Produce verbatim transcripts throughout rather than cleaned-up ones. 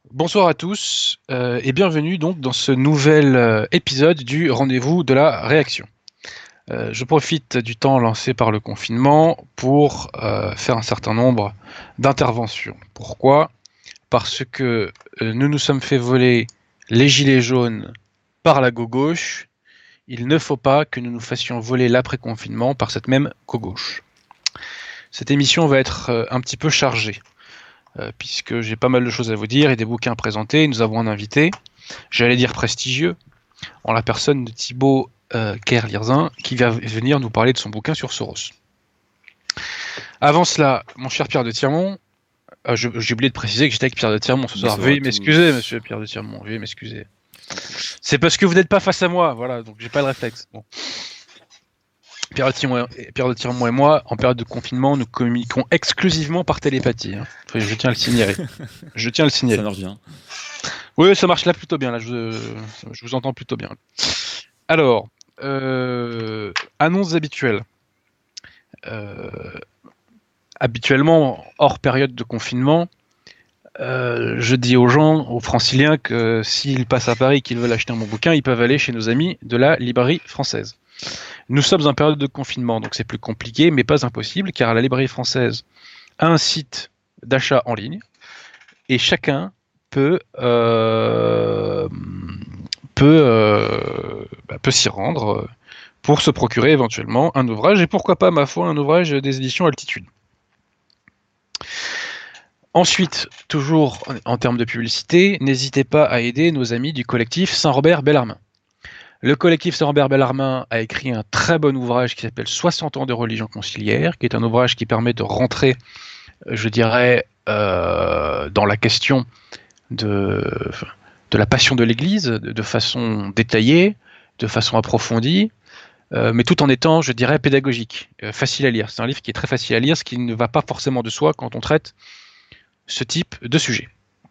Bonsoir à tous euh, et bienvenue donc dans ce nouvel euh, épisode du rendez-vous de la réaction. Euh, je profite du temps lancé par le confinement pour euh, faire un certain nombre d'interventions. Pourquoi? Parce que euh, nous nous sommes fait voler les gilets jaunes par la go gauche. Il ne faut pas que nous nous fassions voler l'après-confinement par cette même go gauche. Cette émission va être euh, un petit peu chargée. Euh, puisque j'ai pas mal de choses à vous dire et des bouquins à présenter. Nous avons un invité, j'allais dire prestigieux, en la personne de Thibaut euh, Kerlirzin, qui va venir nous parler de son bouquin sur Soros. Avant cela, mon cher Pierre de Tirmont, euh, je, j'ai oublié de préciser que j'étais avec Pierre de Tirmont ce soir. Bonsoir à Veuillez m'excuser, tous. monsieur Pierre de Tirmont, veuillez m'excuser. C'est parce que vous n'êtes pas face à moi, voilà, donc j'ai pas le réflexe. Bon. Pierre de, Tirmont, Pierre de Tirmont et moi, en période de confinement, nous communiquons exclusivement par télépathie. Hein. Enfin, je tiens à le signaler. Je tiens à le signaler. Ça marche bien. Oui, ça marche là plutôt bien. Là, je, je vous entends plutôt bien. Alors, euh, annonces habituelles. Euh, habituellement, hors période de confinement, euh, je dis aux gens, aux franciliens, que s'ils passent à Paris et qu'ils veulent acheter mon bouquin, ils peuvent aller chez nos amis de la librairie française. Nous sommes en période de confinement, donc c'est plus compliqué, mais pas impossible, car la librairie française a un site d'achat en ligne, et chacun peut, euh, peut, euh, bah, peut s'y rendre pour se procurer éventuellement un ouvrage, et pourquoi pas, ma foi, un ouvrage des éditions Altitude. Ensuite, toujours en termes de publicité, n'hésitez pas à aider nos amis du collectif Saint-Robert Bellarmin. Le collectif Saint-Robert Bellarmin a écrit un très bon ouvrage qui s'appelle soixante ans de religion conciliaire, qui est un ouvrage qui permet de rentrer, je dirais, euh, dans la question de, de la passion de l'Église de, de façon détaillée, de façon approfondie, euh, mais tout en étant, je dirais, pédagogique, euh, facile à lire. C'est un livre qui est très facile à lire, ce qui ne va pas forcément de soi quand on traite ce type de sujet.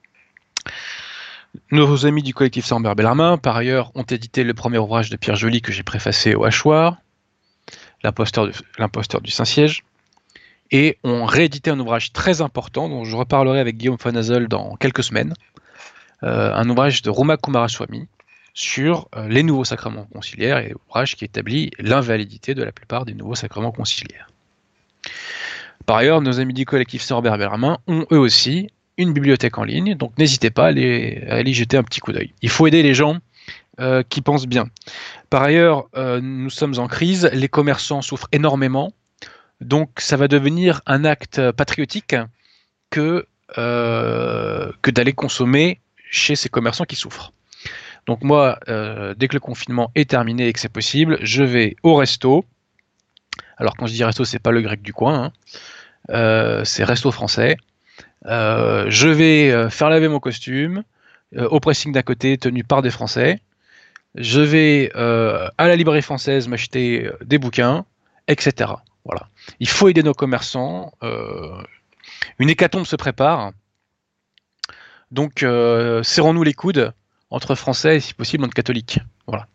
Nos amis du collectif Saint-Robert Bellarmin, par ailleurs, ont édité le premier ouvrage de Pierre Joly que j'ai préfacé au Hachoir, L'imposteur, L'imposteur du Saint-Siège, et ont réédité un ouvrage très important dont je reparlerai avec Guillaume Fanazel dans quelques semaines, euh, un ouvrage de Roma Kumaraswamy sur euh, les nouveaux sacrements conciliaires, et ouvrage qui établit l'invalidité de la plupart des nouveaux sacrements conciliaires. Par ailleurs, nos amis du collectif Saint-Robert Bellarmin ont eux aussi une bibliothèque en ligne, donc n'hésitez pas à aller, à aller y jeter un petit coup d'œil. Il faut aider les gens euh, qui pensent bien. Par ailleurs, euh, nous sommes en crise, les commerçants souffrent énormément, donc ça va devenir un acte patriotique que, euh, que d'aller consommer chez ces commerçants qui souffrent. Donc moi, euh, dès que le confinement est terminé et que c'est possible, je vais au resto. Alors quand je dis resto, c'est pas le grec du coin, hein. euh, c'est resto français. Euh, je vais euh, faire laver mon costume euh, au pressing d'à côté, tenu par des Français. Je vais euh, à la librairie française m'acheter euh, des bouquins, et cetera. Voilà. Il faut aider nos commerçants. Euh, une hécatombe se prépare. Donc, euh, serrons-nous les coudes entre Français et, si possible, entre catholiques. Voilà.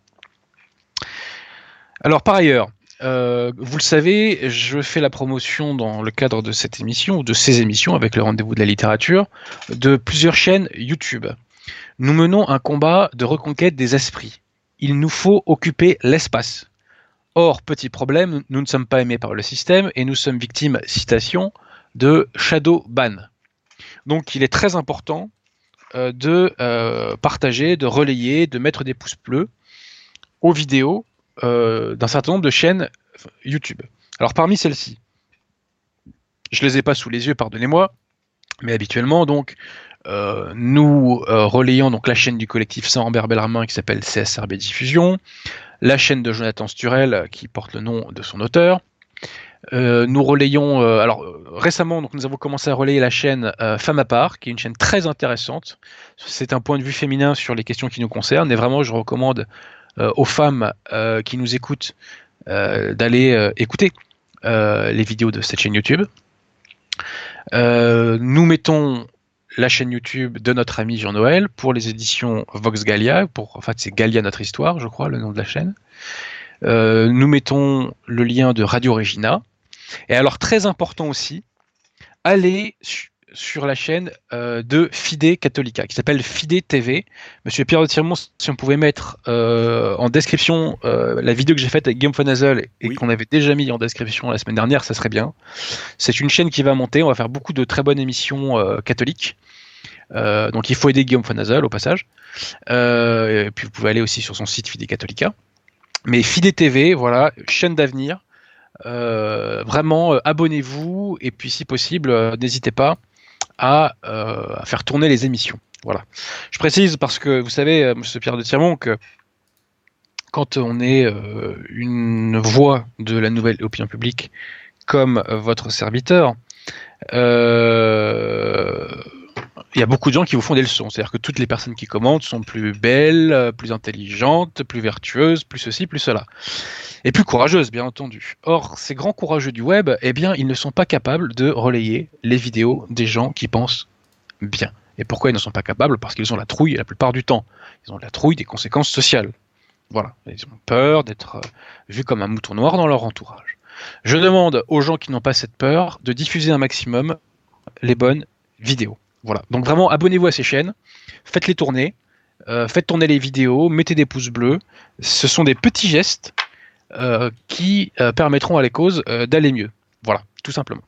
Alors, par ailleurs, euh, vous le savez, je fais la promotion dans le cadre de cette émission, ou de ces émissions, avec le rendez-vous de la littérature, de plusieurs chaînes YouTube. Nous menons un combat de reconquête des esprits. Il nous faut occuper l'espace. Or, petit problème, nous ne sommes pas aimés par le système et nous sommes victimes, citation, de shadow ban. Donc, il est très important euh, de euh, partager, de relayer, de mettre des pouces bleus aux vidéos euh, d'un certain nombre de chaînes YouTube. Alors, parmi celles-ci, je les ai pas sous les yeux, pardonnez-moi, mais habituellement, donc, euh, nous euh, relayons donc la chaîne du collectif Saint-Robert Bellarmin qui s'appelle C S R B Diffusion, la chaîne de Jonathan Sturel qui porte le nom de son auteur. Euh, nous relayons, euh, alors euh, récemment, donc nous avons commencé à relayer la chaîne euh, Femme à part, qui est une chaîne très intéressante. C'est un point de vue féminin sur les questions qui nous concernent, et vraiment, je recommande euh, aux femmes euh, qui nous écoutent euh, d'aller euh, écouter euh, les vidéos de cette chaîne YouTube. Euh, nous mettons la chaîne YouTube de notre ami Jean-Noël pour les éditions Vox Gallia, pour, en fait c'est Gallia Notre Histoire, je crois, le nom de la chaîne. Euh, nous mettons le lien de Radio Regina. Et alors, très important aussi, allez sur la chaîne euh, de Fide Catholica, qui s'appelle Fide T V. Monsieur Pierre de Tirmont, si on pouvait mettre euh, en description euh, la vidéo que j'ai faite avec Guillaume Fonazel et oui. qu'on avait déjà mis en description la semaine dernière, ça serait bien. C'est une chaîne qui va monter, on va faire beaucoup de très bonnes émissions euh, catholiques. Euh, donc il faut aider Guillaume Fonazel au passage. Euh, et puis vous pouvez aller aussi sur son site Fide Catholica. Mais Fide T V, voilà, chaîne d'avenir. Euh, vraiment, euh, abonnez-vous et puis si possible, euh, n'hésitez pas à, euh, à faire tourner les émissions. Voilà. Je précise parce que vous savez, euh, Monsieur Pierre de Tirmont, que quand on est euh, une voix de la nouvelle opinion publique comme euh, votre serviteur, euh, il y a beaucoup de gens qui vous font des leçons. C'est-à-dire que toutes les personnes qui commentent sont plus belles, plus intelligentes, plus vertueuses, plus ceci, plus cela. Et plus courageuses, bien entendu. Or, ces grands courageux du web, eh bien, ils ne sont pas capables de relayer les vidéos des gens qui pensent bien. Et pourquoi ils ne sont pas capables? Parce qu'ils ont la trouille la plupart du temps. Ils ont la trouille des conséquences sociales. Voilà. Ils ont peur d'être euh, vus comme un mouton noir dans leur entourage. Je demande aux gens qui n'ont pas cette peur de diffuser un maximum les bonnes vidéos. Voilà. Donc vraiment, abonnez-vous à ces chaînes, faites-les tourner, euh, faites tourner les vidéos, mettez des pouces bleus. Ce sont des petits gestes euh, qui euh, permettront à les causes euh, d'aller mieux. Voilà, tout simplement.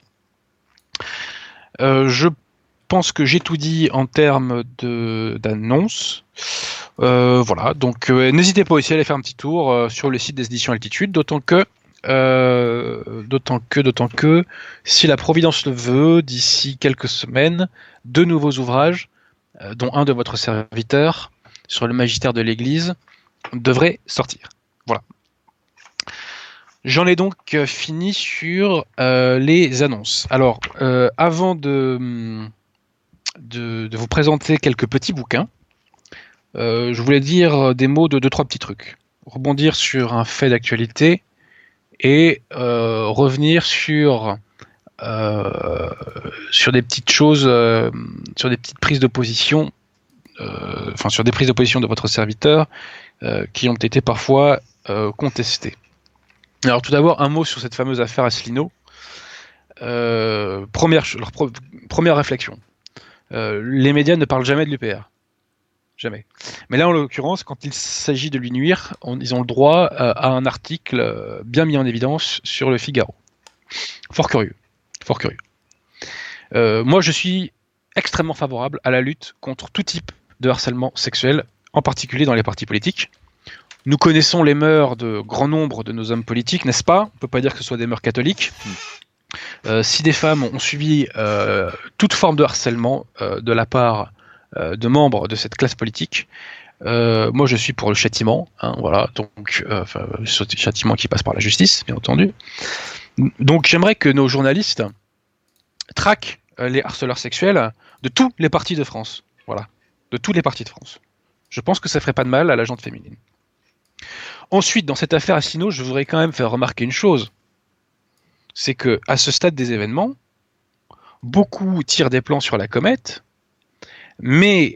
Euh, je pense que j'ai tout dit en termes de, d'annonce. Euh, voilà, donc euh, n'hésitez pas aussi à aller faire un petit tour euh, sur le site des éditions Altitude, d'autant que Euh, d'autant que, d'autant que, si la Providence le veut, d'ici quelques semaines, deux nouveaux ouvrages, euh, dont un de votre serviteur, sur le magistère de l'Église, devraient sortir. Voilà. J'en ai donc euh, fini sur euh, les annonces. Alors, euh, avant de, de, de vous présenter quelques petits bouquins, euh, je voulais dire des mots de deux, trois petits trucs. Rebondir sur un fait d'actualité, et euh, revenir sur euh, sur des petites choses, euh, sur des petites prises de position, euh, enfin sur des prises de position de votre serviteur euh, qui ont été parfois euh, contestées. Alors tout d'abord un mot sur cette fameuse affaire Asselineau. Euh, première, leur pro, première réflexion. Euh, les médias ne parlent jamais de l'U P R. Jamais. Mais là, en l'occurrence, quand il s'agit de lui nuire, on, ils ont le droit euh, à un article euh, bien mis en évidence sur le Figaro. Fort curieux. Fort curieux. Euh, moi, je suis extrêmement favorable à la lutte contre tout type de harcèlement sexuel, en particulier dans les partis politiques. Nous connaissons les mœurs de grand nombre de nos hommes politiques, n'est-ce pas? On ne peut pas dire que ce soit des mœurs catholiques. Euh, si des femmes ont subi euh, toute forme de harcèlement euh, de la part de membres de cette classe politique, euh, moi je suis pour le châtiment, hein, voilà, donc euh, enfin, châtiment qui passe par la justice, bien entendu. Donc j'aimerais que nos journalistes traquent euh, les harceleurs sexuels de tous les partis de France, voilà, de tous les partis de France. Je pense que ça ferait pas de mal à la gente féminine. Ensuite, dans cette affaire Asselineau, je voudrais quand même faire remarquer une chose, c'est que à ce stade des événements, beaucoup tirent des plans sur la comète. Mais,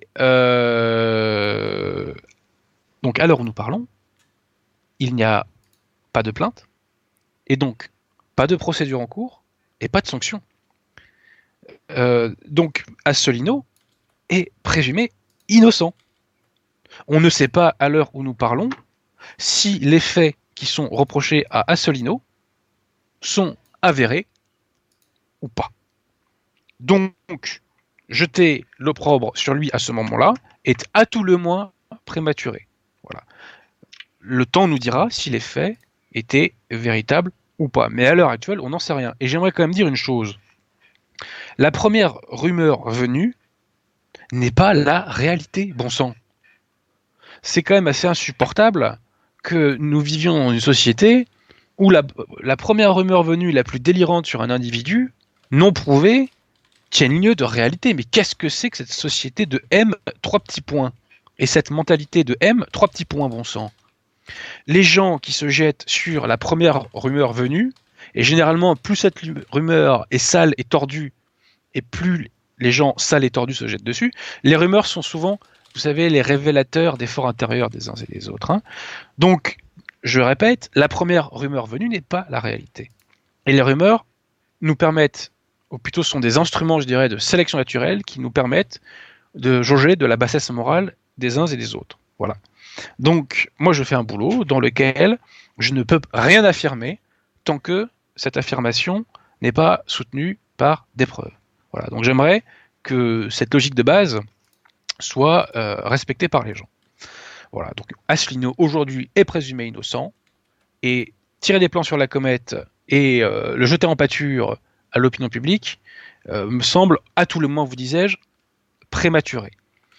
euh, donc à l'heure où nous parlons, il n'y a pas de plainte, et donc pas de procédure en cours, et pas de sanction. Euh, donc Asselineau est présumé innocent. On ne sait pas à l'heure où nous parlons si les faits qui sont reprochés à Asselineau sont avérés ou pas. Donc, jeter l'opprobre sur lui à ce moment-là est à tout le moins prématuré. Voilà. Le temps nous dira si les faits étaient véritables ou pas. Mais à l'heure actuelle, on n'en sait rien. Et j'aimerais quand même dire une chose. La première rumeur venue n'est pas la réalité, bon sang. C'est quand même assez insupportable que nous vivions dans une société où la, la première rumeur venue la plus délirante sur un individu, non prouvée, tienne lieu de réalité. Mais qu'est-ce que c'est que cette société de M, trois petits points? Et cette mentalité de M, trois petits points, bon sang. Les gens qui se jettent sur la première rumeur venue, et généralement, plus cette rumeur est sale et tordue, et plus les gens sales et tordus se jettent dessus, les rumeurs sont souvent, vous savez, les révélateurs des forts intérieurs des uns et des autres. Hein. Donc, je répète, la première rumeur venue n'est pas la réalité. Et les rumeurs nous permettent ou plutôt ce sont des instruments, je dirais, de sélection naturelle qui nous permettent de jauger de la bassesse morale des uns et des autres. Voilà. Donc, moi, je fais un boulot dans lequel je ne peux rien affirmer tant que cette affirmation n'est pas soutenue par des preuves. Voilà. Donc, j'aimerais que cette logique de base soit euh, respectée par les gens. Voilà. Donc, Asselineau, aujourd'hui, est présumé innocent, et tirer des plans sur la comète et euh, le jeter en pâture à l'opinion publique euh, me semble, à tout le moins, vous disais-je, prématuré.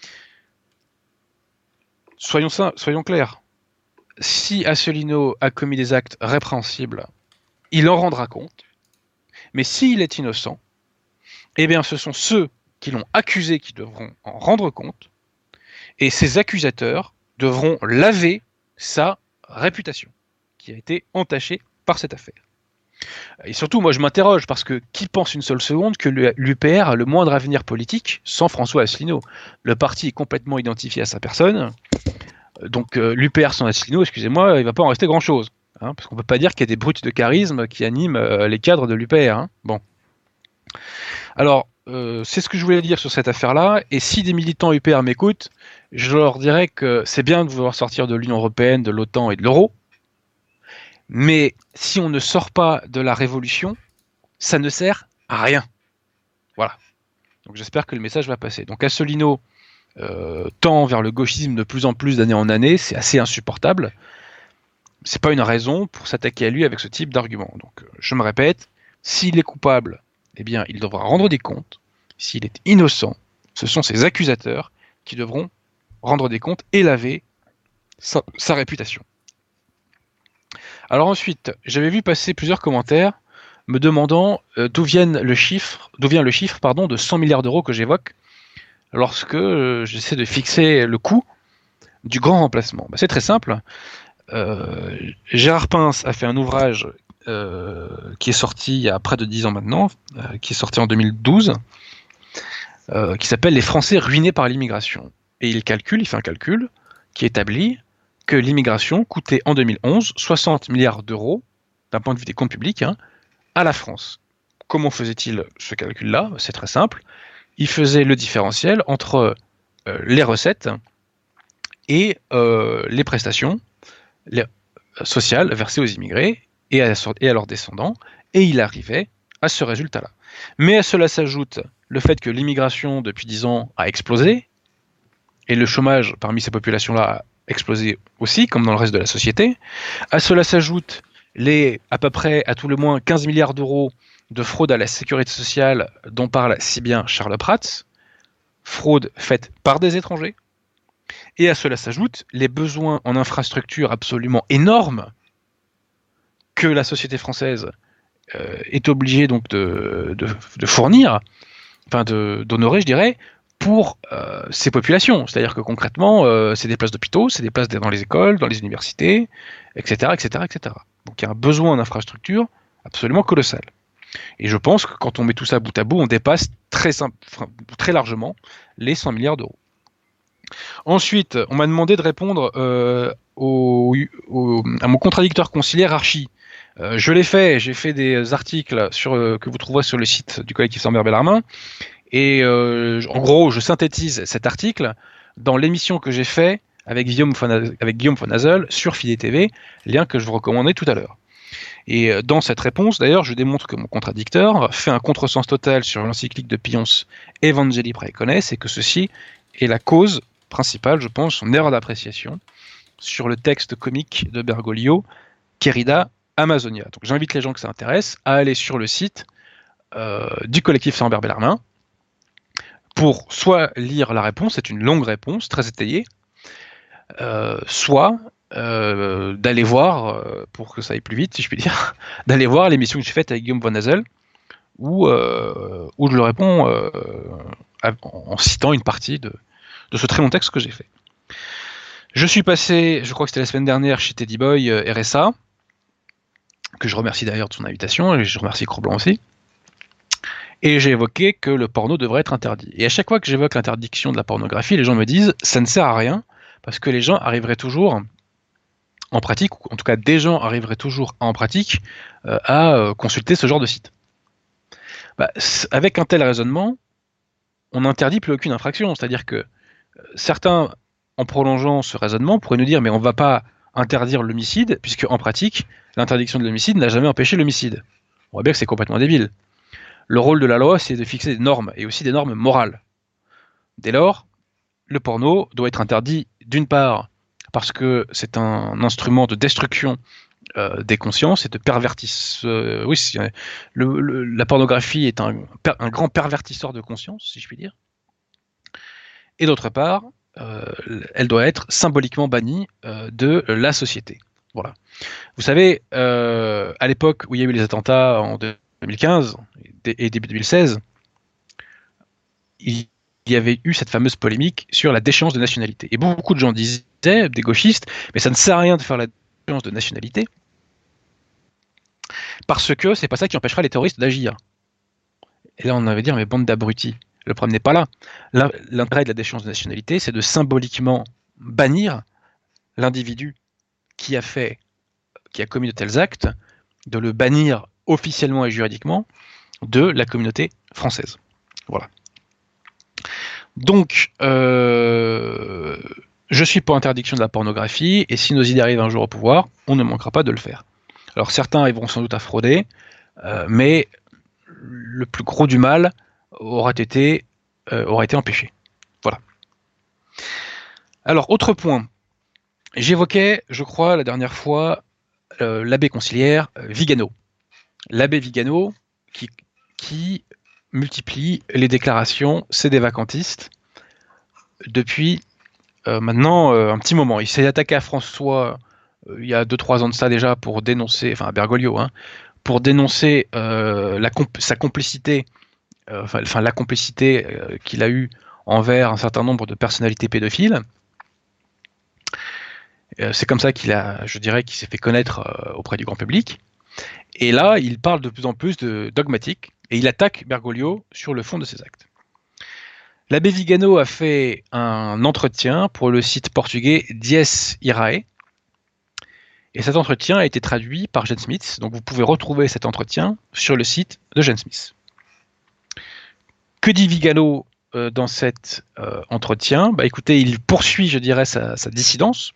Soyons, soyons clairs, si Asselineau a commis des actes répréhensibles, il en rendra compte, mais s'il est innocent, eh bien ce sont ceux qui l'ont accusé qui devront en rendre compte, et ces accusateurs devront laver sa réputation, qui a été entachée par cette affaire. Et surtout, moi je m'interroge, parce que qui pense une seule seconde que l'U P R a le moindre avenir politique sans François Asselineau? Le parti est complètement identifié à sa personne, donc euh, l'U P R sans Asselineau, excusez-moi, il ne va pas en rester grand-chose. Hein, parce qu'on ne peut pas dire qu'il y a des brutes de charisme qui animent euh, les cadres de l'U P R. Hein. Bon. Alors, euh, c'est ce que je voulais dire sur cette affaire-là, et si des militants U P R m'écoutent, je leur dirais que c'est bien de vouloir sortir de l'Union européenne, de l'OTAN et de l'euro, mais si on ne sort pas de la révolution, ça ne sert à rien. Voilà. Donc j'espère que le message va passer. Donc Asselineau euh, tend vers le gauchisme de plus en plus d'année en année, c'est assez insupportable. C'est pas une raison pour s'attaquer à lui avec ce type d'argument. Donc je me répète, s'il est coupable, eh bien il devra rendre des comptes. S'il est innocent, ce sont ses accusateurs qui devront rendre des comptes et laver sa, sa réputation. Alors ensuite, j'avais vu passer plusieurs commentaires me demandant euh, d'où viennent le chiffre, d'où vient le chiffre pardon, de cent milliards d'euros que j'évoque lorsque euh, j'essaie de fixer le coût du grand remplacement. Ben, c'est très simple. Euh, Gérard Pince a fait un ouvrage euh, qui est sorti il y a près de dix ans maintenant, euh, qui est sorti en deux mille douze, euh, qui s'appelle « Les Français ruinés par l'immigration ». Et il calcule, il fait un calcul qui établit que l'immigration coûtait en deux mille onze soixante milliards d'euros, d'un point de vue des comptes publics, hein, à la France. Comment faisait-il ce calcul-là? C'est très simple. Il faisait le différentiel entre euh, les recettes et euh, les prestations les, euh, sociales versées aux immigrés et à, et à leurs descendants, et il arrivait à ce résultat-là. Mais à cela s'ajoute le fait que l'immigration, depuis dix ans, a explosé, et le chômage parmi ces populations-là a explosé aussi, comme dans le reste de la société. À cela s'ajoute les, à peu près, à tout le moins, quinze milliards d'euros de fraude à la sécurité sociale dont parle si bien Charles Prats, fraude faite par des étrangers. Et à cela s'ajoutent les besoins en infrastructures absolument énormes que la société française euh, est obligée donc de, de, de fournir, enfin de, d'honorer, je dirais, pour euh, ces populations. C'est-à-dire que concrètement, euh, c'est des places d'hôpitaux, c'est des places dans les écoles, dans les universités, et cetera, et cetera, et cetera. Donc il y a un besoin en infrastructure absolument colossal. Et je pense que quand on met tout ça bout à bout, on dépasse très, simple, très largement les cent milliards d'euros. Ensuite, on m'a demandé de répondre euh, au, au, à mon contradicteur conciliaire Archie. Euh, je l'ai fait, j'ai fait des articles sur, euh, que vous trouverez sur le site du collectif Sambert Bellarmin. Et euh, en gros, je synthétise cet article dans l'émission que j'ai fait avec Guillaume von, avec Guillaume von Hazel sur Fidé T V, lien que je vous recommandais tout à l'heure. Et dans cette réponse, d'ailleurs, je démontre que mon contradicteur fait un contresens total sur l'encyclique de Pions Evangelii Praecones, et que ceci est la cause principale, je pense, son erreur d'appréciation sur le texte comique de Bergoglio, Querida Amazonia. Donc j'invite les gens que ça intéresse à aller sur le site euh, du collectif Sambert Bellarmin pour soit lire la réponse, c'est une longue réponse, très étayée, euh, soit euh, d'aller voir, euh, pour que ça aille plus vite, si je puis dire, d'aller voir l'émission que j'ai faite avec Guillaume von Hazel, où, euh, où je le réponds euh, en citant une partie de, de ce très long texte que j'ai fait. Je suis passé, je crois que c'était la semaine dernière, chez Teddy Boy euh, R S A, que je remercie d'ailleurs de son invitation, et je remercie Cro-Blanc aussi. Et j'ai évoqué que le porno devrait être interdit. Et à chaque fois que j'évoque l'interdiction de la pornographie, les gens me disent « ça ne sert à rien », parce que les gens arriveraient toujours en pratique, ou en tout cas des gens arriveraient toujours en pratique, euh, à euh, consulter ce genre de site. Bah, avec un tel raisonnement, on n'interdit plus aucune infraction. C'est-à-dire que certains, en prolongeant ce raisonnement, pourraient nous dire mais on ne va pas interdire l'homicide, puisque en pratique, l'interdiction de l'homicide n'a jamais empêché l'homicide. On voit bien que c'est complètement débile. Le rôle de la loi, c'est de fixer des normes, et aussi des normes morales. Dès lors, le porno doit être interdit d'une part parce que c'est un instrument de destruction euh, des consciences et de pervertissement. Euh, oui, le, le, la pornographie est un, un grand pervertisseur de conscience, si je puis dire. Et d'autre part, euh, elle doit être symboliquement bannie euh, de la société. Voilà. Vous savez, euh, à l'époque où il y a eu les attentats en deux mille quinze et début deux mille seize, il y avait eu cette fameuse polémique sur la déchéance de nationalité. Et beaucoup de gens disaient, des gauchistes, mais ça ne sert à rien de faire la déchéance de nationalité, parce que c'est pas ça qui empêchera les terroristes d'agir. Et là, on avait dit, mais bande d'abrutis. Le problème n'est pas là. L'intérêt de la déchéance de nationalité, c'est de symboliquement bannir l'individu qui a fait, qui a commis de tels actes, de le bannir officiellement et juridiquement de la communauté française. Voilà. Donc, euh, je suis pour interdiction de la pornographie, et si nos idées arrivent un jour au pouvoir, on ne manquera pas de le faire. Alors certains arriveront sans doute à frauder, euh, mais le plus gros du mal aura été, euh, aura été empêché. Voilà. Alors, autre point. J'évoquais, je crois, la dernière fois, euh, l'abbé conciliaire euh, Vigano. L'abbé Vigano qui, qui multiplie les déclarations sédévacantistes depuis euh, maintenant euh, un petit moment. Il s'est attaqué à François euh, il y a deux trois ans de ça déjà pour dénoncer, enfin à Bergoglio, hein, pour dénoncer euh, la comp sa complicité, euh, enfin, enfin la complicité euh, qu'il a eue envers un certain nombre de personnalités pédophiles. Euh, c'est comme ça qu'il a, je dirais, qu'il s'est fait connaître euh, auprès du grand public. Et là, il parle de plus en plus de dogmatique et il attaque Bergoglio sur le fond de ses actes. L'abbé Vigano a fait un entretien pour le site portugais Dies Irae. Et cet entretien a été traduit par Jane Smith. Donc vous pouvez retrouver cet entretien sur le site de Jane Smith. Que dit Vigano euh, dans cet euh, entretien? Bah écoutez, il poursuit, je dirais, sa, sa dissidence.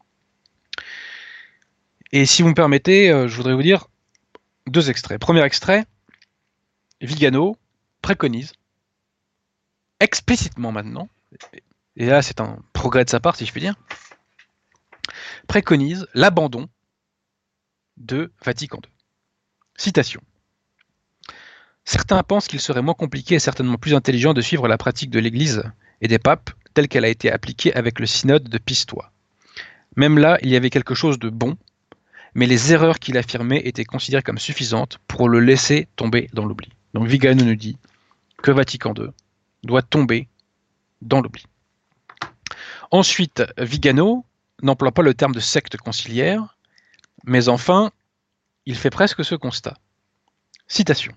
Et si vous me permettez, euh, je voudrais vous dire deux extraits. Premier extrait, Vigano préconise explicitement maintenant, et là c'est un progrès de sa part si je puis dire, préconise l'abandon de Vatican deux. Citation. Certains pensent qu'il serait moins compliqué et certainement plus intelligent de suivre la pratique de l'Église et des papes telle qu'elle a été appliquée avec le synode de Pistoie. Même là, il y avait quelque chose de bon, mais les erreurs qu'il affirmait étaient considérées comme suffisantes pour le laisser tomber dans l'oubli. Donc Vigano nous dit que Vatican deux doit tomber dans l'oubli. Ensuite, Vigano n'emploie pas le terme de secte conciliaire, mais enfin, il fait presque ce constat. Citation.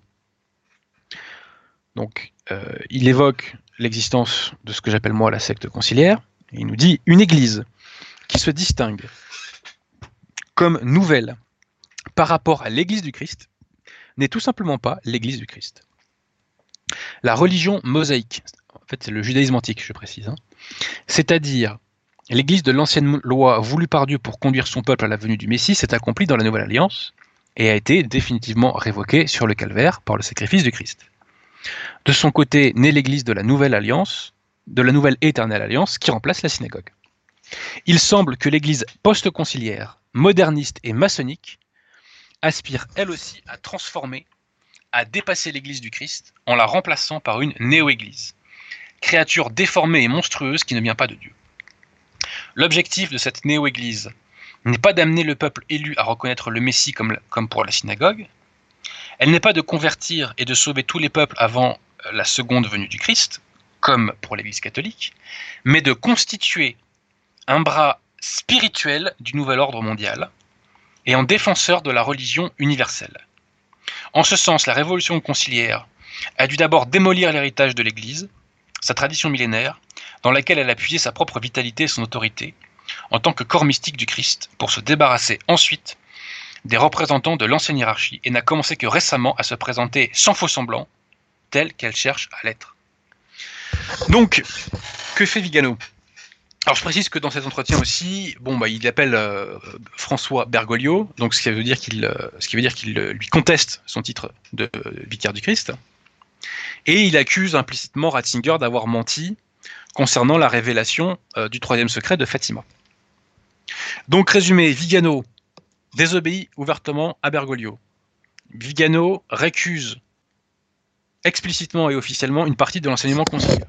Donc, euh, il évoque l'existence de ce que j'appelle moi la secte conciliaire, et il nous dit une église qui se distingue comme nouvelle par rapport à l'église du Christ n'est tout simplement pas l'église du Christ. La religion mosaïque, en fait c'est le judaïsme antique, je précise, hein, c'est-à-dire l'église de l'ancienne loi voulue par Dieu pour conduire son peuple à la venue du Messie s'est accomplie dans la nouvelle alliance et a été définitivement révoquée sur le calvaire par le sacrifice du Christ. De son côté, naît l'église de la nouvelle alliance, de la nouvelle éternelle alliance qui remplace la synagogue. Il semble que l'église post-conciliaire, moderniste et maçonnique aspire elle aussi à transformer, à dépasser l'église du Christ en la remplaçant par une néo-église, créature déformée et monstrueuse qui ne vient pas de Dieu. L'objectif de cette néo-église n'est pas d'amener le peuple élu à reconnaître le Messie comme, comme pour la synagogue, elle n'est pas de convertir et de sauver tous les peuples avant la seconde venue du Christ, comme pour l'église catholique, mais de constituer un bras spirituel du nouvel ordre mondial et en défenseur de la religion universelle. En ce sens, la révolution conciliaire a dû d'abord démolir l'héritage de l'Église, sa tradition millénaire, dans laquelle elle a puisé sa propre vitalité et son autorité, en tant que corps mystique du Christ, pour se débarrasser ensuite des représentants de l'ancienne hiérarchie, et n'a commencé que récemment à se présenter sans faux semblant telle qu'elle cherche à l'être. Donc, que fait Vigano ? Alors je précise que dans cet entretien aussi, bon bah il appelle euh, François Bergoglio, donc ce qui veut dire qu'il, euh, ce qui veut dire qu'il euh, lui conteste son titre de euh, vicaire du Christ, et il accuse implicitement Ratzinger d'avoir menti concernant la révélation euh, du troisième secret de Fatima. Donc résumé, Vigano désobéit ouvertement à Bergoglio. Vigano récuse explicitement et officiellement une partie de l'enseignement conciliaire.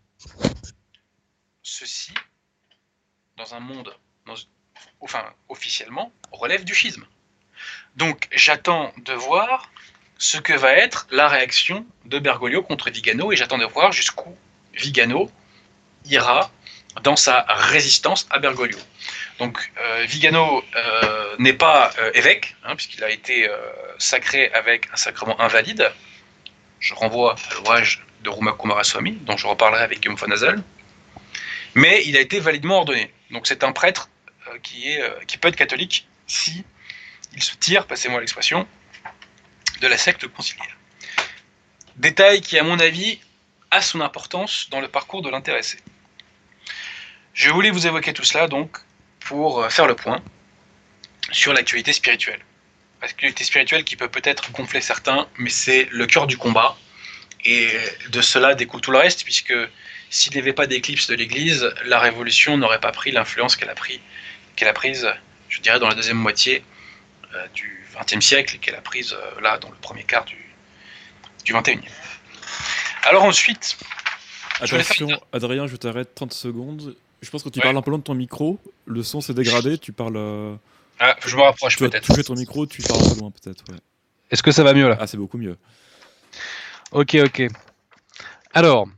Ceci, dans un monde, dans, enfin officiellement, relève du schisme. Donc j'attends de voir ce que va être la réaction de Bergoglio contre Vigano, et j'attends de voir jusqu'où Vigano ira dans sa résistance à Bergoglio. Donc euh, Vigano euh, n'est pas euh, évêque, hein, puisqu'il a été euh, sacré avec un sacrement invalide. Je renvoie à l'ouvrage de Ruma Kumaraswamy, dont je reparlerai avec Guillaume von Hazel. Mais il a été validement ordonné. Donc c'est un prêtre euh, qui, est, euh, qui peut être catholique si il se tire, passez-moi l'expression, de la secte conciliaire. Détail qui, à mon avis, a son importance dans le parcours de l'intéressé. Je voulais vous évoquer tout cela donc pour faire le point sur l'actualité spirituelle. L'actualité spirituelle qui peut peut-être gonfler certains, mais c'est le cœur du combat. Et de cela découle tout le reste, puisque s'il n'y avait pas d'éclipse de l'Église, la Révolution n'aurait pas pris l'influence qu'elle a, pris, qu'elle a prise, je dirais, dans la deuxième moitié euh, du vingtième siècle, et qu'elle a prise euh, là, dans le premier quart du, du vingt et unième. Alors ensuite... Attention, je Adrien, je t'arrête trente secondes. Je pense que tu ouais. parles un peu loin de ton micro, le son s'est dégradé, tu parles... Euh... Ah, je me rapproche tu peut-être. Tu toucher ton micro, tu parles un peu loin peut-être, ouais. Est-ce que ça va mieux là ? Ah, c'est beaucoup mieux. Ok, ok. Alors,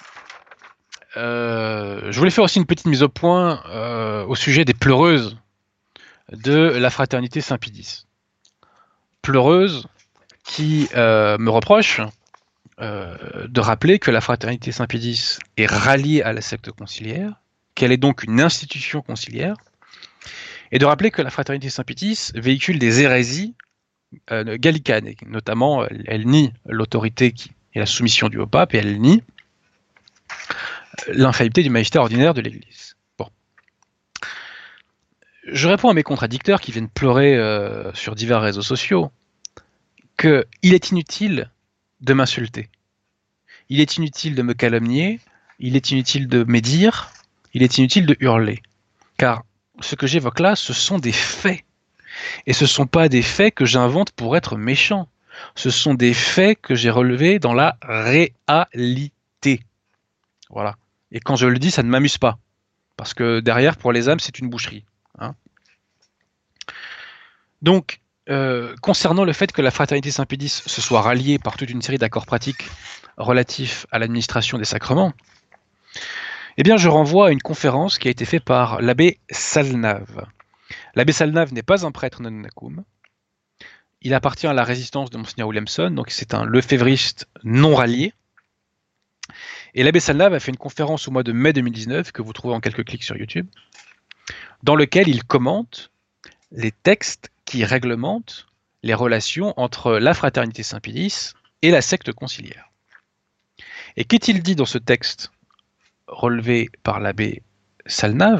euh, je voulais faire aussi une petite mise au point euh, au sujet des pleureuses de la fraternité Saint-Pédis. Pleureuses qui euh, me reprochent euh, de rappeler que la fraternité Saint-Pédis est ralliée à la secte conciliaire, qu'elle est donc une institution conciliaire, et de rappeler que la fraternité Saint-Pédis véhicule des hérésies euh, gallicanes, et notamment elle, elle nie l'autorité qui et la soumission du haut pape, et elle nie l'infaillibilité du magistère ordinaire de l'Église. Bon. Je réponds à mes contradicteurs qui viennent pleurer euh, sur divers réseaux sociaux qu'il est inutile de m'insulter. Il est inutile de me calomnier, il est inutile de médire, il est inutile de hurler. Car ce que j'évoque là, ce sont des faits. Et ce ne sont pas des faits que j'invente pour être méchant. Ce sont des faits que j'ai relevés dans la réalité. Voilà. Et quand je le dis, ça ne m'amuse pas. Parce que derrière, pour les âmes, c'est une boucherie. Hein. Donc, euh, concernant le fait que la fraternité Saint-Pédis se soit ralliée par toute une série d'accords pratiques relatifs à l'administration des sacrements, eh bien, je renvoie à une conférence qui a été faite par l'abbé Salnave. L'abbé Salnave n'est pas un prêtre non nacum. Il appartient à la résistance de Monseigneur Williamson, donc c'est un lefévriste non rallié. Et l'abbé Salnave a fait une conférence au mois de mai deux mille dix-neuf, que vous trouvez en quelques clics sur YouTube, dans lequel il commente les textes qui réglementent les relations entre la fraternité Saint-Pédis et la secte conciliaire. Et qu'est-il dit dans ce texte relevé par l'abbé Salnave ?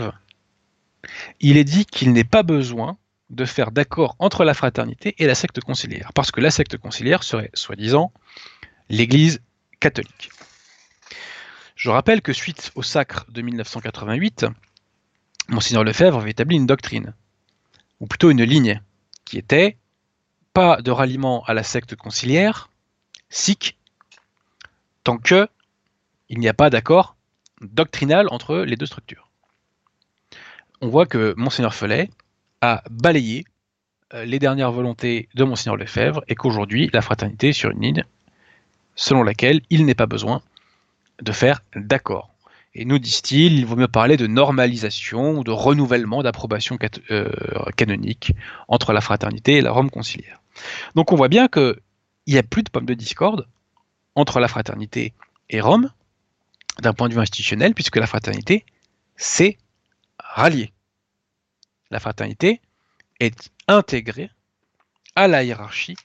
Il est dit qu'il n'est pas besoin de faire d'accord entre la fraternité et la secte conciliaire, parce que la secte conciliaire serait, soi-disant, l'Église catholique. Je rappelle que suite au sacre de mille neuf cent quatre-vingt-huit, Monseigneur Lefebvre avait établi une doctrine, ou plutôt une ligne, qui était pas de ralliement à la secte conciliaire, sikh, tant que il n'y a pas d'accord doctrinal entre les deux structures. On voit que Monseigneur Follet a balayé les dernières volontés de Monseigneur Lefebvre et qu'aujourd'hui, la fraternité est sur une ligne selon laquelle il n'est pas besoin de faire d'accord. Et nous, disent-ils, il vaut mieux parler de normalisation ou de renouvellement d'approbation cat- euh, canonique entre la fraternité et la Rome conciliaire. Donc on voit bien qu'il n'y a plus de pomme de discorde entre la fraternité et Rome, d'un point de vue institutionnel, puisque la fraternité s'est ralliée. La fraternité est intégrée à la hiérarchie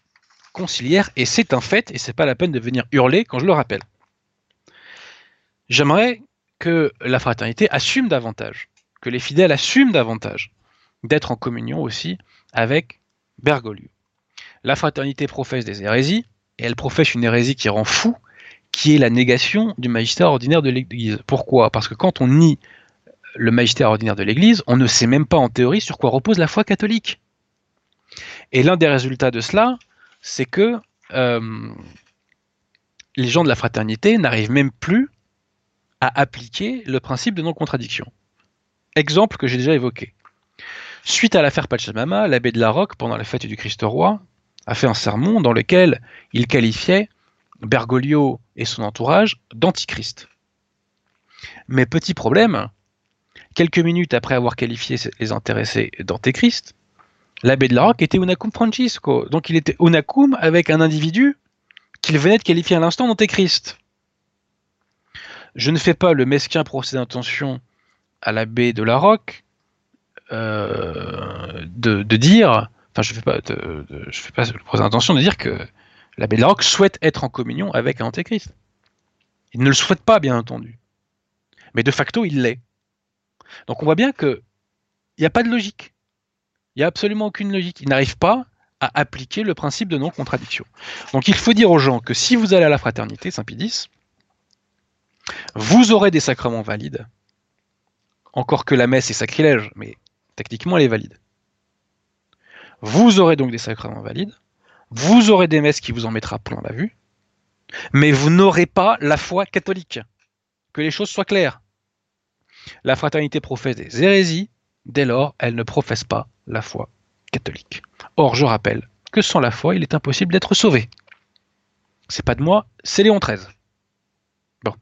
conciliaire, et c'est un fait, et c'est pas la peine de venir hurler quand je le rappelle. J'aimerais que la fraternité assume davantage, que les fidèles assument davantage d'être en communion aussi avec Bergoglio. La fraternité professe des hérésies, et elle professe une hérésie qui rend fou, qui est la négation du magistère ordinaire de l'Église. Pourquoi ? Parce que quand on nie le magistère ordinaire de l'Église, on ne sait même pas en théorie sur quoi repose la foi catholique. Et l'un des résultats de cela, c'est que euh, les gens de la fraternité n'arrivent même plus à appliquer le principe de non-contradiction. Exemple que j'ai déjà évoqué. Suite à l'affaire Pachamama, l'abbé de la Roque, pendant la fête du Christ roi, a fait un sermon dans lequel il qualifiait Bergoglio et son entourage d'antichrist. Mais petit problème, quelques minutes après avoir qualifié les intéressés d'antéchrist, l'abbé de la Roque était Unacum Francisco, donc il était Unacum avec un individu qu'il venait de qualifier à l'instant d'antéchrist. Je ne fais pas le mesquin procès d'intention à l'abbé de la Roque euh, de, de dire, enfin je ne fais pas, de, de, je fais pas le procès d'intention de dire que l'abbé de la Roque souhaite être en communion avec un antéchrist. Il ne le souhaite pas, bien entendu. Mais de facto, il l'est. Donc on voit bien qu'il n'y a pas de logique. Il n'y a absolument aucune logique. Il n'arrive pas à appliquer le principe de non-contradiction. Donc il faut dire aux gens que si vous allez à la fraternité, Saint Pie X, vous aurez des sacrements valides, encore que la messe est sacrilège, mais techniquement elle est valide. Vous aurez donc des sacrements valides, vous aurez des messes qui vous en mettra plein la vue, mais vous n'aurez pas la foi catholique. Que les choses soient claires. La fraternité professe des hérésies, dès lors, elle ne professe pas la foi catholique. Or, je rappelle que sans la foi, il est impossible d'être sauvé. C'est pas de moi, c'est Léon treize. Bon.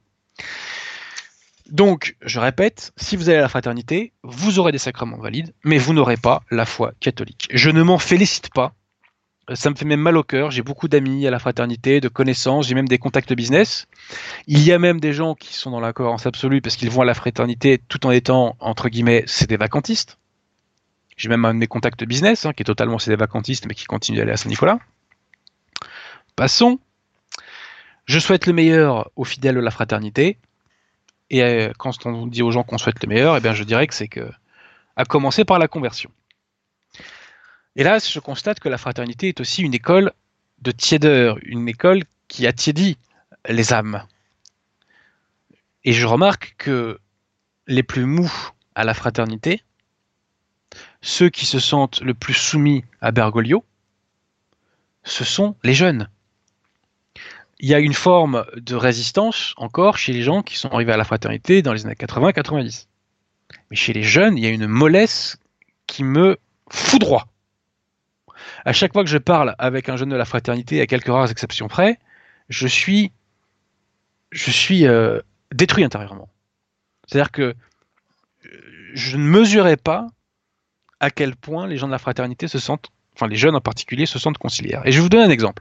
Donc, je répète, si vous allez à la fraternité, vous aurez des sacrements valides, mais vous n'aurez pas la foi catholique. Je ne m'en félicite pas. Ça me fait même mal au cœur. J'ai beaucoup d'amis à la fraternité, de connaissances, j'ai même des contacts business. Il y a même des gens qui sont dans la cohérence absolue parce qu'ils vont à la fraternité tout en étant, entre guillemets, c'est des vacantistes. J'ai même un de mes contacts business hein, qui est totalement c'est des vacantistes mais qui continue d'aller à Saint-Nicolas. Passons. Je souhaite le meilleur aux fidèles de la fraternité. Et euh, quand on dit aux gens qu'on souhaite le meilleur, eh bien je dirais que c'est que, à commencer par la conversion. Hélas, je constate que la fraternité est aussi une école de tiédeur, une école qui attiédit les âmes. Et je remarque que les plus mous à la fraternité, ceux qui se sentent le plus soumis à Bergoglio, ce sont les jeunes. Il y a une forme de résistance encore chez les gens qui sont arrivés à la fraternité dans les années quatre-vingts quatre-vingt-dix. Mais chez les jeunes, il y a une mollesse qui me foudroie. À chaque fois que je parle avec un jeune de la fraternité, à quelques rares exceptions près, je suis, je suis euh, détruit intérieurement. C'est-à-dire que je ne mesurais pas à quel point les gens de la fraternité se sentent, enfin les jeunes en particulier, se sentent conciliaires. Et je vais vous donner un exemple.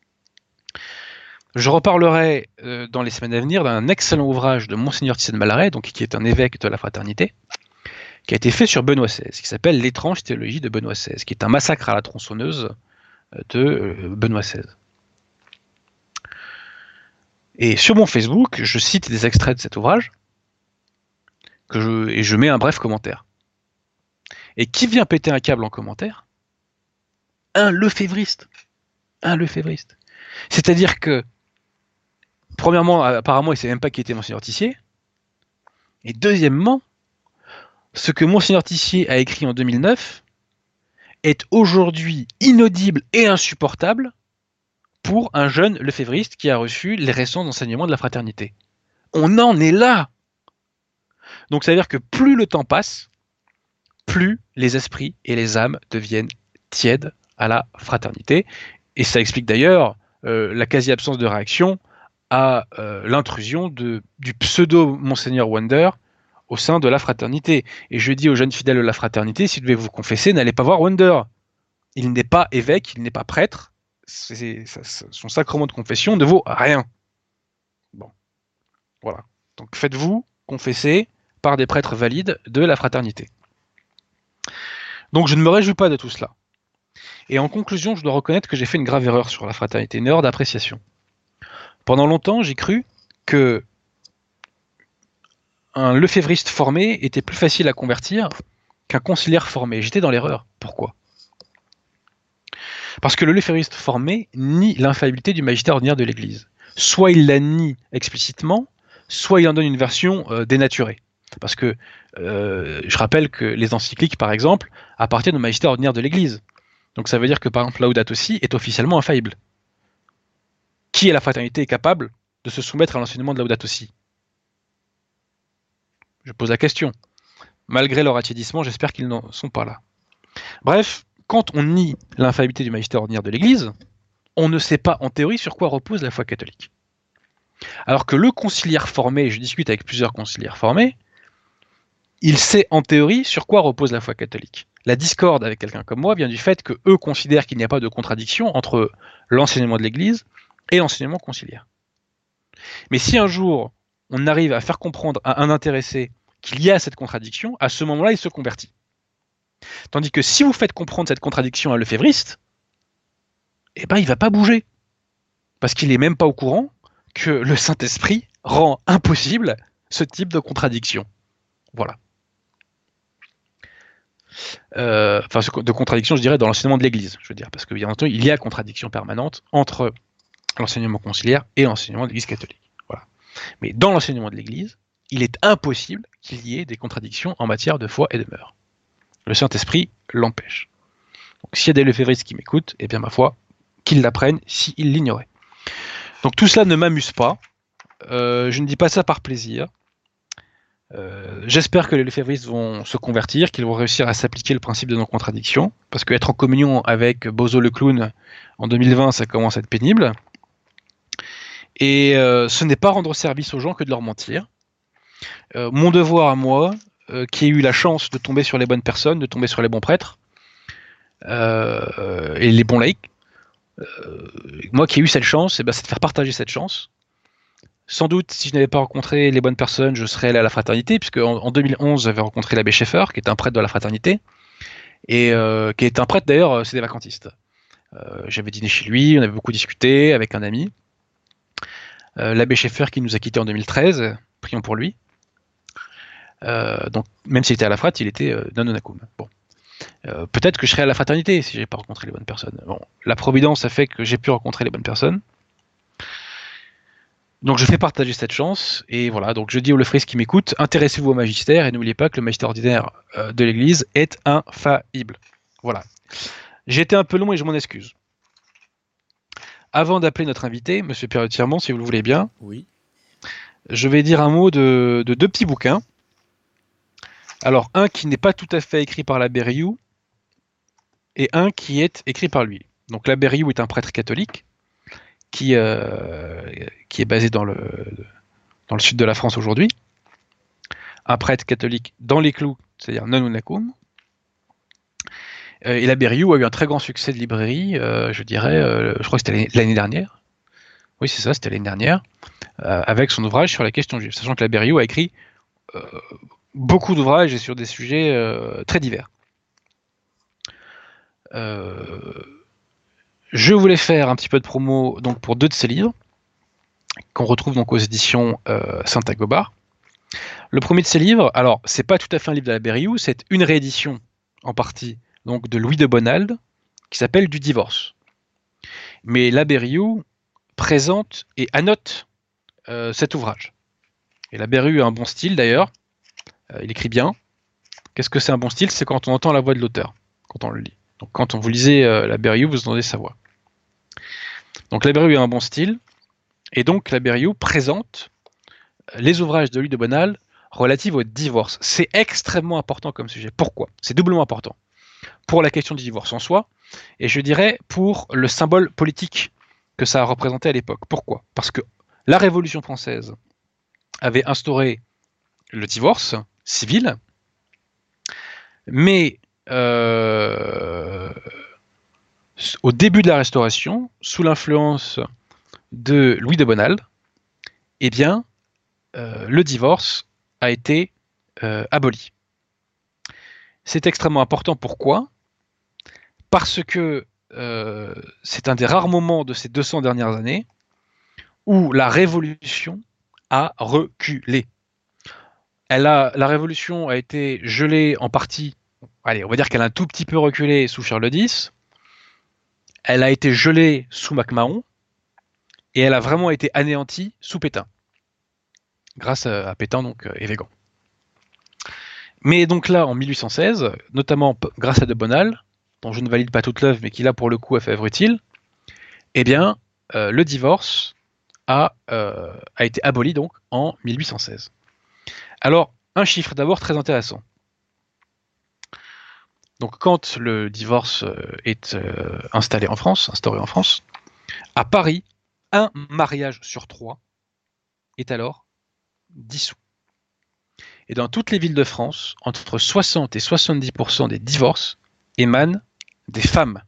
Je reparlerai euh, dans les semaines à venir d'un excellent ouvrage de Monseigneur Tissé de Malaret, donc qui est un évêque de la fraternité, qui a été fait sur Benoît seize, qui s'appelle L'étrange théologie de Benoît seize, qui est un massacre à la tronçonneuse de euh, Benoît seize. Et sur mon Facebook, je cite des extraits de cet ouvrage, que je, et je mets un bref commentaire. Et qui vient péter un câble en commentaire ? Un lefévriste. Un lefévriste. C'est-à-dire que, premièrement, apparemment, il ne sait même pas qui était Monseigneur Tissier. Et deuxièmement, ce que Monseigneur Tissier a écrit en deux mille neuf est aujourd'hui inaudible et insupportable pour un jeune lefévriste qui a reçu les récents enseignements de la fraternité. On en est là. Donc ça veut dire que plus le temps passe, plus les esprits et les âmes deviennent tièdes à la fraternité. Et ça explique d'ailleurs euh, la quasi-absence de réaction à euh, l'intrusion de, du pseudo-Monseigneur Wonder au sein de la fraternité. Et je dis aux jeunes fidèles de la fraternité, si vous devez vous confesser, n'allez pas voir Wonder. Il n'est pas évêque, il n'est pas prêtre. C'est, c'est, son sacrement de confession ne vaut rien. Bon, voilà. Donc faites-vous confesser par des prêtres valides de la fraternité. Donc je ne me réjouis pas de tout cela. Et en conclusion, je dois reconnaître que j'ai fait une grave erreur sur la fraternité, une erreur d'appréciation. Pendant longtemps, j'ai cru que un lefévriste formé était plus facile à convertir qu'un conciliaire formé. J'étais dans l'erreur. Pourquoi ? Parce que le lefévriste formé nie l'infaillibilité du magistère ordinaire de l'Église. Soit il la nie explicitement, soit il en donne une version euh, dénaturée. Parce que euh, je rappelle que les encycliques, par exemple, appartiennent au magistère ordinaire de l'Église. Donc ça veut dire que, par exemple, Laudato Si est officiellement infaillible. Qui à la fraternité est capable de se soumettre à l'enseignement de Laudato Si ? Je pose la question. Malgré leur attiédissement, j'espère qu'ils n'en sont pas là. Bref, quand on nie l'infaillibilité du magistère ordinaire de l'Église, on ne sait pas en théorie sur quoi repose la foi catholique. Alors que le conciliaire formé, je discute avec plusieurs conciliaires formés, il sait en théorie sur quoi repose la foi catholique. La discorde avec quelqu'un comme moi vient du fait que eux considèrent qu'il n'y a pas de contradiction entre l'enseignement de l'Église et l'enseignement conciliaire. Mais si un jour on arrive à faire comprendre à un intéressé qu'il y a cette contradiction, à ce moment-là, il se convertit. Tandis que si vous faites comprendre cette contradiction à un lefévriste, eh ben, il ne va pas bouger. Parce qu'il n'est même pas au courant que le Saint-Esprit rend impossible ce type de contradiction. Voilà. Euh, enfin, de contradiction, je dirais, dans l'enseignement de l'Église, je veux dire, parce que bien entendu, il y a contradiction permanente entre l'enseignement conciliaire et l'enseignement de l'Église catholique. Voilà. Mais dans l'enseignement de l'Église, il est impossible qu'il y ait des contradictions en matière de foi et de mœurs. Le Saint-Esprit l'empêche. Donc, s'il y a des lefévristes qui m'écoutent, eh bien, ma foi, qu'ils l'apprennent s'ils l'ignoraient. Donc, tout cela ne m'amuse pas. Euh, je ne dis pas ça par plaisir. Euh, j'espère que les lefévristes vont se convertir, qu'ils vont réussir à s'appliquer le principe de non-contradiction, parce qu'être en communion avec Bozo le clown en deux mille vingt, ça commence à être pénible. Et euh, ce n'est pas rendre service aux gens que de leur mentir. Euh, mon devoir à moi, euh, qui ai eu la chance de tomber sur les bonnes personnes, de tomber sur les bons prêtres, euh, et les bons laïcs, euh, moi qui ai eu cette chance, eh ben, c'est de faire partager cette chance. Sans doute, si je n'avais pas rencontré les bonnes personnes, je serais allé à la fraternité, puisque en, en deux mille onze, j'avais rencontré l'abbé Schaeffer, qui est un prêtre de la fraternité, et euh, qui est un prêtre d'ailleurs, c'est des vacantistes. Euh, j'avais dîné chez lui, on avait beaucoup discuté avec un ami. Euh, l'abbé Schaeffer qui nous a quittés en deux mille treize, prions pour lui. Euh, donc, même s'il était à la frat, il était euh, non nonacum. Bon. Euh, peut-être que je serais à la fraternité si j'avais pas rencontré les bonnes personnes. Bon, la providence a fait que j'ai pu rencontrer les bonnes personnes. Donc je fais partager cette chance, et voilà, donc je dis aux lefévristes qui m'écoutent, intéressez-vous au magistère, et n'oubliez pas que le magistère ordinaire euh, de l'Église est infaillible. Voilà. J'ai été un peu long et je m'en excuse. Avant d'appeler notre invité, monsieur Pierre-Tirmont, si vous le voulez bien, oui. Je vais dire un mot de, de deux petits bouquins. Alors, un qui n'est pas tout à fait écrit par l'abbé Rioux, et un qui est écrit par lui. Donc l'abbé Rioux est un prêtre catholique, qui, euh, qui est basé dans le, dans le sud de la France aujourd'hui, un prêtre catholique dans les clous, c'est-à-dire non nunacum. Et l'abbé Rioux a eu un très grand succès de librairie, euh, je dirais, euh, je crois que c'était l'année dernière. Oui, c'est ça, c'était l'année dernière, euh, avec son ouvrage sur la question juive, sachant que l'abbé Rioux a écrit euh, beaucoup d'ouvrages et sur des sujets euh, très divers. Euh, Je voulais faire un petit peu de promo donc pour deux de ces livres qu'on retrouve donc aux éditions euh, Saint-Agobard. Le premier de ces livres, alors c'est pas tout à fait un livre de l'abbé Rioux, c'est une réédition en partie donc de Louis de Bonald qui s'appelle Du divorce. Mais l'abbé Rioux présente et annote euh, cet ouvrage. Et l'abbé Rioux a un bon style d'ailleurs, euh, il écrit bien. Qu'est-ce que c'est un bon style ? C'est quand on entend la voix de l'auteur, quand on le lit. Donc quand on vous lisez euh, l'abbé Rioux, vous entendez sa voix. Donc l'abbé Rioux a un bon style, et donc l'abbé Rioux présente les ouvrages de Louis de Bonald relatifs au divorce. C'est extrêmement important comme sujet. Pourquoi ? C'est doublement important. Pour la question du divorce en soi, et je dirais pour le symbole politique que ça a représenté à l'époque. Pourquoi ? Parce que la Révolution française avait instauré le divorce civil, mais euh, au début de la Restauration, sous l'influence de Louis de Bonald, eh bien, euh, le divorce a été euh, aboli. C'est extrêmement important. Pourquoi ? parce que euh, c'est un des rares moments de ces deux cents dernières années où la révolution a reculé. Elle a, la révolution a été gelée en partie, allez, on va dire qu'elle a un tout petit peu reculé sous Charles X, elle a été gelée sous MacMahon, et elle a vraiment été anéantie sous Pétain, grâce à, à Pétain, donc euh, élégant. Mais donc là, en mille huit cent seize, notamment p- grâce à De Bonald, dont je ne valide pas toute l'œuvre, mais qui là pour le coup a fait œuvre utile, eh bien, euh, le divorce a, euh, a été aboli donc en mille huit cent seize. Alors, un chiffre d'abord très intéressant. Donc, quand le divorce euh, est euh, installé en France, instauré en France, à Paris, un mariage sur trois est alors dissous. Et dans toutes les villes de France, entre soixante et soixante-dix pour cent des divorces émanent des femmes.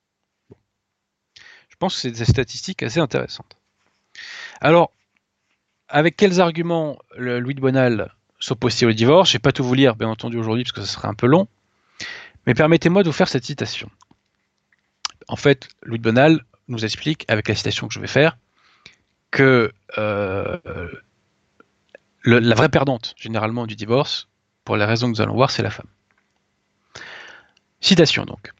Je pense que c'est des statistiques assez intéressantes. Alors, avec quels arguments le Louis de Bonald s'oppose-t-il au divorce? Je ne vais pas tout vous lire, bien entendu, aujourd'hui, parce que ce serait un peu long. Mais permettez-moi de vous faire cette citation. En fait, Louis de Bonald nous explique, avec la citation que je vais faire, que euh, le, la vraie perdante, généralement, du divorce, pour les raisons que nous allons voir, c'est la femme. Citation, donc.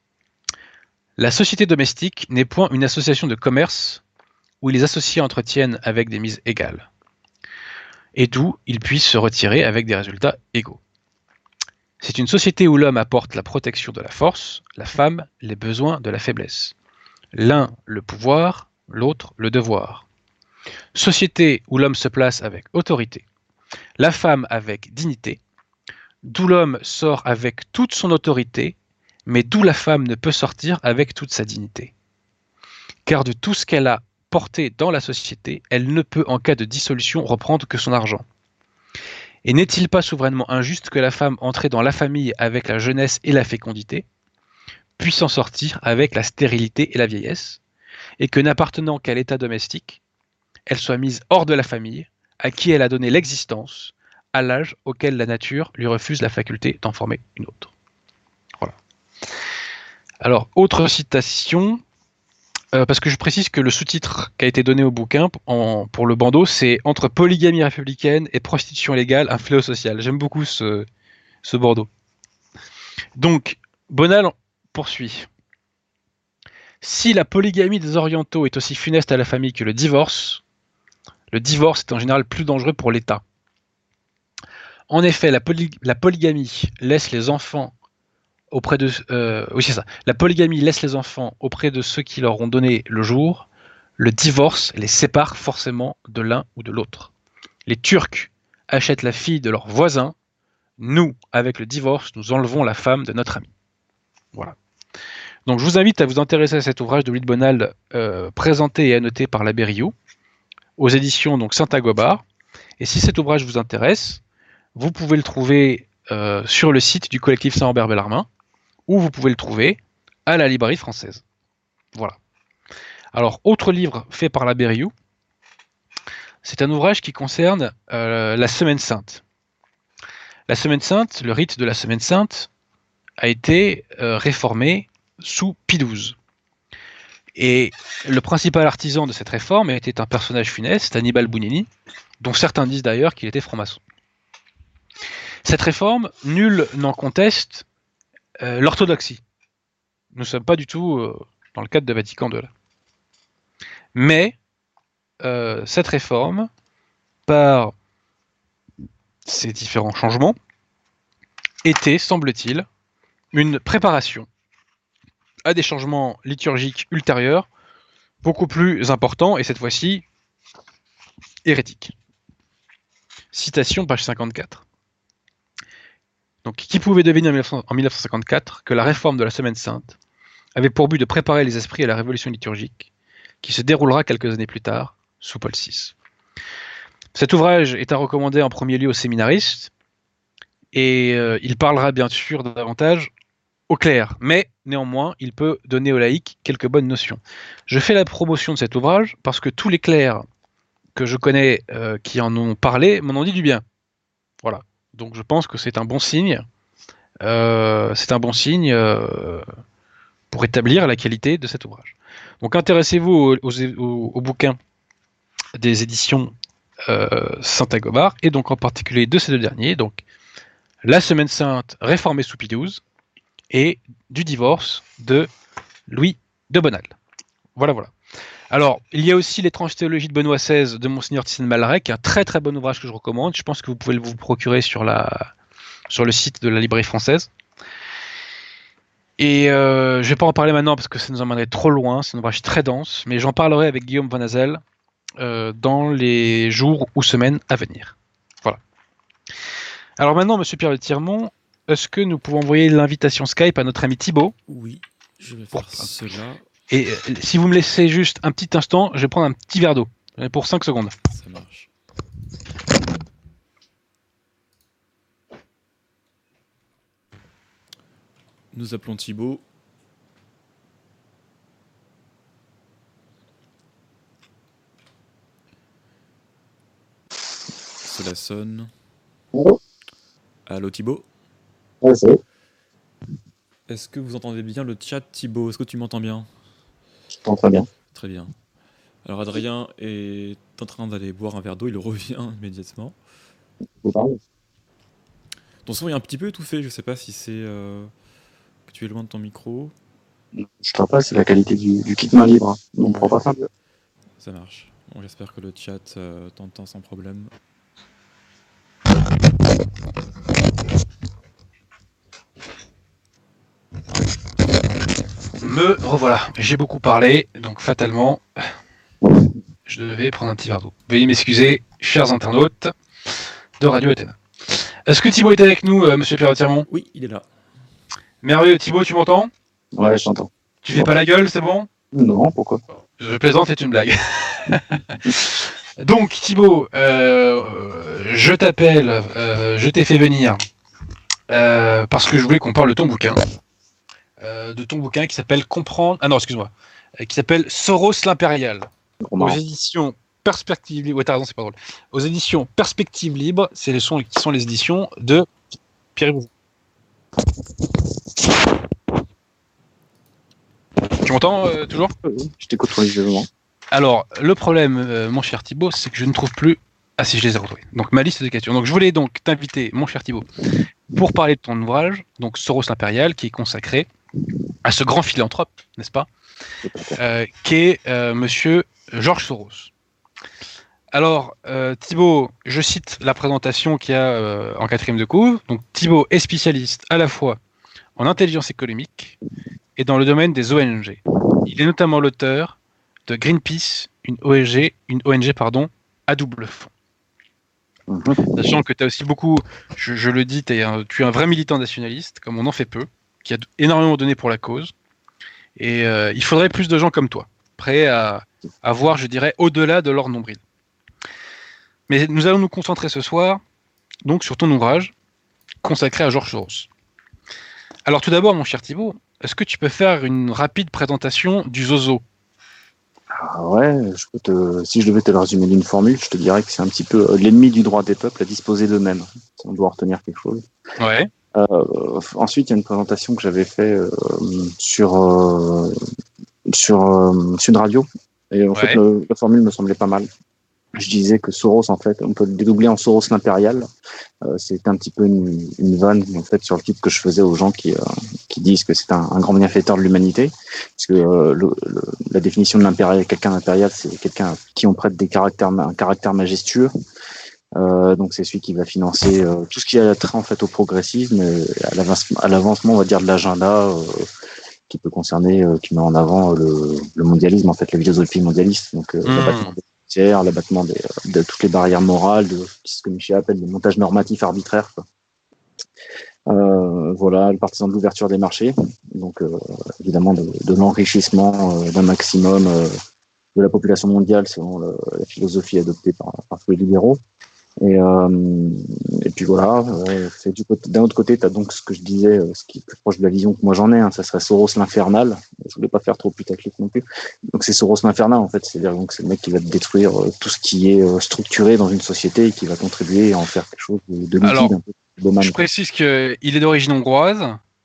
La société domestique n'est point une association de commerce où les associés entretiennent avec des mises égales, et d'où ils puissent se retirer avec des résultats égaux. C'est une société où l'homme apporte la protection de la force, la femme les besoins de la faiblesse. L'un le pouvoir, l'autre le devoir. Société où l'homme se place avec autorité, la femme avec dignité, d'où l'homme sort avec toute son autorité, mais d'où la femme ne peut sortir avec toute sa dignité. Car de tout ce qu'elle a porté dans la société, elle ne peut en cas de dissolution reprendre que son argent. Et n'est-il pas souverainement injuste que la femme entrée dans la famille avec la jeunesse et la fécondité puisse en sortir avec la stérilité et la vieillesse, et que n'appartenant qu'à l'état domestique, elle soit mise hors de la famille, à qui elle a donné l'existence, à l'âge auquel la nature lui refuse la faculté d'en former une autre. Voilà. Alors, autre citation, euh, parce que je précise que le sous-titre qui a été donné au bouquin en, pour le bandeau, c'est « Entre polygamie républicaine et prostitution légale, un fléau social ». J'aime beaucoup ce, ce bandeau. Donc, Bonald poursuit. Si la polygamie des orientaux est aussi funeste à la famille que le divorce, le divorce est en général plus dangereux pour l'État. En effet, la, poly la polygamie laisse les enfants auprès de euh, oui c'est ça. La polygamie laisse les enfants auprès de ceux qui leur ont donné le jour. Le divorce les sépare forcément de l'un ou de l'autre. Les Turcs achètent la fille de leurs voisins. Nous, avec le divorce, nous enlevons la femme de notre ami. Voilà. Donc je vous invite à vous intéresser à cet ouvrage de Louis de Bonald, euh, présenté et annoté par l'abbé Riou, aux éditions donc Saint-Agobard. Et si cet ouvrage vous intéresse, vous pouvez le trouver euh, sur le site du collectif Saint-Ambert-Bellarmin, ou vous pouvez le trouver à la librairie française. Voilà. Alors, autre livre fait par l'abbé Riou, c'est un ouvrage qui concerne euh, la Semaine Sainte. La Semaine Sainte, le rite de la Semaine Sainte, a été euh, réformé sous Pie douze. Et le principal artisan de cette réforme était un personnage funeste, Annibal Bounini, dont certains disent d'ailleurs qu'il était franc-maçon. Cette réforme, nul n'en conteste euh, l'orthodoxie. Nous ne sommes pas du tout euh, dans le cadre de Vatican deux. Là. Mais euh, cette réforme, par ces différents changements, était, semble-t-il, une préparation à des changements liturgiques ultérieurs, beaucoup plus importants, et cette fois-ci, hérétiques. Citation, page cinquante-quatre. Donc, qui pouvait deviner en mille neuf cent cinquante-quatre que la réforme de la Semaine Sainte avait pour but de préparer les esprits à la révolution liturgique, qui se déroulera quelques années plus tard, sous Paul six. Cet ouvrage est à recommander en premier lieu aux séminaristes, et euh, il parlera bien sûr davantage aux clercs, mais néanmoins, il peut donner aux laïcs quelques bonnes notions. Je fais la promotion de cet ouvrage parce que tous les clercs que je connais euh, qui en ont parlé m'en ont dit du bien. Voilà. Donc je pense que c'est un bon signe. Euh, c'est un bon signe euh, pour établir la qualité de cet ouvrage. Donc intéressez-vous aux, aux, aux, aux bouquins des éditions euh, Saint-Agobard, et donc en particulier de ces deux derniers, donc La Semaine Sainte réformée sous Pie douze et Du divorce de Louis de Bonald. Voilà, voilà. Alors, il y a aussi L'étrange théologie de Benoît seize de Monseigneur Thyssen Maleret, qui est un très très bon ouvrage que je recommande. Je pense que vous pouvez vous procurer sur, la, sur le site de la librairie française. Et euh, je ne vais pas en parler maintenant parce que ça nous emmènerait trop loin, c'est un ouvrage très dense, mais j'en parlerai avec Guillaume Van Hazel euh, dans les jours ou semaines à venir. Voilà. Alors maintenant, Monsieur Pierre Le Tirmont, est-ce que nous pouvons envoyer l'invitation Skype à notre ami Thibaut? Oui, je vais faire bon. cela. Et euh, si vous me laissez juste un petit instant, je vais prendre un petit verre d'eau pour cinq secondes. Ça marche. Nous appelons Thibaut. Cela sonne. Allô, Allô Thibaut. ouais, c'est. Est-ce que vous entendez bien le chat, Thibaut? Est-ce que tu m'entends bien? Je t'entends très bien. Très bien. Alors Adrien est en train d'aller boire un verre d'eau, il revient immédiatement. Vous parlez? Ton son est un petit peu étouffé, je sais pas si c'est euh, que tu es loin de ton micro. Je ne sais pas, c'est la qualité du, du kit main libre. On ne prend pas ça. Ça marche. Bon, j'espère que le chat euh, t'entend sans problème. Me revoilà. J'ai beaucoup parlé, donc fatalement, je devais prendre un petit verre d'eau. Veuillez m'excuser, chers internautes de Radio Athéna. Est-ce que Thibaut est avec nous, euh, Monsieur Pierre Le Tirmont? Oui, il est là. Merveilleux, Thibaut, tu m'entends? Ouais, je t'entends. Tu fais pas la gueule, c'est bon? Non, pourquoi? Je plaisante, c'est une blague. Donc, Thibaut, euh, je t'appelle, euh, je t'ai fait venir euh, parce que je voulais qu'on parle de ton bouquin. Euh, de ton bouquin qui s'appelle Comprendre. Ah non, excuse-moi. Euh, qui s'appelle Soros l'impérial. Aux éditions Perspective Libre. Ouais, t'as raison, c'est pas drôle. Aux éditions Perspective Libre, c'est les sons qui sont les éditions de Pierre Bouzou. Tu m'entends euh, toujours? Je t'écoute religieusement. Alors, le problème, euh, mon cher Thibaut, c'est que je ne trouve plus. Ah si, je les ai retrouvés. Donc, ma liste de questions. Donc, je voulais donc t'inviter, mon cher Thibaut, pour parler de ton ouvrage, donc Soros l'impérial, qui est consacré à ce grand philanthrope, n'est-ce pas, euh, qui est euh, Monsieur Georges Soros. Alors, euh, Thibaut, je cite la présentation qu'il y a euh, en quatrième de couve. Donc, Thibaut est spécialiste à la fois en intelligence économique et dans le domaine des O N G. Il est notamment l'auteur de Greenpeace, une O N G, une O N G pardon, à double fond. Mmh. Sachant que tu as aussi beaucoup, je, je le dis, un, tu es un vrai militant nationaliste, comme on en fait peu, qui a énormément donné pour la cause. Et euh, il faudrait plus de gens comme toi, prêts à, à voir, je dirais, au-delà de leur nombril. Mais nous allons nous concentrer ce soir donc sur ton ouvrage consacré à Georges Soros. Alors tout d'abord, mon cher Thibaut, est-ce que tu peux faire une rapide présentation du Zozo? Ah ouais, je peux te... si je devais te le résumer d'une formule, je te dirais que c'est un petit peu l'ennemi du droit des peuples à disposer d'eux-mêmes. Si on doit en retenir quelque chose. Ouais. Euh, ensuite, il y a une présentation que j'avais fait euh, sur euh, sur euh, Sud Radio, et en ouais. fait, le, la formule me semblait pas mal. Je disais que Soros, en fait, on peut le dédoubler en Soros l'impérial. Euh, c'est un petit peu une, une vanne, en fait, sur le titre que je faisais aux gens qui, euh, qui disent que c'est un, un grand bienfaiteur de l'humanité. Parce que euh, le, le, la définition de l'impérial, quelqu'un d'impérial, c'est quelqu'un à qui on prête des caractères, un caractère majestueux. Euh, donc c'est celui qui va financer euh, tout ce qui a trait en fait au progressisme, à l'avancement, on va dire, de l'agenda euh, qui peut concerner, euh, qui met en avant le, le mondialisme, en fait, la philosophie mondialiste. Donc euh, mmh. l'abattement des frontières, l'abattement des, de toutes les barrières morales, de ce que Michel appelle le montage normatif arbitraire, quoi. Euh, voilà, le partisan de l'ouverture des marchés, donc euh, évidemment de, de l'enrichissement euh, d'un maximum euh, de la population mondiale selon le, la philosophie adoptée par, par tous les libéraux. Et, euh, et puis voilà, euh, c'est du côté, d'un autre côté, tu as donc ce que je disais, euh, ce qui est plus proche de la vision que moi j'en ai, hein, ça serait Soros l'infernal. Je voulais pas faire trop putaclic non plus. Donc c'est Soros l'infernal en fait, c'est-à-dire donc c'est le mec qui va détruire euh, tout ce qui est euh, structuré dans une société et qui va contribuer à en faire quelque chose de, de liquide. Alors, un peu de man. Je précise qu'il est d'origine hongroise,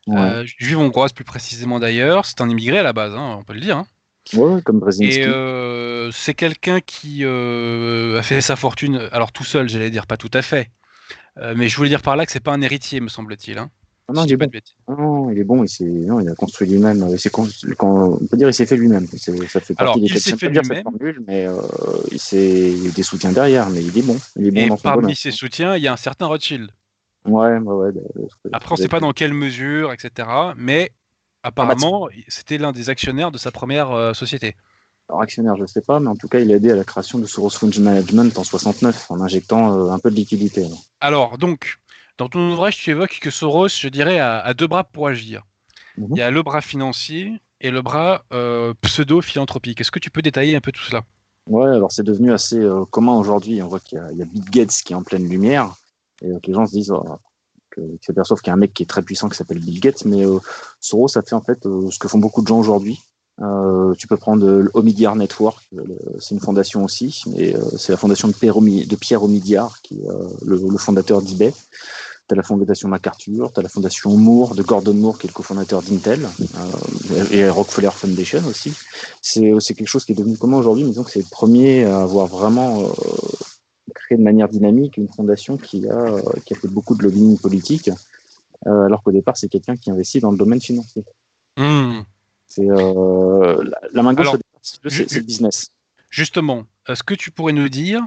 Ouais. Euh, juive hongroise plus précisément d'ailleurs. C'est un immigré à la base, hein, on peut le dire. Hein. Ouais, comme Brzezinski. Et euh, c'est quelqu'un qui euh, a fait sa fortune, alors tout seul, j'allais dire, pas tout à fait. Euh, mais je voulais dire par là que c'est pas un héritier, me semble-t-il. Hein, Ah non, si il je est dis pas bon. de bêtises. Non, il est bon. Il s'est, non, il a construit lui-même. Il s'est con- quand, on peut dire, il s'est fait lui-même. C'est, ça fait Alors, partie des il quatre. s'est J'aime fait pas dire cette lui-même. formule, mais euh, il s'est, il y a des soutiens derrière. Mais il est bon. Il est bon Et dans son parmi domaine. ses soutiens, il y a un certain Rothschild. Ouais, ouais, ouais. de- de- ce que- ce Après, que on ne sait j'ai pas pu- dans quelle mesure, et cetera. Mais Ah bah, apparemment, c'était l'un des actionnaires de sa première euh, société. alors, actionnaire, je sais pas, mais en tout cas, il a aidé à la création de Soros Funds Management en soixante-neuf, en injectant euh, un peu de liquidité. alors. Alors, donc, dans ton ouvrage, tu évoques que Soros, je dirais, a, a deux bras pour agir. Mhm. Il y a le bras financier et le bras euh, pseudo-philanthropique. Est-ce que tu peux détailler un peu tout cela? Ouais, alors c'est devenu assez euh, commun aujourd'hui. On voit qu'il y a, il y a Bill Gates qui est en pleine lumière, et euh, que les gens se disent oh, que, qu'ils s'aperçoivent qu'il y a un mec qui est très puissant qui s'appelle Bill Gates, mais euh, Soros, ça fait en fait euh, ce que font beaucoup de gens aujourd'hui. Euh, tu peux prendre le Omidyar Network, le- c'est une fondation aussi, mais euh, c'est la fondation de Pierre, Omi- de Pierre Omidyar, qui est euh, le, le fondateur d'eBay. T'as la fondation MacArthur, t'as la fondation Moore, de Gordon Moore, qui est le cofondateur d'Intel, euh, et Rockefeller Foundation aussi. C'est, c'est quelque chose qui est devenu commun aujourd'hui, mais disons que c'est le premier à avoir vraiment euh, créé de manière dynamique une fondation qui a, euh, qui a fait beaucoup de lobbying politique, euh, alors qu'au départ, c'est quelqu'un qui investit dans le domaine financier. Hmm. C'est euh, la, la main gauche, Alors, au départ, c'est, c'est, c'est le business. Justement, est-ce que tu pourrais nous dire,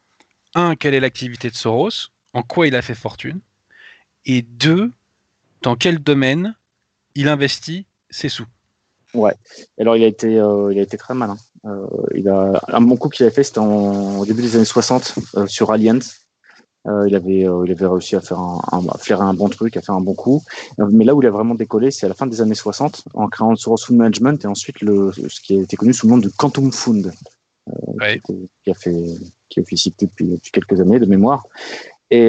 un, quelle est l'activité de Soros, en quoi il a fait fortune, et deux, dans quel domaine il investit ses sous? Ouais. Alors il a été, euh, il a été très malin. Euh, il a un bon coup qu'il avait fait, c'était en, au début des années soixante euh, sur Allianz. Euh, il avait, euh, il avait réussi à faire un, un, à flairer un bon truc, à faire un bon coup. Euh, mais là où il a vraiment décollé, c'est à la fin des années soixante, en créant le Soros Fund Management et ensuite le, ce qui a été connu sous le nom de Quantum Fund, euh, Ouais. qui, était- qui a fait, qui a officié depuis, depuis quelques années de mémoire. Et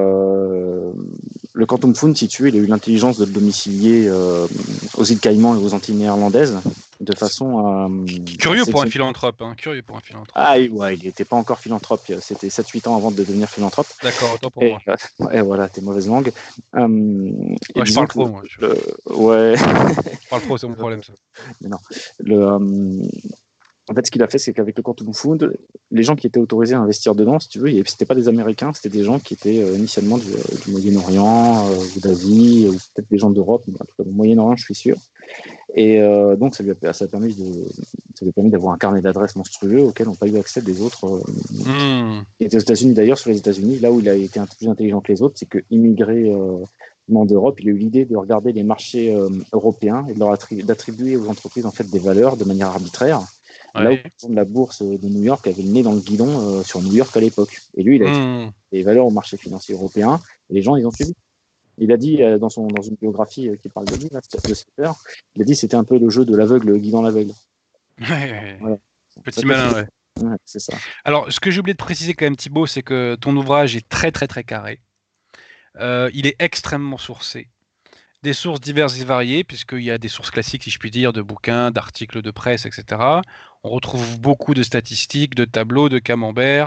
euh, le Quantum Fund, si tu veux, il a eu l'intelligence de le domicilier euh, aux îles Caïmans et aux Antilles néerlandaises, de façon à... Curieux pour un sélectionner- philanthrope, hein, curieux pour un philanthrope. Ah et ouais, il n'était pas encore philanthrope, c'était sept huit ans avant de devenir philanthrope. D'accord, autant pour Et, moi. euh, et voilà, t'es mauvaise langue. Euh, et Ouais, je disons parle que trop, moi. Je le- ouais, parle trop, c'est mon problème, ça. le, euh, en fait, ce qu'il a fait, c'est qu'avec le Quantum Fund, les gens qui étaient autorisés à investir dedans, si tu veux, c'était pas des Américains, c'était des gens qui étaient euh, initialement du, du Moyen-Orient euh, ou d'Asie, ou peut-être des gens d'Europe, mais en tout cas du Moyen-Orient, je suis sûr. Et euh, donc, ça lui a, ça a permis de, ça lui a permis d'avoir un carnet d'adresses monstrueux auquel n'ont pas eu accès des autres. Euh, Hmm. qui étaient aux États-Unis d'ailleurs, sur les États-Unis, là où il a été un peu plus intelligent que les autres, c'est que immigré euh, d'Europe, il a eu l'idée de regarder les marchés euh, européens et de leur attribuer, d'attribuer aux entreprises en fait des valeurs de manière arbitraire. Ouais. Là où la bourse de New York avait le nez dans le guidon euh, sur New York à l'époque. Et lui, il a Hmm. des valeurs au marché financier européen. Et les gens, ils ont suivi. Il a dit euh, dans son dans une biographie euh, qui parle de lui, là, de Sepper, il a dit que c'était un peu le jeu de l'aveugle guidant l'aveugle. Ouais, ouais. Voilà. Petit Ça, malin, c'est- ouais. Ouais, c'est ça. Alors, ce que j'ai oublié de préciser quand même, Thibaut, c'est que ton ouvrage est très, très, très carré. Euh, il est extrêmement sourcé. Des sources diverses et variées, puisqu'il y a des sources classiques, si je puis dire, de bouquins, d'articles de presse, et cetera. On retrouve beaucoup de statistiques, de tableaux, de camemberts,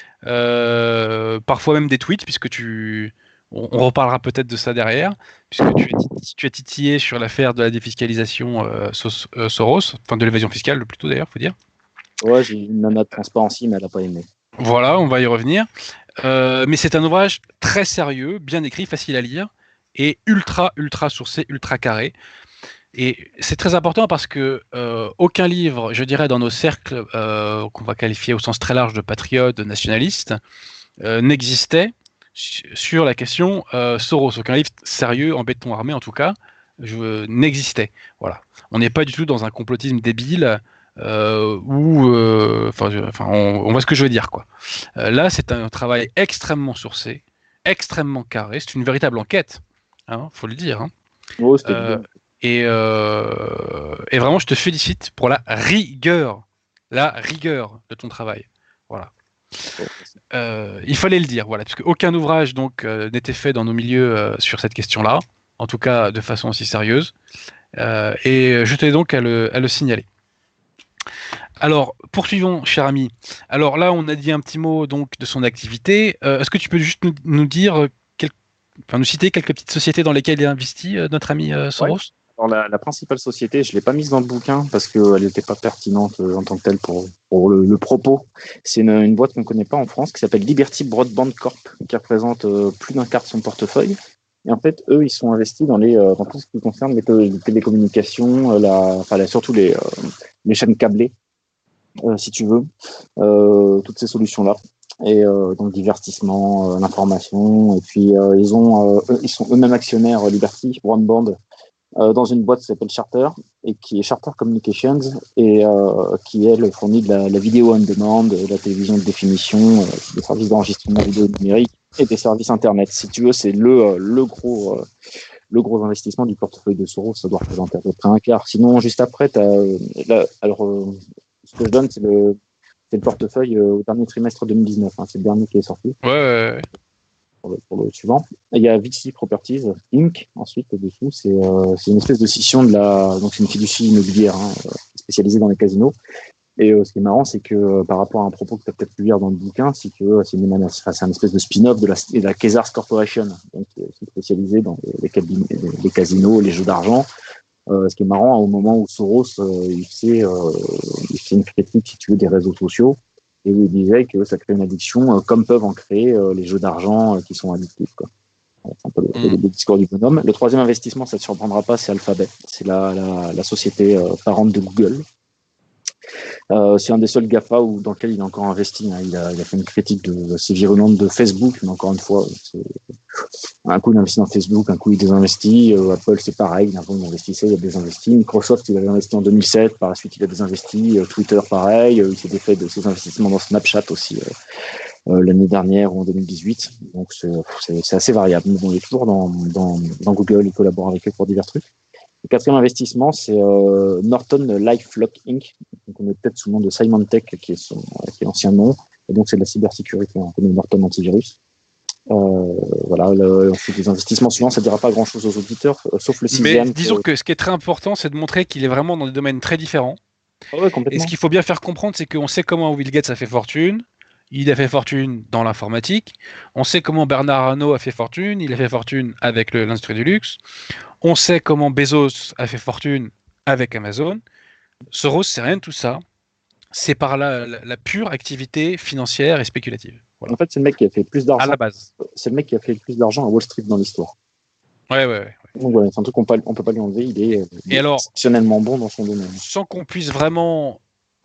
euh, parfois même des tweets, puisque tu... On, on reparlera peut-être de ça derrière, puisque tu es, tu es titillé sur l'affaire de la défiscalisation euh, Sos- euh, Soros, enfin de l'évasion fiscale plutôt d'ailleurs, faut dire. Ouais, j'ai une nana de transparency, mais elle n'a pas aimé. Voilà, on va y revenir. Euh, mais c'est un ouvrage très sérieux, bien écrit, facile à lire, et ultra, ultra sourcé, ultra carré. Et c'est très important parce que euh, aucun livre, je dirais, dans nos cercles euh, qu'on va qualifier au sens très large de patriotes, de nationalistes, euh, n'existait sur la question euh, Soros. Aucun livre sérieux, en béton armé en tout cas, je, n'existait. Voilà. On n'est pas du tout dans un complotisme débile. Euh, où, enfin, euh, on, on voit ce que je veux dire, quoi. Euh, là, c'est un travail extrêmement sourcé, extrêmement carré. C'est une véritable enquête, hein, faut le dire. Hein. Oh, c'était Euh, bien. et, euh, et vraiment, je te félicite pour la rigueur, la rigueur de ton travail. Voilà. Euh, il fallait le dire, voilà, parce qu'aucun ouvrage donc euh, n'était fait dans nos milieux euh, sur cette question-là, en tout cas de façon aussi sérieuse. Euh, et je tenais donc à le, à le signaler. Alors, poursuivons, cher ami. Alors là, on a dit un petit mot donc de son activité. Euh, est-ce que tu peux juste nous, nous dire quel, enfin, nous citer quelques petites sociétés dans lesquelles il a investi, euh, notre ami euh, Soros? Ouais. Alors, la, la principale société, je ne l'ai pas mise dans le bouquin parce qu'elle n'était pas pertinente euh, en tant que telle pour, pour le, le propos. C'est une, une boîte qu'on ne connaît pas en France qui s'appelle Liberty Broadband Corp, qui représente euh, plus d'un quart de son portefeuille. Et en fait, eux, ils sont investis dans, les, euh, dans tout ce qui concerne les, les télécommunications, euh, la, enfin, la, surtout les, euh, les chaînes câblées, euh, si tu veux, euh, toutes ces solutions-là. Et euh, donc divertissement, euh, l'information. Et puis, euh, ils, ont, euh, ils sont eux-mêmes actionnaires euh, Liberty Broadband euh, dans une boîte qui s'appelle Charter, et qui est Charter Communications, et euh, qui, elle, fournit de la, la vidéo on demand, de la télévision de définition, euh, des services d'enregistrement vidéo numérique et des services Internet. Si tu veux, c'est le, le, gros, euh, le gros investissement du portefeuille de Soros. Ça doit représenter à peu près un quart. Sinon, juste après, tu as... Euh, alors, euh, ce que je donne, c'est le, c'est le portefeuille euh, au dernier trimestre deux mille dix-neuf. Hein, c'est le dernier qui est sorti. Ouais, ouais, ouais. Pour le, pour le suivant. Et il y a Vici Properties Incorporated. Ensuite, dessous, c'est, euh, c'est une espèce de scission de la. Donc, c'est une fiducie immobilière hein, spécialisée dans les casinos. Et euh, ce qui est marrant, c'est que euh, par rapport à un propos que tu as peut-être pu lire dans le bouquin, c'est que euh, c'est, une, enfin, c'est un espèce de spin-off de la, de la Caesars Corporation, donc qui est spécialisée dans les, les, cabines, les, les casinos, les jeux d'argent. Euh, ce qui est marrant, au moment où Soros euh, il, fait, euh, il fait une critique, si tu veux, des réseaux sociaux, et où il disait que ça crée une addiction, euh, comme peuvent en créer euh, les jeux d'argent euh, qui sont addictifs, quoi. C'est un peu le, mmh. le, le discours du bonhomme. Le troisième investissement, ça ne te surprendra pas, c'est Alphabet. C'est la, la, la société euh, parente de Google. Euh, c'est un des seuls GAFA où, dans lequel il a encore investi. Hein. Il, a, il a fait une critique de, assez virulente de Facebook, mais encore une fois, c'est, un coup il investit dans Facebook, un coup il désinvestit. Euh, Apple, c'est pareil, il investissait, il a désinvesti. Microsoft, il avait investi en deux mille sept, par la suite il a désinvesti. Euh, Twitter, pareil, euh, il s'est défait de ses investissements dans Snapchat aussi euh, euh, l'année dernière ou en deux mille dix-huit. Donc c'est, c'est, c'est assez variable. Mais bon, il est toujours dans, dans, dans Google, il collabore avec eux pour divers trucs. Le quatrième investissement, c'est euh, Norton LifeLock Incorporated. Donc, on est peut-être sous le nom de Symantec, qui est, son, qui est l'ancien nom. Et donc, c'est de la cybersécurité. On connaît Norton Antivirus. Euh, voilà. Le, ensuite, les investissements suivants, ça ne dira pas grand-chose aux auditeurs, euh, sauf le sixième. Mais disons que... que ce qui est très important, c'est de montrer qu'il est vraiment dans des domaines très différents. Ah ouais, complètement. Et ce qu'il faut bien faire comprendre, c'est qu'on sait comment Bill Gates a fait fortune. Il a fait fortune dans l'informatique. On sait comment Bernard Arnault a fait fortune. Il a fait fortune avec le, l'industrie du luxe. On sait comment Bezos a fait fortune avec Amazon. Soros, c'est rien de tout ça. C'est par la, la, la pure activité financière et spéculative. Voilà. En fait, c'est le mec qui a fait plus d'argent. À la base. C'est le mec qui a fait le plus d'argent à Wall Street dans l'histoire. Ouais, ouais, ouais. Donc voilà, c'est un truc qu'on ne peut pas lui enlever. Il est, il est alors, exceptionnellement bon dans son domaine. Sans qu'on puisse vraiment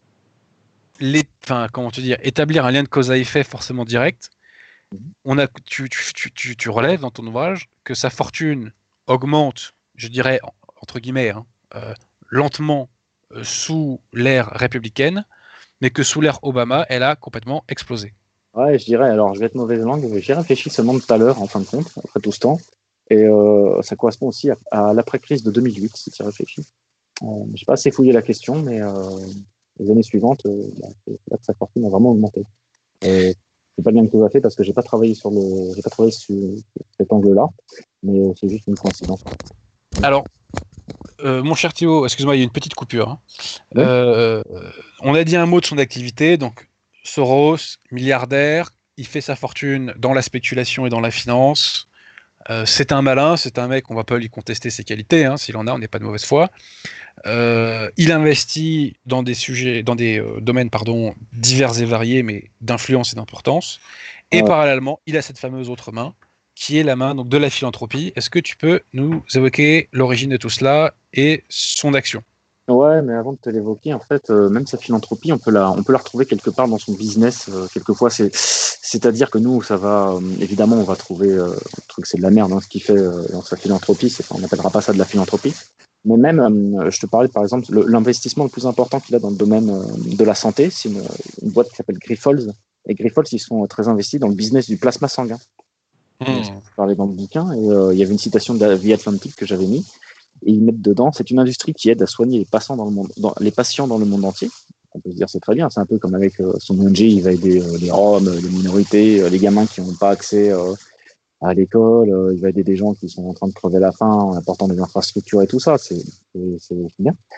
les, enfin, comment te dire, établir un lien de cause à effet forcément direct, mm-hmm. on a, tu, tu, tu, tu relèves dans ton ouvrage que sa fortune augmente, je dirais, entre guillemets, hein, euh, lentement euh, sous l'ère républicaine, mais que sous l'ère Obama, elle a complètement explosé. Ouais, je dirais, alors je vais être mauvaise langue, j'ai réfléchi seulement tout à l'heure, en fin de compte, après tout ce temps, et euh, ça correspond aussi à, à l'après-crise de deux mille huit, si tu y réfléchis. Euh, je n'ai pas assez fouillé la question, mais euh, les années suivantes, euh, bah, là, sa fortune a vraiment augmenté. Et c'est pas bien que tu as fait parce que j'ai pas travaillé sur le, j'ai pas travaillé sur cet angle-là, mais c'est juste une coïncidence. Alors, euh, mon cher Théo, excuse-moi, il y a une petite coupure. Hein. Oui. Euh, on a dit un mot de son activité, donc Soros, milliardaire, il fait sa fortune dans la spéculation et dans la finance. Euh, c'est un malin, c'est un mec, on va pas lui contester ses qualités, hein, s'il en a, on n'est pas de mauvaise foi. Euh, il investit dans des sujets, dans des euh, domaines, pardon, divers et variés, mais d'influence et d'importance. Et ouais. Parallèlement, il a cette fameuse autre main, qui est la main donc de la philanthropie. Est-ce que tu peux nous évoquer l'origine de tout cela et son action ? Ouais, mais avant de te l'évoquer, en fait, euh, même sa philanthropie, on peut la, on peut la retrouver quelque part dans son business. Euh, quelquefois, c'est, c'est-à-dire que nous, ça va, euh, évidemment, on va trouver, euh, le truc, c'est de la merde, hein, ce qu'il fait euh, dans sa philanthropie. C'est, on n'appellera pas ça de la philanthropie. Mais même, euh, je te parlais, par exemple, le, l'investissement le plus important qu'il a dans le domaine euh, de la santé, c'est une, une boîte qui s'appelle Grifols. Et Grifols, ils sont très investis dans le business du plasma sanguin. Mmh. Je parlais dans le bouquin, et euh, il y avait une citation de The Atlantic que j'avais mis. Et ils mettent dedans, c'est une industrie qui aide à soigner les patients dans le monde, dans, les patients dans le monde entier. On peut se dire c'est très bien, c'est un peu comme avec euh, son O N G, il va aider euh, les Roms, les minorités, euh, les gamins qui n'ont pas accès euh, à l'école, euh, il va aider des gens qui sont en train de crever la faim en apportant des infrastructures et tout ça, c'est, c'est, c'est bien.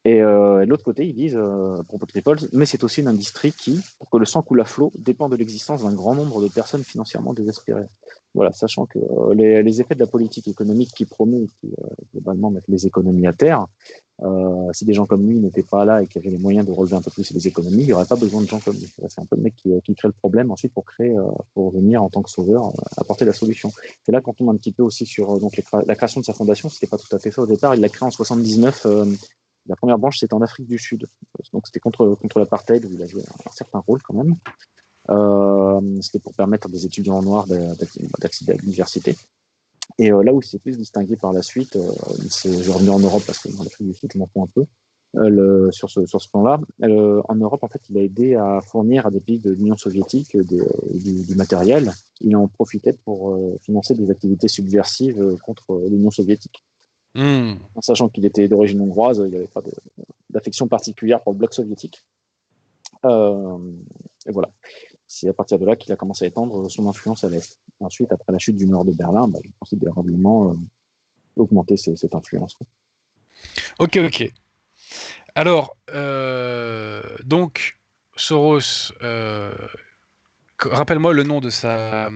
Et, euh, et de l'autre côté, ils disent, euh, à propos de Ripples, mais c'est aussi une industrie qui, pour que le sang coule à flot, dépend de l'existence d'un grand nombre de personnes financièrement désespérées. Voilà, sachant que euh, les, les effets de la politique économique qui promeut et qui, euh, globalement, mettent les économies à terre, euh, si des gens comme lui n'étaient pas là et qu'il y avait les moyens de relever un peu plus les économies, il n'y aurait pas besoin de gens comme lui. C'est un peu le mec qui, qui crée le problème ensuite pour créer, euh, pour venir en tant que sauveur, euh, apporter la solution. C'est là qu'on tombe un petit peu aussi sur euh, donc les, la création de sa fondation. C'était pas tout à fait ça au départ. Il l'a créé en soixante-dix-neuf. Euh, la première branche, c'était en Afrique du Sud. Donc c'était contre contre l'apartheid où il a joué un, un certain rôle quand même. Euh, c'était pour permettre à des étudiants noirs d'accéder à l'université. Et euh, là où il s'est plus distingué par la suite, euh, c'est, je vais revenir en Europe parce que dans l'Afrique du Sud, je m'en fous un peu, euh, le, sur ce, sur ce plan-là. Euh, en Europe, en fait, il a aidé à fournir à des pays de l'Union soviétique des, du, du matériel. Il en profitait pour euh, financer des activités subversives contre l'Union soviétique. Mmh. En sachant qu'il était d'origine hongroise, il n'avait pas de, d'affection particulière pour le bloc soviétique. Euh, et voilà. C'est à partir de là qu'il a commencé à étendre son influence à l'Est. Ensuite, après la chute du mur de Berlin, bah, il a considérablement euh, augmenté ses, cette influence. Ok, ok. Alors, euh, donc, Soros, euh, rappelle-moi le nom de sa...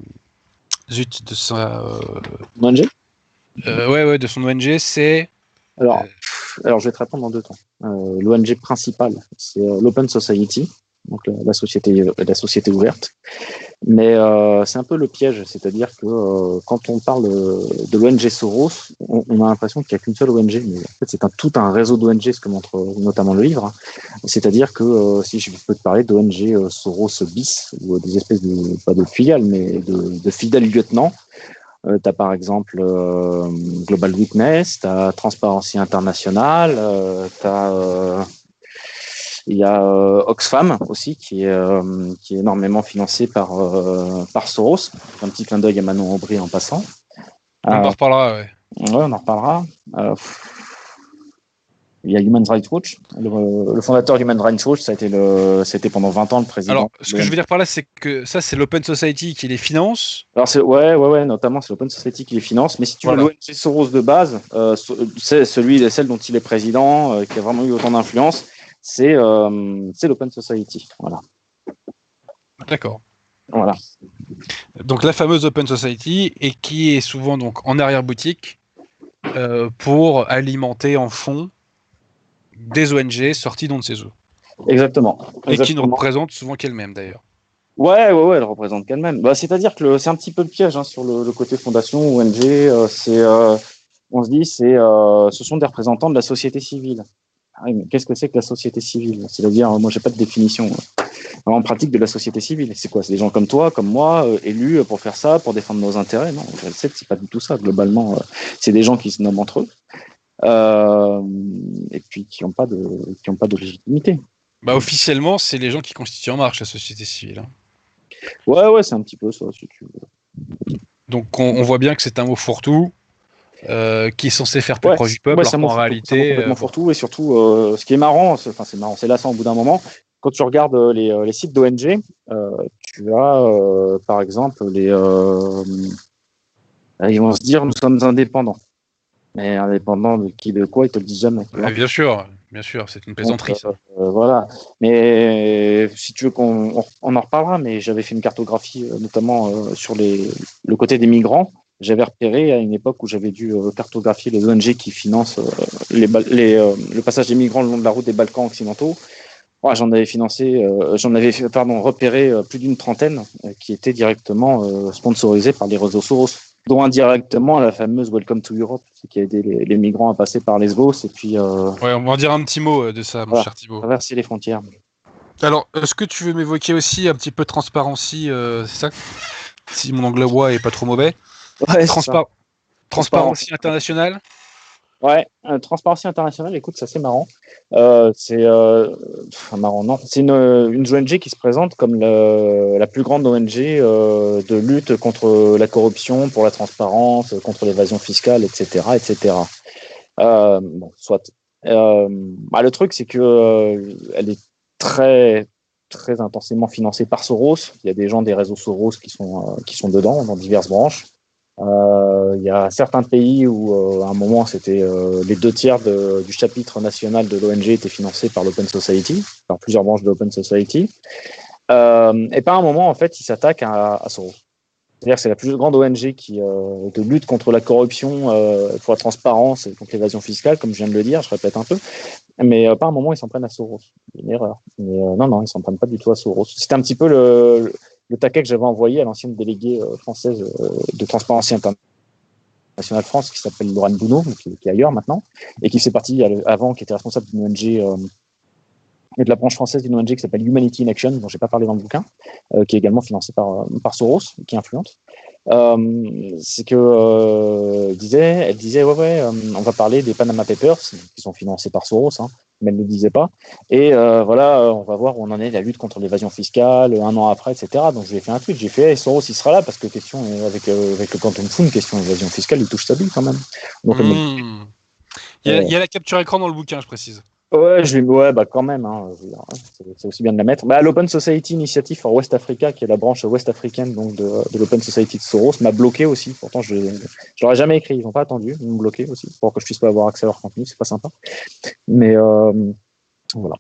Zut, de sa... Euh, O N G euh, Ouais, ouais, de son O N G, c'est... Alors, euh... alors, je vais te répondre en deux temps. Euh, L'O N G principale, c'est euh, l'Open Society, donc la, la, société, la société ouverte. Mais euh, c'est un peu le piège, c'est-à-dire que euh, quand on parle de l'O N G Soros, on, on a l'impression qu'il n'y a qu'une seule O N G, mais en fait c'est un, tout un réseau d'O N G, ce que montre notamment le livre. C'est-à-dire que euh, si je peux te parler d'O N G euh, Soros bis, ou des espèces de, pas de filiales, mais de, de fidèles lieutenants, euh, tu as par exemple euh, Global Witness, tu as Transparency International, euh, tu as... Euh, Il y a euh, Oxfam aussi, qui est, euh, qui est énormément financé par, euh, par Soros. Un petit clin d'œil à Manon Aubry en passant. On euh, en reparlera, ouais. Ouais, on en reparlera. Euh, il y a Human Rights Watch. Le, le fondateur Human Rights Watch, ça a été le, c'était pendant vingt ans le président. Alors, ce que je veux dire par là, c'est que ça, c'est l'Open Society qui les finance. Alors, c'est, ouais, ouais, ouais, notamment, c'est l'Open Society qui les finance. Mais si tu voilà. veux, l'O N G Soros de base, euh, c'est celui, celle dont il est président, euh, qui a vraiment eu autant d'influence. C'est, euh, c'est l'Open Society. Voilà. D'accord. Voilà. Donc la fameuse Open Society, et qui est souvent donc en arrière-boutique euh, pour alimenter en fond des O N G sorties d'on ne sait où. Exactement. Et Exactement. qui ne représentent souvent qu'elles-mêmes d'ailleurs. Ouais, ouais, ouais, elles représentent qu'elles-mêmes. Bah, c'est-à-dire que le, c'est un petit peu le piège hein, sur le, le côté fondation O N G. Euh, c'est, euh, on se dit, c'est, euh, ce sont des représentants de la société civile. Ah oui, mais qu'est-ce que c'est que la société civile ? C'est-à-dire, moi, j'ai pas de définition en pratique de la société civile. C'est quoi ? C'est des gens comme toi, comme moi, euh, élus pour faire ça, pour défendre nos intérêts ? Non, je le sais que c'est pas du tout ça. Globalement, euh, c'est des gens qui se nomment entre eux euh, et puis qui n'ont pas de, qui ont pas de légitimité. Bah, officiellement, c'est les gens qui constituent En Marche la société civile. Hein. Ouais, ouais, c'est un petit peu ça, si tu veux. Donc, on, on voit bien que c'est un mot fourre-tout. Euh, qui est censé faire plus ouais, proche du peuple, ouais, alors qu'en réalité... C'est complètement euh, fourre-tout, et surtout, euh, ce qui est marrant, c'est, enfin c'est marrant, c'est lassant au bout d'un moment, quand tu regardes les, les sites d'O N G, euh, tu as, euh, par exemple, les... Euh, ils vont se dire, nous sommes indépendants. Mais indépendants de qui, de quoi, ils te le disent jamais. Ouais, bien sûr, bien sûr, c'est une plaisanterie, Donc, euh, euh, voilà. Mais si tu veux qu'on on, on en reparlera, mais j'avais fait une cartographie, euh, notamment euh, sur les, le côté des migrants. J'avais repéré à une époque où j'avais dû euh, cartographier les O N G qui financent euh, les, les, euh, le passage des migrants le long de la route des Balkans occidentaux. Ouais, j'en avais financé, euh, j'en avais pardon repéré euh, plus d'une trentaine euh, qui étaient directement euh, sponsorisés par les réseaux Soros, dont indirectement la fameuse Welcome to Europe, qui a aidé les, les migrants à passer par Lesbos et puis. Euh, ouais, on va en dire un petit mot de ça, mon voilà, cher Thibaut. Traverser les frontières. Alors, est-ce que tu veux m'évoquer aussi un petit peu de Transparency, euh, c'est ça ? Si mon anglais est pas trop mauvais. Ouais, Transpar- Transparency International. Ouais, euh, Transparency International, écoute, c'est assez marrant. Euh, c'est euh, enfin, marrant, non. C'est une, une O N G qui se présente comme le, la plus grande O N G euh, de lutte contre la corruption, pour la transparence, contre l'évasion fiscale, et cetera, et cetera. Euh, bon, soit. Euh, bah, le truc, c'est que euh, elle est très très intensément financée par Soros. Il y a des gens des réseaux Soros qui sont euh, qui sont dedans dans diverses branches. Euh, Il y a certains pays où, euh, à un moment, c'était euh, les deux tiers de, du chapitre national de l'O N G étaient financés par l'Open Society, par plusieurs branches de l'Open Society. Euh, et par un moment, en fait, ils s'attaquent à, à Soros. C'est-à-dire que c'est la plus grande O N G qui, euh, qui lutte contre la corruption, euh, pour la transparence et contre l'évasion fiscale, comme je viens de le dire, je répète un peu. Mais euh, par un moment, ils s'en prennent à Soros. C'est une erreur. Mais euh, non, non, ils s'en prennent pas du tout à Soros. C'était un petit peu le, le, le taquet que j'avais envoyé à l'ancienne déléguée euh, française euh, de Transparency International France, qui s'appelle Laurent Bounot, qui, qui est ailleurs maintenant, et qui faisait partie avant, qui était responsable d'une O N G euh, et de la branche française d'une O N G qui s'appelle Humanity in Action, dont j'ai pas parlé dans le bouquin, euh, qui est également financée par, par Soros, qui est influente. Euh, c'est que euh, disait, elle disait ouais ouais, euh, on va parler des Panama Papers qui sont financés par Soros, hein, mais elle ne le disait pas. Et euh, voilà, on va voir où on en est la lutte contre l'évasion fiscale un an après, et cetera. Donc je lui ai fait un tweet, j'ai fait hey, Soros il sera là parce que question avec euh, avec le Quantum Fund, question d'évasion fiscale, il touche sa bille quand même. Donc mmh. il, y a, euh, il y a la capture écran dans le bouquin, je précise. Ouais, je lui, ouais, bah quand même, hein, c'est, c'est aussi bien de la mettre. Bah, l'Open Society Initiative for West Africa, qui est la branche ouest africaine donc de, de l'Open Society de Soros, m'a bloqué aussi. Pourtant, je, je l'aurais jamais écrit. Ils n'ont pas attendu, ils m'ont bloqué aussi pour que je puisse pas avoir accès à leur contenu. C'est pas sympa. Mais euh, voilà.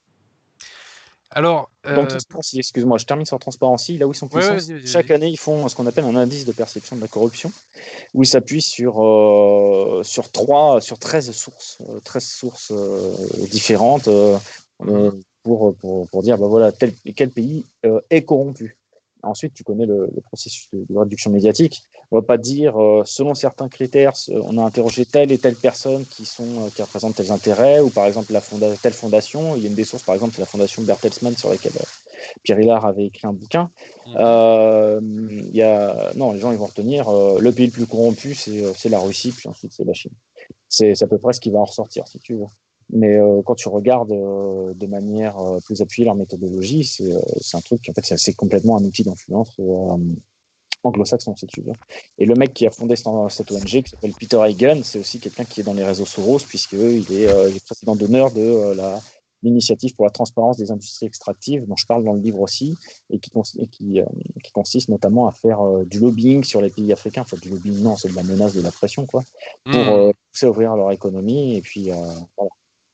Alors, euh... donc, Transparency, excuse-moi, je termine sur Transparency. Là où ils sont puissants, ouais, ouais, vas-y, chaque vas-y. année, ils font ce qu'on appelle un indice de perception de la corruption, où ils s'appuient sur euh, sur trois, sur treize sources, euh, treize sources euh, différentes euh, euh, pour, pour pour dire bah voilà tel quel pays euh, est corrompu. Ensuite, tu connais le, le processus de, de réduction médiatique. On va pas dire euh, selon certains critères, on a interrogé telle et telle personne qui sont euh, qui représentent tels intérêts, ou par exemple la fonda telle fondation. Il y a une des sources, par exemple, c'est la fondation Bertelsmann sur laquelle euh, Pierre Hillard avait écrit un bouquin. Mmh. Euh, il y a non, les gens ils vont retenir euh, le pays le plus corrompu, c'est c'est la Russie, puis ensuite c'est la Chine. C'est à peu près ce qui va en ressortir, si tu veux. Mais euh, quand tu regardes euh, de manière euh, plus appuyée leur méthodologie, c'est euh, c'est un truc qui en fait c'est complètement un outil d'influence euh, anglo-saxon, si tu veux. Et le mec qui a fondé cette O N G, qui s'appelle Peter Hagen, c'est aussi quelqu'un qui est dans les réseaux Soros, puisqu'il est euh, le président d'honneur de euh, la l'initiative pour la transparence des industries extractives, dont je parle dans le livre aussi, et qui, et qui, euh, qui consiste notamment à faire euh, du lobbying sur les pays africains. Enfin, du lobbying, non, c'est de la menace, de la pression, quoi, pour euh, pousser à ouvrir leur économie, et puis, euh, voilà,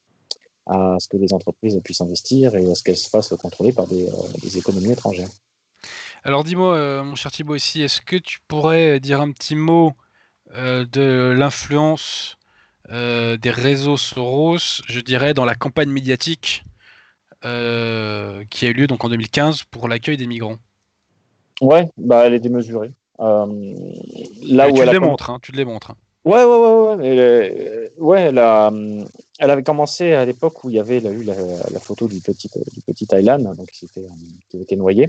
à ce que les entreprises puissent investir et à ce qu'elles se fassent contrôler par des, euh, des économies étrangères. Alors dis-moi, euh, mon cher Thibaut, ici, est-ce que tu pourrais dire un petit mot euh, de l'influence euh, des réseaux Soros, je dirais, dans la campagne médiatique euh, qui a eu lieu donc en deux mille quinze pour l'accueil des migrants? Ouais, bah elle est démesurée. Euh, là Et où tu, elle le a démontres, hein, tu le démontres, hein. Ouais, ouais, ouais, ouais. Elle, ouais, elle, a, elle avait commencé à l'époque où il y avait là, eu la, la photo du petit, du petit Thaïland, donc qui, était, qui avait été noyé.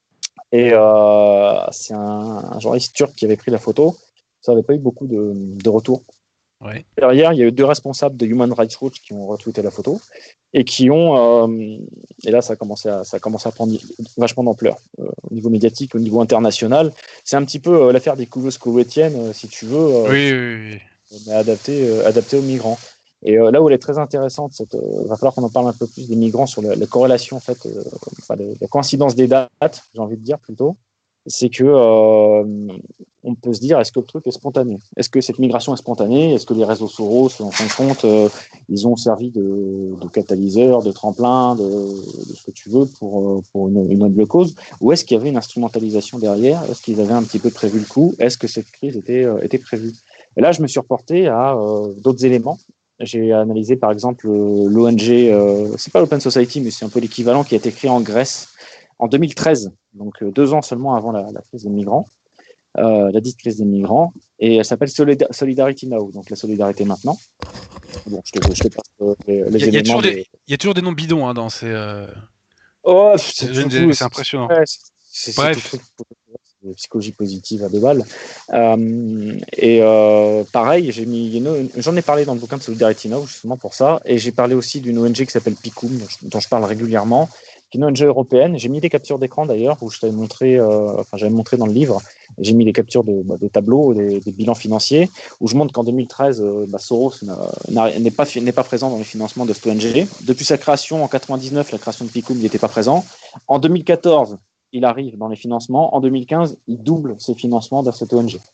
Et euh, c'est un, un journaliste turc qui avait pris la photo. Ça n'avait pas eu beaucoup de, de retours. Ouais. Derrière, il y a eu deux responsables de Human Rights Watch qui ont retweeté la photo et qui ont, euh, et là ça a commencé à, ça a commencé à prendre vachement d'ampleur euh, au niveau médiatique, au niveau international. C'est un petit peu euh, l'affaire des couveuses koweïtiennes, euh, si tu veux, euh, oui, oui, oui. mais adaptée, euh, adaptée aux migrants. Et euh, là où elle est très intéressante, il euh, va falloir qu'on en parle un peu plus des migrants sur la, la corrélation, en fait, euh, enfin, la, la coïncidence des dates, j'ai envie de dire plutôt. C'est que euh, on peut se dire, est-ce que le truc est spontané? Est-ce que cette migration est spontanée? Est-ce que les réseaux Soros, en fin de compte, euh, ils ont servi de, de catalyseur, de tremplin, de, de ce que tu veux pour, pour une, une noble cause? Ou est-ce qu'il y avait une instrumentalisation derrière? Est-ce qu'ils avaient un petit peu prévu le coup? Est-ce que cette crise était, euh, était prévue? Et là, je me suis reporté à euh, d'autres éléments. J'ai analysé, par exemple, l'O N G, euh, c'est pas l'Open Society, mais c'est un peu l'équivalent, qui a été créé en Grèce en deux mille treize, donc euh, deux ans seulement avant la, la crise des migrants, euh, la dite crise des migrants, et elle s'appelle Solid- Solidarity Now, donc la solidarité maintenant. Bon, je te, je te passe euh, les, les il, y a, éléments. Il y, des... y a toujours des noms bidons hein, dans ces. Euh... Oh, c'est, c'est, c'est, c'est impressionnant. Ouais, c'est, c'est, Bref. C'est tout, de psychologie positive à deux balles. Euh, et euh, pareil, j'ai mis, une, j'en ai parlé dans le bouquin de Solidarity Now, justement pour ça, et j'ai parlé aussi d'une O N G qui s'appelle Picum, dont je, dont je parle régulièrement, qui est une O N G européenne. J'ai mis des captures d'écran d'ailleurs, où je t'avais montré, euh, enfin j'avais montré dans le livre, j'ai mis des captures de, bah, des tableaux, des, des bilans financiers, où je montre qu'en deux mille treize, euh, bah, Soros n'a, n'est, pas, n'est pas présent dans le financement de cette O N G. Depuis sa création en quatre-vingt-dix-neuf, la création de Picum, il n'était pas présent. En deux mille quatorze, il arrive dans les financements. En deux mille quinze, il double ses financements vers cette O N G.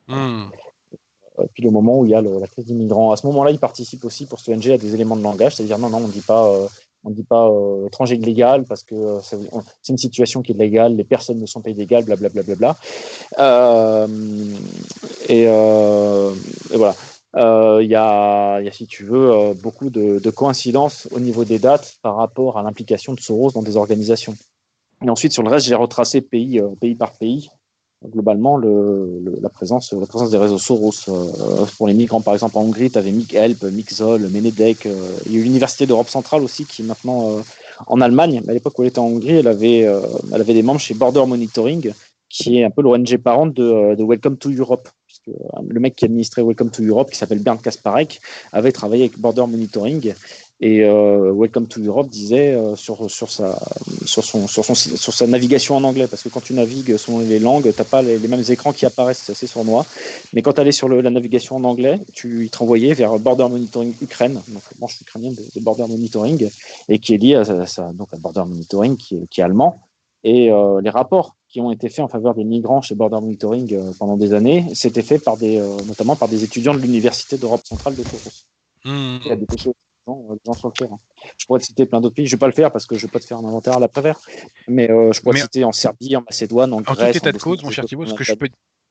Mmh. Euh, puis le moment où il y a le, la crise des migrants, à ce moment-là, il participe aussi pour cette O N G à des éléments de langage, c'est-à-dire non, non, on ne dit pas, euh, on dit pas euh, étranger illégal parce que euh, c'est, on, c'est une situation qui est légale, les personnes ne sont pas illégales, blablabla. Bla, bla, bla, bla. Euh, et, euh, et voilà. Il euh, y, a, y a, si tu veux, euh, beaucoup de, de coïncidences au niveau des dates par rapport à l'implication de Soros dans des organisations. Et ensuite, sur le reste, j'ai retracé pays, euh, pays par pays. Globalement, le, le, la, présence, la présence des réseaux Soros. Euh, pour les migrants, par exemple, en Hongrie, tu avais Mikhelp, Mixol, Menedek. Euh, il y a eu l'Université d'Europe centrale aussi, qui est maintenant euh, en Allemagne. Mais à l'époque où elle était en Hongrie, elle avait, euh, elle avait des membres chez Border Monitoring, qui est un peu l'O N G parente de, de Welcome to Europe. Puisque le mec qui administrait Welcome to Europe, qui s'appelle Bernd Kasparek, avait travaillé avec Border Monitoring. Et euh, Welcome to Europe disait euh, sur sur sa sur son sur son sur sa navigation en anglais, parce que quand tu navigues selon les langues, t'as pas les, les mêmes écrans qui apparaissent, c'est assez sournois. Mais quand tu allais sur le, la navigation en anglais, tu il te renvoyais vers Border Monitoring Ukraine, donc branche ukrainienne de, de Border Monitoring, et qui est lié à, à, à donc à Border Monitoring qui est, qui est allemand. Et euh, les rapports qui ont été faits en faveur des migrants chez Border Monitoring euh, pendant des années, c'était fait par des euh, notamment par des étudiants de l'Université d'Europe centrale de Soros. Mmh. Il y a des choses. Les gens sur le terrain. Je pourrais te citer plein d'autres pays. Je ne vais pas le faire parce que je ne vais pas te faire un inventaire à la Prévert. Mais euh, je pourrais mais te citer en Serbie, en Macédoine, en, en Grèce. En tout état de cause, mon cher Thibaut, ce que je peux.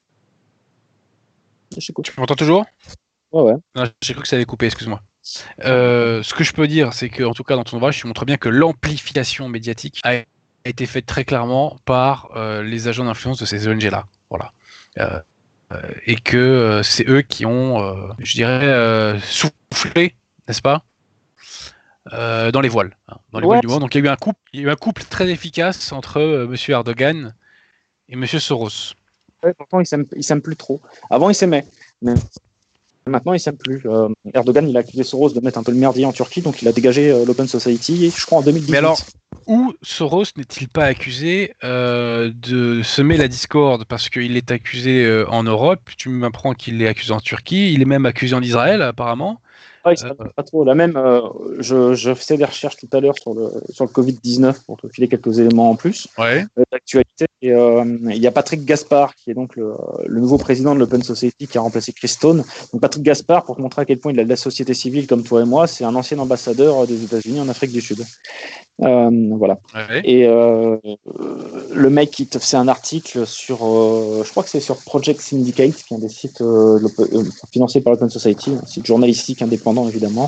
Tu m'entends toujours ? Ouais, ouais. Non, j'ai cru que ça avait coupé, excuse-moi. Euh, ce que je peux dire, c'est qu'en tout cas, dans ton ouvrage, tu montres bien que l'amplification médiatique a été faite très clairement par euh, les agents d'influence de ces O N G-là. Voilà. Euh, euh, et que euh, c'est eux qui ont, euh, je dirais, euh, soufflé, n'est-ce pas ? Euh, dans les voiles, hein, dans les ouais. voiles du monde. Donc il y a eu un couple, il y a eu un couple très efficace entre euh, Monsieur Erdogan et Monsieur Soros. Ouais, pourtant ils s'aiment, ils s'aiment plus trop. Avant ils s'aimaient, mais maintenant ils s'aiment plus. Euh, Erdogan il a accusé Soros de mettre un peu le merdier en Turquie, donc il a dégagé euh, l'Open Society, je crois en deux mille dix-huit. Mais alors, où Soros n'est-il pas accusé euh, de semer la discorde parce qu'il est accusé euh, en Europe? Tu m'apprends qu'il est accusé en Turquie, il est même accusé en Israël apparemment. Ah, il euh, pas trop. La même, euh, je, je faisais des recherches tout à l'heure sur le, sur le covid dix-neuf pour te filer quelques éléments en plus ouais. euh, d'actualité. Et, euh, il y a Patrick Gaspard, qui est donc le, le nouveau président de l'Open Society qui a remplacé Chris Stone. Donc Patrick Gaspard, pour te montrer à quel point il a de la société civile comme toi et moi, c'est un ancien ambassadeur des États-Unis en Afrique du Sud. Euh, voilà. Ouais. Et euh, le mec qui te faisait un article sur, euh, je crois que c'est sur Project Syndicate, qui est un des sites euh, euh, financés par l'Open Society, un site journalistique indépendant évidemment.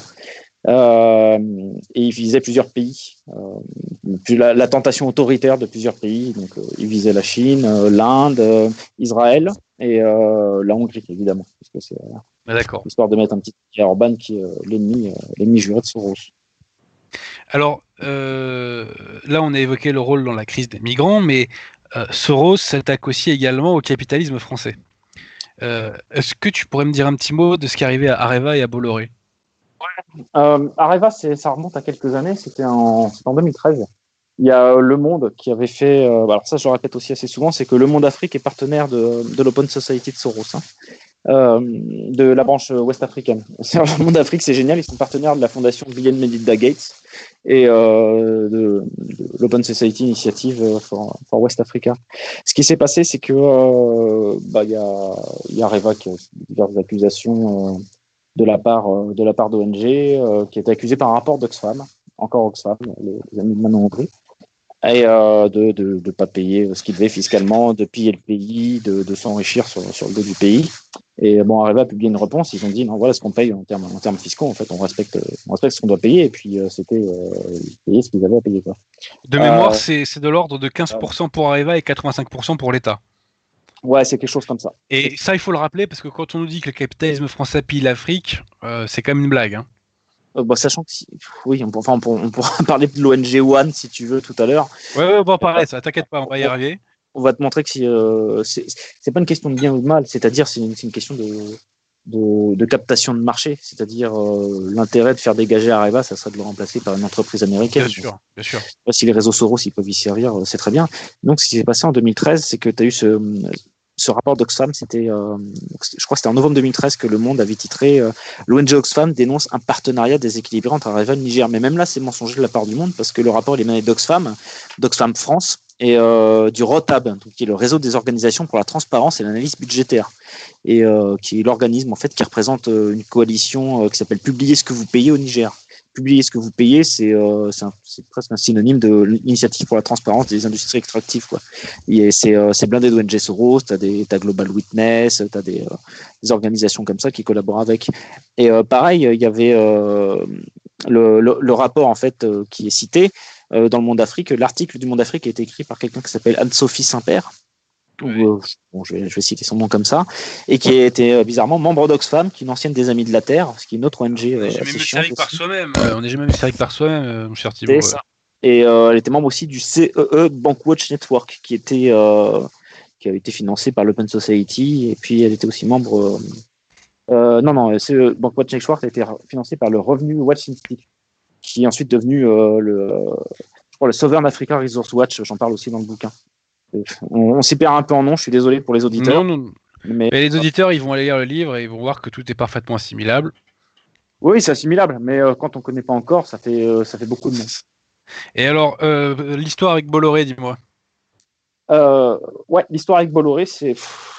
Euh, et il visait plusieurs pays, euh, la, la tentation autoritaire de plusieurs pays. Donc, euh, il visait la Chine, euh, l'Inde, euh, Israël et euh, la Hongrie évidemment, parce que c'est euh, ah, d'accord. histoire de mettre un petit à Orban qui est euh, l'ennemi, euh, l'ennemi juré de Soros. Alors euh, là, on a évoqué le rôle dans la crise des migrants, mais euh, Soros s'attaque aussi également au capitalisme français. Euh, est-ce que tu pourrais me dire un petit mot de ce qui arrivait à Areva et à Bolloré? Ouais. Euh, Areva, c'est, ça remonte à quelques années, c'était en, c'était en deux mille treize. Il y a Le Monde qui avait fait, euh, alors ça je le répète aussi assez souvent, c'est que Le Monde Afrique est partenaire de, de l'Open Society de Soros, hein, euh, de la branche ouest-africaine. Le Monde Afrique, c'est génial, ils sont partenaires de la fondation Bill and Melinda Gates et euh, de, de l'Open Society Initiative for, for West Africa. Ce qui s'est passé, c'est que euh, bah, y a, y a Areva qui a diverses accusations euh, de la part euh, de la part d'O N G euh, qui est accusé par un rapport d'Oxfam, encore Oxfam, les, les amis de Manon Aubry, et euh, de de de pas payer ce qu'il devait fiscalement, de piller le pays, de de s'enrichir sur sur le dos du pays. Et bon, Areva a publié une réponse. Ils ont dit non, voilà ce qu'on paye en termes en termes fiscaux. En fait, on respecte on respecte ce qu'on doit payer. Et puis euh, c'était euh, payer ce qu'ils avaient à payer, quoi. De mémoire, euh, c'est c'est de l'ordre de quinze pour cent pour Areva et quatre-vingt-cinq pour cent pour l'État. Ouais, c'est quelque chose comme ça. Et ça, il faut le rappeler parce que quand on nous dit que le capitalisme français pille l'Afrique, euh, c'est quand même une blague, hein. Euh, bah, sachant que si... oui, on, enfin, on, pourra, on pourra parler de l'O N G One si tu veux tout à l'heure. Ouais, ouais, bon, pareil, ça, t'inquiète pas, on va y arriver. On va te montrer que si, euh, c'est, c'est pas une question de bien ou de mal, c'est-à-dire c'est une, c'est une question de, de, de captation de marché, c'est-à-dire euh, l'intérêt de faire dégager Areva, ça serait de le remplacer par une entreprise américaine. Bien sûr, bien sûr. Si les réseaux Soros ils peuvent y servir, c'est très bien. Donc ce qui s'est passé en deux mille treize, c'est que tu as eu ce ce rapport d'Oxfam, c'était, euh, je crois que c'était en novembre deux mille treize que Le Monde avait titré euh, l'O N G Oxfam dénonce un partenariat déséquilibré entre Areva et le Niger. Mais même là, c'est mensonger de la part du Monde parce que le rapport il est mené d'Oxfam, d'Oxfam France, et euh, du ROTAB, donc, qui est le réseau des organisations pour la transparence et l'analyse budgétaire, et euh, qui est l'organisme en fait qui représente euh, une coalition euh, qui s'appelle Publiez ce que vous payez au Niger. Publier ce que vous payez, c'est euh, c'est, un, c'est presque un synonyme de l'initiative pour la transparence des industries extractives, quoi. Et c'est euh, c'est blindé d'O N G Soros, t'as des t'as Global Witness, t'as des euh, des organisations comme ça qui collaborent avec. Et euh, pareil, il y avait euh, le, le le rapport en fait euh, qui est cité euh, dans le Monde Afrique. L'article du Monde Afrique a été écrit par quelqu'un qui s'appelle Anne-Sophie Saint-Père. Oui. Ou, euh, bon, je, vais, je vais citer son nom comme ça, et qui a été euh, bizarrement membre d'Oxfam, qui est une ancienne des Amis de la Terre, ce qui est une autre O N G. On Euh, n'est jamais assez mieux chiante servi par aussi. soi-même. Euh, on n'est jamais mieux servi par soi-même, euh, mon cher Thibaut. C'est ça. Et euh, elle était membre aussi du C E E Bankwatch Network, qui était euh, qui avait été financé par l'Open Society, et puis elle était aussi membre. Euh, euh, non, non, C E E Bankwatch Network a été financé par le Revenue Watch Institute, qui est ensuite devenu euh, le, je crois, le Southern Africa Resource Watch. J'en parle aussi dans le bouquin. On, on s'y perd un peu en nom, je suis désolé pour les auditeurs. Non, non. Mais, mais les auditeurs, ils vont aller lire le livre et ils vont voir que tout est parfaitement assimilable. Oui, c'est assimilable, mais euh, quand on ne connaît pas encore, ça fait, euh, ça fait beaucoup de monde. Et alors, euh, l'histoire avec Bolloré, dis-moi. Euh, ouais, l'histoire avec Bolloré, c'est...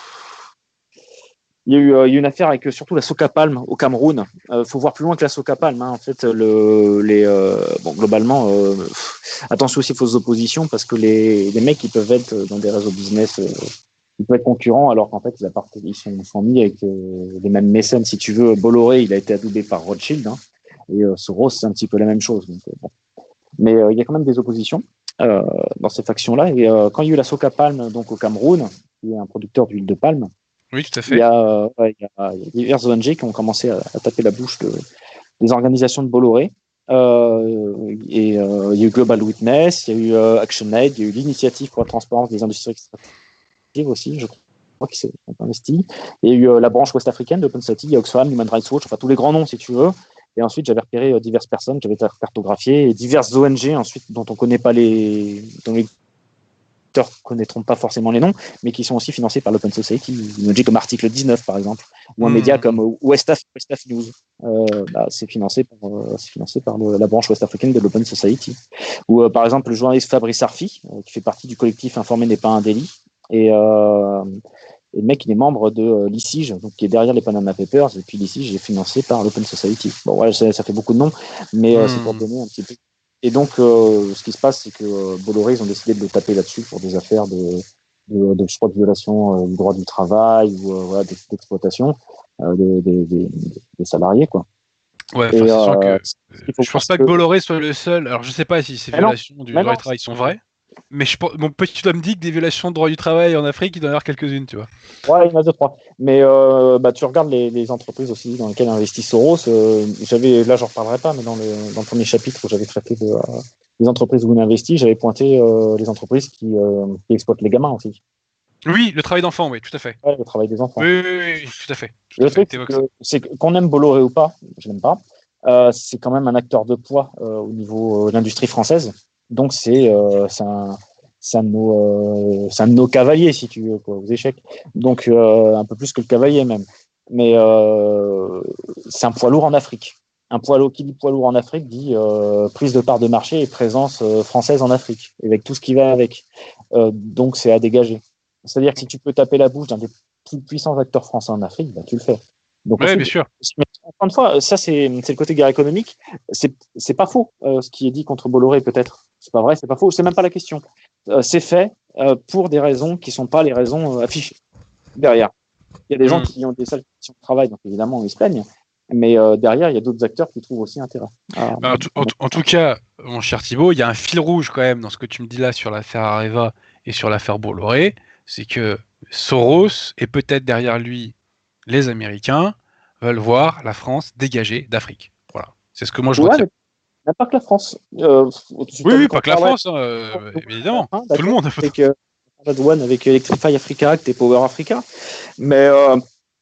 Il y a eu, euh, il y a eu une affaire avec euh, surtout la Soca Palm au Cameroun. Il euh, faut voir plus loin que la Soca Palm. Hein. En fait, le, les, euh, bon, globalement, euh, attention aussi aux fausses oppositions, parce que les, les mecs, ils peuvent être dans des réseaux business, euh, ils peuvent être concurrents, alors qu'en fait, ils, appartent, ils, sont, ils sont mis avec euh, les mêmes mécènes. Si tu veux, Bolloré, il a été adoubé par Rothschild, hein, et euh, Soros, c'est un petit peu la même chose. Donc, euh, bon. Mais euh, il y a quand même des oppositions euh, dans ces factions-là. Et euh, quand il y a eu la Soca Palm, donc au Cameroun, qui est un producteur d'huile de palme, oui, tout à fait. Il y, a, euh, il, y a, il y a diverses O N G qui ont commencé à, à taper la bouche de, des organisations de Bolloré. Euh, et euh, il y a eu Global Witness, il y a eu euh, ActionAid, il y a eu l'Initiative pour la transparence des industries extractives aussi, je crois, qui s'est investi. Il y a eu euh, la branche ouest-africaine d'Open Society, il y a Oxfam, Human Rights Watch, enfin tous les grands noms si tu veux. Et ensuite, j'avais repéré euh, diverses personnes qui avaient été cartographiées et diverses O N G ensuite dont on ne connaît pas les. Dont les connaîtront pas forcément les noms, mais qui sont aussi financés par l'Open Society, une O N G comme Article dix-neuf par exemple, ou un mmh. média comme West Af, West Af News. Euh, bah, c'est financé par, euh, c'est financé par le, la branche ouest-africaine de l'Open Society. Ou euh, par exemple le journaliste Fabrice Arfi, euh, qui fait partie du collectif Informer n'est pas un délit, et, euh, et le mec il est membre de euh, l'I C I G, donc qui est derrière les Panama Papers, et puis l'I C I G est financé par l'Open Society. Bon ouais, ça, ça fait beaucoup de noms, mais euh, mmh. c'est pour donner un petit peu. Et donc, euh, ce qui se passe, c'est que euh, Bolloré, ils ont décidé de le taper là-dessus pour des affaires de, de, de je crois, de violation euh, du droit du travail ou euh, voilà, d'exploitation euh, des, des, des salariés, quoi. Ouais, c'est euh, sûr que je pense pas que, que Bolloré soit le seul. Alors, je sais pas si ces mais violations non, du droit du travail sont vraies, mais je, mon petit doigt me dit que des violations de droit du travail en Afrique, il doit y en avoir quelques-unes, tu vois. Ouais, il y en a deux, trois. Mais euh, bah, tu regardes les, les entreprises aussi dans lesquelles investit Soros. Euh, j'avais, là, j'en reparlerai pas, mais dans le, dans le premier chapitre où j'avais traité de, euh, des entreprises où il investit, j'avais pointé euh, les entreprises qui, euh, qui exploitent les gamins aussi. Oui, le travail d'enfant, oui, tout à fait. Ouais, le travail des enfants. Oui, oui, oui, tout à fait. Tout le à fait. truc, c'est, que, c'est que, qu'on aime Bolloré ou pas, je l'aime pas, euh, c'est quand même un acteur de poids euh, au niveau euh, de l'industrie française. Donc, c'est, euh, c'est un. C'est un, de nos, euh, c'est un de nos cavaliers, si tu veux, quoi, aux échecs. Donc, euh, un peu plus que le cavalier, même. Mais euh, c'est un poids lourd en Afrique. Un poids lourd, qui dit poids lourd en Afrique dit euh, prise de part de marché et présence euh, française en Afrique, avec tout ce qui va avec. Euh, donc, c'est à dégager. C'est-à-dire que si tu peux taper la bouche d'un des plus puissants acteurs français en Afrique, bah, tu le fais. Donc, oui, bien sûr. Mais, encore une fois, ça, c'est, c'est le côté guerre économique. C'est, c'est pas faux, euh, ce qui est dit contre Bolloré, peut-être. C'est pas vrai, c'est pas faux. C'est même pas la question. Euh, c'est fait euh, pour des raisons qui sont pas les raisons euh, affichées derrière. Il y a des mmh. gens qui ont des salles de travail, donc évidemment, ils se plaignent. Mais euh, derrière, il y a d'autres acteurs qui trouvent aussi intérêt. Ah, bah, en, t- en, t- en tout cas, mon cher Thibaut, il y a un fil rouge quand même dans ce que tu me dis là sur l'affaire Areva et sur l'affaire Bolloré. C'est que Soros et peut-être derrière lui les Américains veulent voir la France dégagée d'Afrique. Voilà. C'est ce que moi je ouais, retiens. Mais pas que la France. Euh, oui, oui, pas que la France, hein, euh, évidemment. Hein, tout le monde. Avec euh, la douane, avec Electrify Africa Act et Power Africa. Mais euh,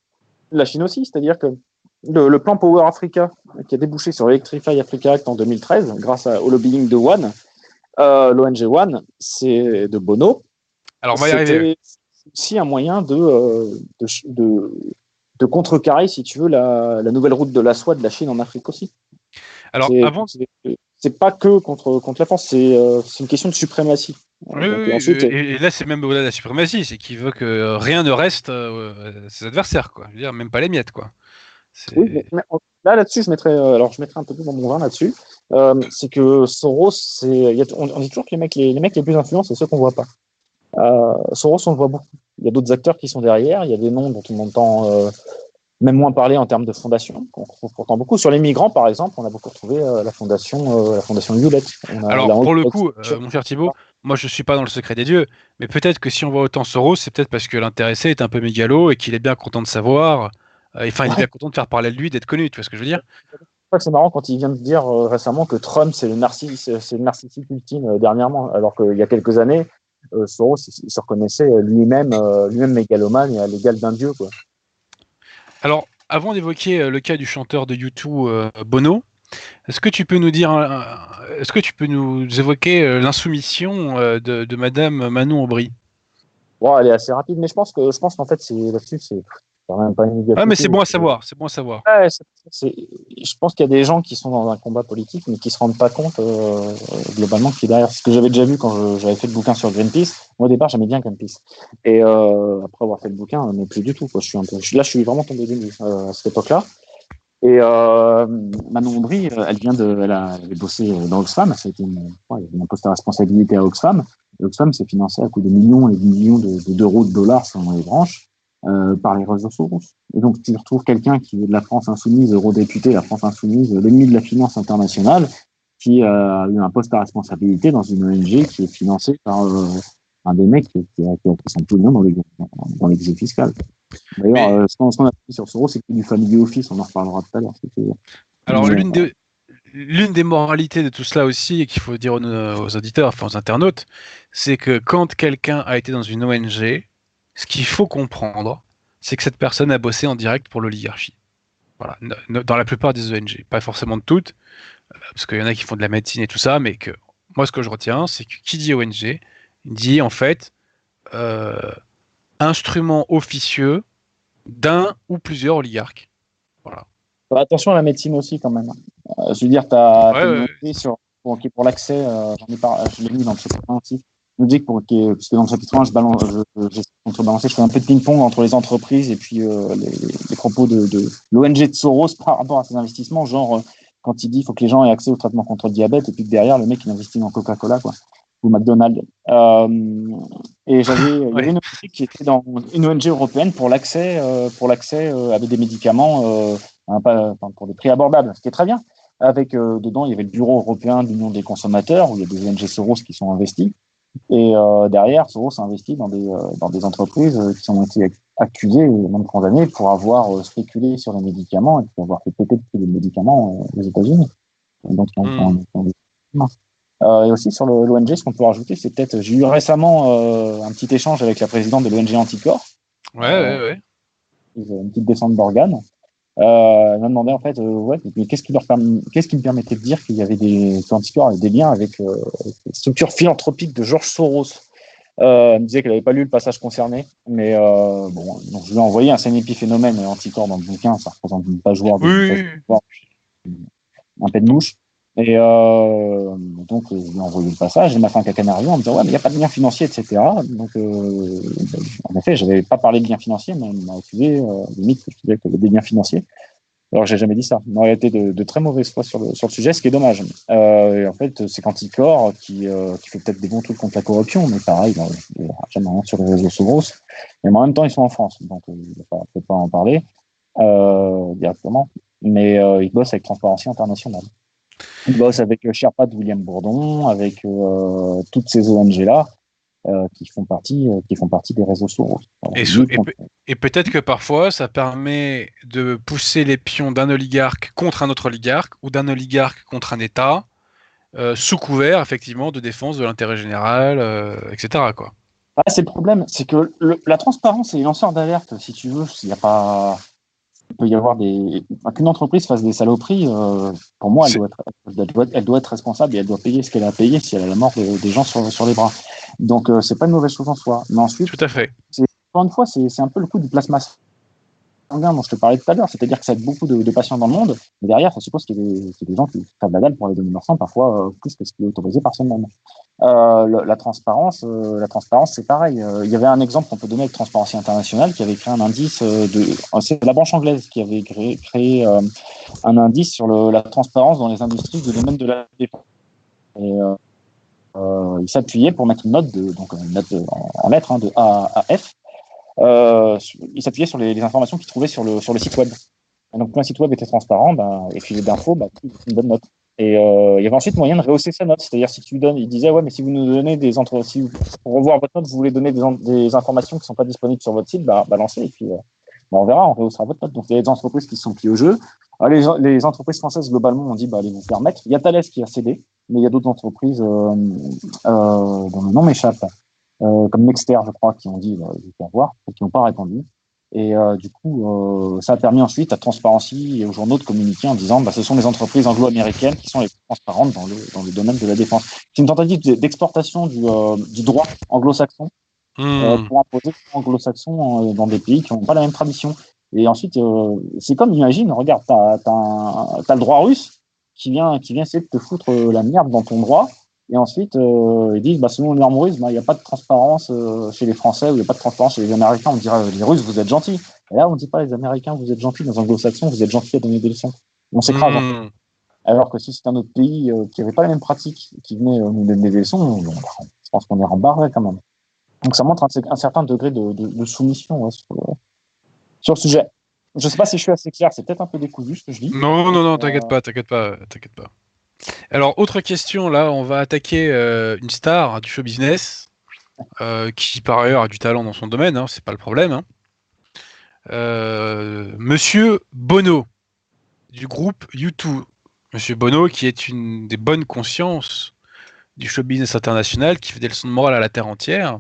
la Chine aussi, c'est-à-dire que le, le plan Power Africa, qui a débouché sur Electrify Africa Act en deux mille treize, grâce à, au lobbying de One, euh, l'O N G One, c'est de Bono. Alors, on va y arriver. C'est aussi un moyen de, euh, de, de, de contrecarrer, si tu veux, la, la nouvelle route de la soie de la Chine en Afrique aussi. Alors, c'est, avant... c'est, c'est pas que contre, contre la France, c'est, euh, c'est une question de suprématie. Oui, Donc, oui, ensuite, et, et là c'est même au-delà de la suprématie, c'est qu'il veut que rien ne reste euh, à ses adversaires, quoi. Je veux dire, même pas les miettes, quoi. oui, mais, C'est... mais là, là-dessus, je mettrais, euh, alors je mettrais un peu plus dans mon vin là-dessus. Euh, c'est que Soros, c'est, il y a, on, on dit toujours que les mecs les, les mecs les plus influents, c'est ceux qu'on voit pas. Euh, Soros, on le voit beaucoup. Il y a d'autres acteurs qui sont derrière. Il y a des noms dont on entend euh, même moins parler en termes de fondation, qu'on retrouve pourtant beaucoup. Sur les migrants, par exemple, on a beaucoup retrouvé euh, la fondation, euh, la fondation Hewlett. On a, Alors la- pour le coup, euh, mon cher Thibaut, moi je suis pas dans le secret des dieux, mais peut-être que si on voit autant Soros, c'est peut-être parce que l'intéressé est un peu mégalo et qu'il est bien content de savoir, euh, enfin il est Ouais, bien content de faire parler de lui, d'être connu, tu vois ce que je veux dire? je crois que c'est marrant quand il vient de dire euh, récemment que Trump c'est le narciss, c'est le narcissique ultime euh, dernièrement, alors qu'il y a quelques années, euh, Soros il, il se reconnaissait lui-même, euh, lui-même mégalomane et à l'égal d'un dieu, quoi. Alors, avant d'évoquer euh, le cas du chanteur de U deux, euh, Bono, est-ce que tu peux nous dire, euh, est-ce que tu peux nous évoquer euh, l'insoumission euh, de, de Madame Manon Aubry? Bon, elle est assez rapide, mais je pense que je pense qu'en fait c'est là-dessus c'est quand même pas une Ah, mais négativité. c'est bon à savoir, c'est bon à savoir. Ouais, c'est- c'est- je pense qu'il y a des gens qui sont dans un combat politique, mais qui se rendent pas compte euh, globalement qui est derrière. Ce que j'avais déjà vu quand je- j'avais fait le bouquin sur Greenpeace. Moi, au départ, j'aimais bien Greenpeace. Et euh, après avoir fait le bouquin, mais plus du tout. Quoi. Je suis un peu, je- là, je suis vraiment tombé des nues euh, à cette époque-là. Et euh, Manon Aubry, euh, elle vient de, elle a, elle avait bossé dans Oxfam. Ça a été une, ouais, il y avait un poste à responsabilité à Oxfam. Et Oxfam s'est financé à coup de millions et de millions de, de- d'euros, de dollars selon les branches, euh, par les réseaux Soros. Et donc tu retrouves quelqu'un qui est de la France insoumise, eurodéputé, la France insoumise, l'ennemi de la finance internationale, qui a eu un poste à responsabilité dans une O N G qui est financée par euh, un des mecs qui, qui a, qui a pris son pognon dans les dans, dans l'exé fiscal. D'ailleurs, Mais euh, ce qu'on ce qu'on a fait sur Soros, c'est que du family office, on en reparlera tout à l'heure. Si tu veux. alors Mais, l'une des l'une des moralités de tout cela aussi, et qu'il faut dire aux, aux auditeurs, enfin aux internautes, c'est que quand quelqu'un a été dans une O N G, ce qu'il faut comprendre, c'est que cette personne a bossé en direct pour l'oligarchie. Voilà, dans la plupart des O N G, pas forcément de toutes, parce qu'il y en a qui font de la médecine et tout ça, mais que moi ce que je retiens, c'est que qui dit O N G dit en fait euh, instrument officieux d'un ou plusieurs oligarques. Voilà. Bah, attention à la médecine aussi, quand même. Euh, je veux dire, tu as Ouais, une ouais, O N G sur, pour, qui, pour l'accès, euh, j'en ai par, je l'ai mis dans le chapitre un aussi. Je me dis que pour, qui, parce que dans le chapitre un, je balance, je, je, contrebalancer, je fais un peu de ping-pong entre les entreprises et puis euh, les, les propos de, de l'O N G de Soros par rapport à ses investissements, genre euh, quand il dit qu'il faut que les gens aient accès au traitement contre le diabète et puis que derrière, le mec, il investit dans Coca-Cola, quoi, ou McDonald's. Euh, et j'avais, il y avait ouais. une O N G qui était dans une O N G européenne pour l'accès, euh, pour l'accès euh, avec des médicaments, euh, hein, pas, enfin, pour des prix abordables, ce qui est très bien. Avec euh, dedans, il y avait le Bureau européen de l'Union des consommateurs, où il y a des O N G Soros qui sont investis. Et euh, derrière, Soros a investi dans des, euh, dans des entreprises euh, qui ont été accusées et même condamnées pour avoir euh, spéculé sur les médicaments et pour avoir fait péter le prix des médicaments euh, aux États-Unis. Donc, on, Hmm. on, on, euh, et aussi sur l'O N G, ce qu'on peut rajouter, c'est peut-être, j'ai eu récemment euh, un petit échange avec la présidente de l'O N G Anticorps, Ouais, euh, ouais, ouais. une petite descente d'organes. Euh, elle m'a demandé en fait, euh, ouais, mais qu'est-ce qui leur permet, qu'est-ce qui me permettait de dire qu'il y avait des Anticorps avec des liens avec euh, les structures philanthropiques de George Soros. Euh, elle me disait qu'elle n'avait pas lu le passage concerné, mais euh, bon, donc je lui ai envoyé un scène épiphénomène Anticorps dans le bouquin, ça représente une page Word, Oui, une oui, page oui. Word, un peu de mouche. Et euh, donc, je lui ai envoyé le passage, elle m'a fait un cacanario en me disant, ouais, mais il n'y a pas de lien financier, et cetera. Donc, euh, en effet, je n'avais pas parlé de lien financier, mais elle m'a accusé, euh, limite, que je disais qu'il y avait des liens financiers. Alors, j'ai jamais dit ça. On aurait été de, de très mauvaise foi sur le, sur le sujet, ce qui est dommage. Euh, et en fait, c'est Quanticor qui, euh, qui fait peut-être des bons trucs contre la corruption, mais pareil, bon, il n'y a jamais rien sur les réseaux Soros. Mais en même temps, ils sont en France, donc euh, je ne peux pas en parler euh, directement. Mais euh, ils bossent avec Transparency International. Ils bossent avec euh, Sherpa de William Bourdon, avec euh, toutes ces O N G-là euh, qui, font partie, euh, qui font partie des réseaux Soros. Alors, Et, ils sou- luttent et, contre- pe- et peut-être que parfois, ça permet de pousser les pions d'un oligarque contre un autre oligarque ou d'un oligarque contre un État, euh, sous couvert, effectivement, de défense de l'intérêt général, euh, et cetera, quoi. Ah, c'est le problème, c'est que le, la transparence et les lanceurs d'alerte, si tu veux, s'il y a pas, il peut y avoir des, enfin, qu'une entreprise fasse des saloperies. Euh, pour moi, elle C'est- doit, être, elle doit, elle doit être responsable et elle doit payer ce qu'elle a payé si elle a la mort de- des gens sur, sur les bras. Donc, euh, c'est pas une mauvaise chose en soi. Mais ensuite, Tout à fait. c'est, encore une fois, c'est, c'est un peu le coup du plasma sanguin dont je te parlais tout à l'heure, c'est-à-dire que ça aide beaucoup de, de patients dans le monde, mais derrière, ça suppose qu'il y a des, qu'il y a des gens qui crèvent la dalle pour aller donner leur sang, parfois euh, plus que ce qui est autorisé par semaine. Euh, le, la transparence, euh, la transparence, c'est pareil. Euh, il y avait un exemple qu'on peut donner avec Transparency International qui avait créé un indice euh, de, euh, c'est la branche anglaise qui avait créé, créé euh, un indice sur le, la transparence dans les industries du domaine de la défense. Et euh, euh, il s'appuyait pour mettre une note de, donc une note de, en, en lettres hein, de A à F. Euh, il s'appuyait sur les, les informations qu'il trouvait sur le sur le site web. Et donc, quand un site web était transparent, ben, et filé d'infos, ben, une bonne note. Et euh, il y avait ensuite moyen de rehausser sa note. C'est-à-dire, si tu donnes, il disait, ouais, mais si vous nous donnez des entre, si vous, pour revoir votre note, vous voulez donner des, des informations qui ne sont pas disponibles sur votre site, bah, balancez, et puis euh, bah, on verra, on rehaussera votre note. Donc, il y a des entreprises qui se sont pliées au jeu. Alors, les, les entreprises françaises, globalement, ont dit, bah, allez vous faire mettre. Il y a Thales qui a cédé, mais il y a d'autres entreprises euh, euh, dont le nom m'échappe, euh, comme Nexter, je crois, qui ont dit, bah, je vais faire voir, et qui n'ont pas répondu. Et euh, du coup, euh, ça a permis ensuite à Transparency et aux journaux de communiquer en disant bah, ce sont les entreprises anglo-américaines qui sont les plus transparentes dans le, dans le domaine de la défense. C'est une tentative d'exportation du, euh, du droit anglo-saxon mmh. euh, pour imposer le droit anglo-saxon euh, dans des pays qui n'ont pas la même tradition. Et ensuite, euh, c'est comme, imagine, regarde, tu as, le droit russe qui vient, qui vient essayer de te foutre la merde dans ton droit. Et ensuite, euh, ils disent, bah, selon les normes russes, bah, il n'y a pas de transparence euh, chez les Français ou il n'y a pas de transparence chez les Américains. On dirait, les Russes, vous êtes gentils. Et là, on ne dit pas, les Américains, vous êtes gentils. Dans anglo-saxons, vous êtes gentils à donner des leçons. On s'écrase. Mmh. Hein. Alors que si c'est un autre pays euh, qui n'avait pas les mêmes pratiques, qui venait euh, nous donner des leçons, on, on, je pense qu'on est rembarré quand même. Donc ça montre un, un certain degré de, de, de soumission ouais, sur, euh, sur le sujet. Je ne sais pas si je suis assez clair, c'est peut-être un peu décousu ce que je dis. Non, non, non, t'inquiète euh... pas, t'inquiète pas, t'inquiète pas. Alors, autre question, là, on va attaquer euh, une star du show business, euh, qui par ailleurs a du talent dans son domaine, hein, c'est pas le problème. Hein. Euh, Monsieur Bono, du groupe U deux. Monsieur Bono, qui est une des bonnes consciences du show business international, qui fait des leçons de morale à la terre entière,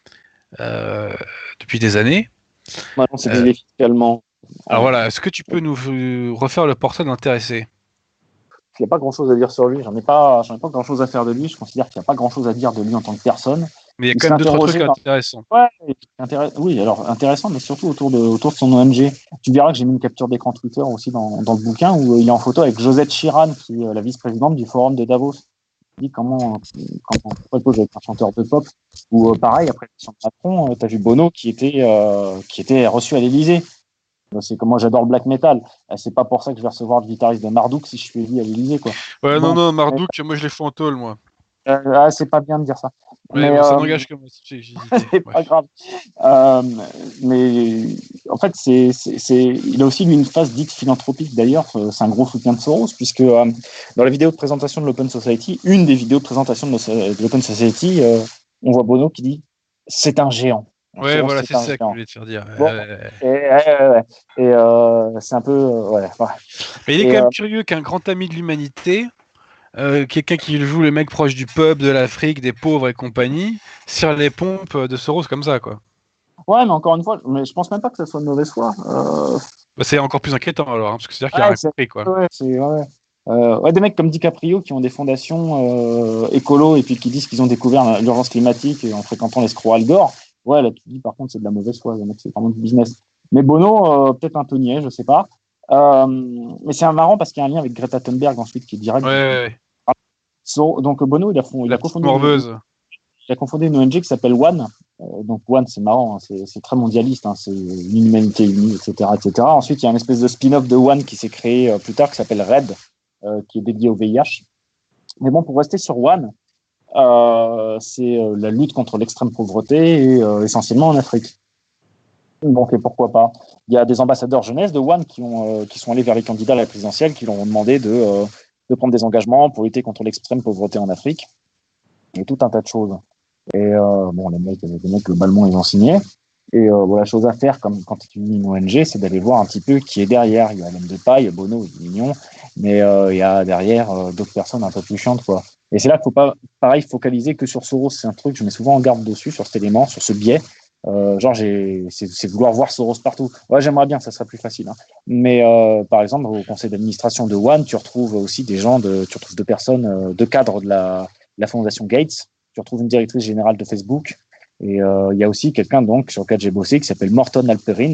euh, depuis des années. Maintenant, c'est euh, fiscalement. Alors voilà, est-ce que tu peux nous refaire le portrait d'intéressé ? Il n'y a pas grand-chose à dire sur lui. J'en ai pas, j'en ai pas grand-chose à faire de lui. Je considère qu'il n'y a pas grand-chose à dire de lui en tant que personne. Mais il y a quand même deux trois trucs dans... intéressants. Ouais, intéress... oui, alors intéressant, mais surtout autour de autour de son O N G. Tu verras que j'ai mis une capture d'écran Twitter aussi dans, dans le bouquin où il est en photo avec Josette Chiran, qui est la vice-présidente du forum de Davos. Il dit comment comment pourquoi avec un chanteur de pop. Ou euh, pareil après l'élection de Macron, euh, t'as vu Bono qui était euh, qui était reçu à l'Élysée. C'est comme moi j'adore le black metal. C'est pas pour ça que je vais recevoir le guitariste de Marduk si je suis élu à l'Élysée quoi. Ouais bon, non non Marduk, euh, moi je l'ai fait en tôle moi. Euh, ah, c'est pas bien de dire ça. Ouais, mais, bon, ça euh, n'engage que moi. J'ai, j'ai c'est pas grave. Euh, mais en fait, c'est, c'est, c'est, il a aussi lui une phase dite philanthropique d'ailleurs. C'est un gros soutien de Soros puisque euh, dans la vidéo de présentation de l'Open Society, une des vidéos de présentation de l'Open Society, euh, on voit Bono qui dit c'est un géant. Ouais, voilà, c'est, c'est ça que je voulais te faire dire. Bon, euh... Et, euh, et euh, c'est un peu. Euh, ouais, ouais. Mais il est et, quand même euh... curieux qu'un grand ami de l'humanité, euh, quelqu'un qui joue les mecs proches du peuple, de l'Afrique, des pauvres et compagnie, serre les pompes de Soros comme ça, quoi. Ouais, mais encore une fois, mais je pense même pas que ça soit de mauvaise foi. Euh... Bah, c'est encore plus inquiétant alors, hein, parce que c'est-à-dire qu'il ouais, y a rien compris, quoi. Ouais, c'est, ouais. Euh, ouais, des mecs comme DiCaprio qui ont des fondations euh, écolo et puis qui disent qu'ils ont découvert l'urgence climatique en fréquentant l'escroc Al Gore. Ouais, là, tu dis, par contre, c'est de la mauvaise foi. Le mec, c'est vraiment du business. Mais Bono, euh, peut-être un peu niais, je sais pas. Euh, mais c'est un marrant parce qu'il y a un lien avec Greta Thunberg ensuite qui est direct. Ouais, ouais, ouais. So, donc, Bono, il a, fond, il a cofondé. Morveuse. Il a confondé une O N G qui s'appelle One. Euh, donc, One, c'est marrant, hein, c'est, c'est très mondialiste, hein, c'est une humanité unie, et cetera, et cetera. Ensuite, il y a une espèce de spin-off de One qui s'est créé euh, plus tard qui s'appelle Red, euh, qui est dédié au V I H. Mais bon, pour rester sur One, Euh, c'est euh, la lutte contre l'extrême pauvreté et euh, essentiellement en Afrique. Donc et pourquoi pas. Il y a des ambassadeurs jeunesse de One qui ont euh, qui sont allés vers les candidats à la présidentielle qui leur ont demandé de euh, de prendre des engagements pour lutter contre l'extrême pauvreté en Afrique et tout un tas de choses. Et euh, bon les mecs les mecs globalement ils ont signé. Et euh, bon, la chose à faire comme quand tu es une O N G, c'est d'aller voir un petit peu qui est derrière. Il y a l'homme de paille, Bono, il est mignon, mais euh, il y a derrière euh, d'autres personnes un peu plus chiantes quoi. Et c'est là qu'il faut pas, pareil, focaliser que sur Soros. C'est un truc, je mets souvent en garde dessus, sur cet élément, sur ce biais. Euh, genre, j'ai, c'est, c'est vouloir voir Soros partout. Ouais, j'aimerais bien, ça serait plus facile. Hein. Mais euh, par exemple, au conseil d'administration de One, tu retrouves aussi des gens, de, tu retrouves deux personnes, euh, deux cadres de la, de la fondation Gates. Tu retrouves une directrice générale de Facebook. Et il euh, y a aussi quelqu'un donc sur lequel j'ai bossé qui s'appelle Morton Alperin,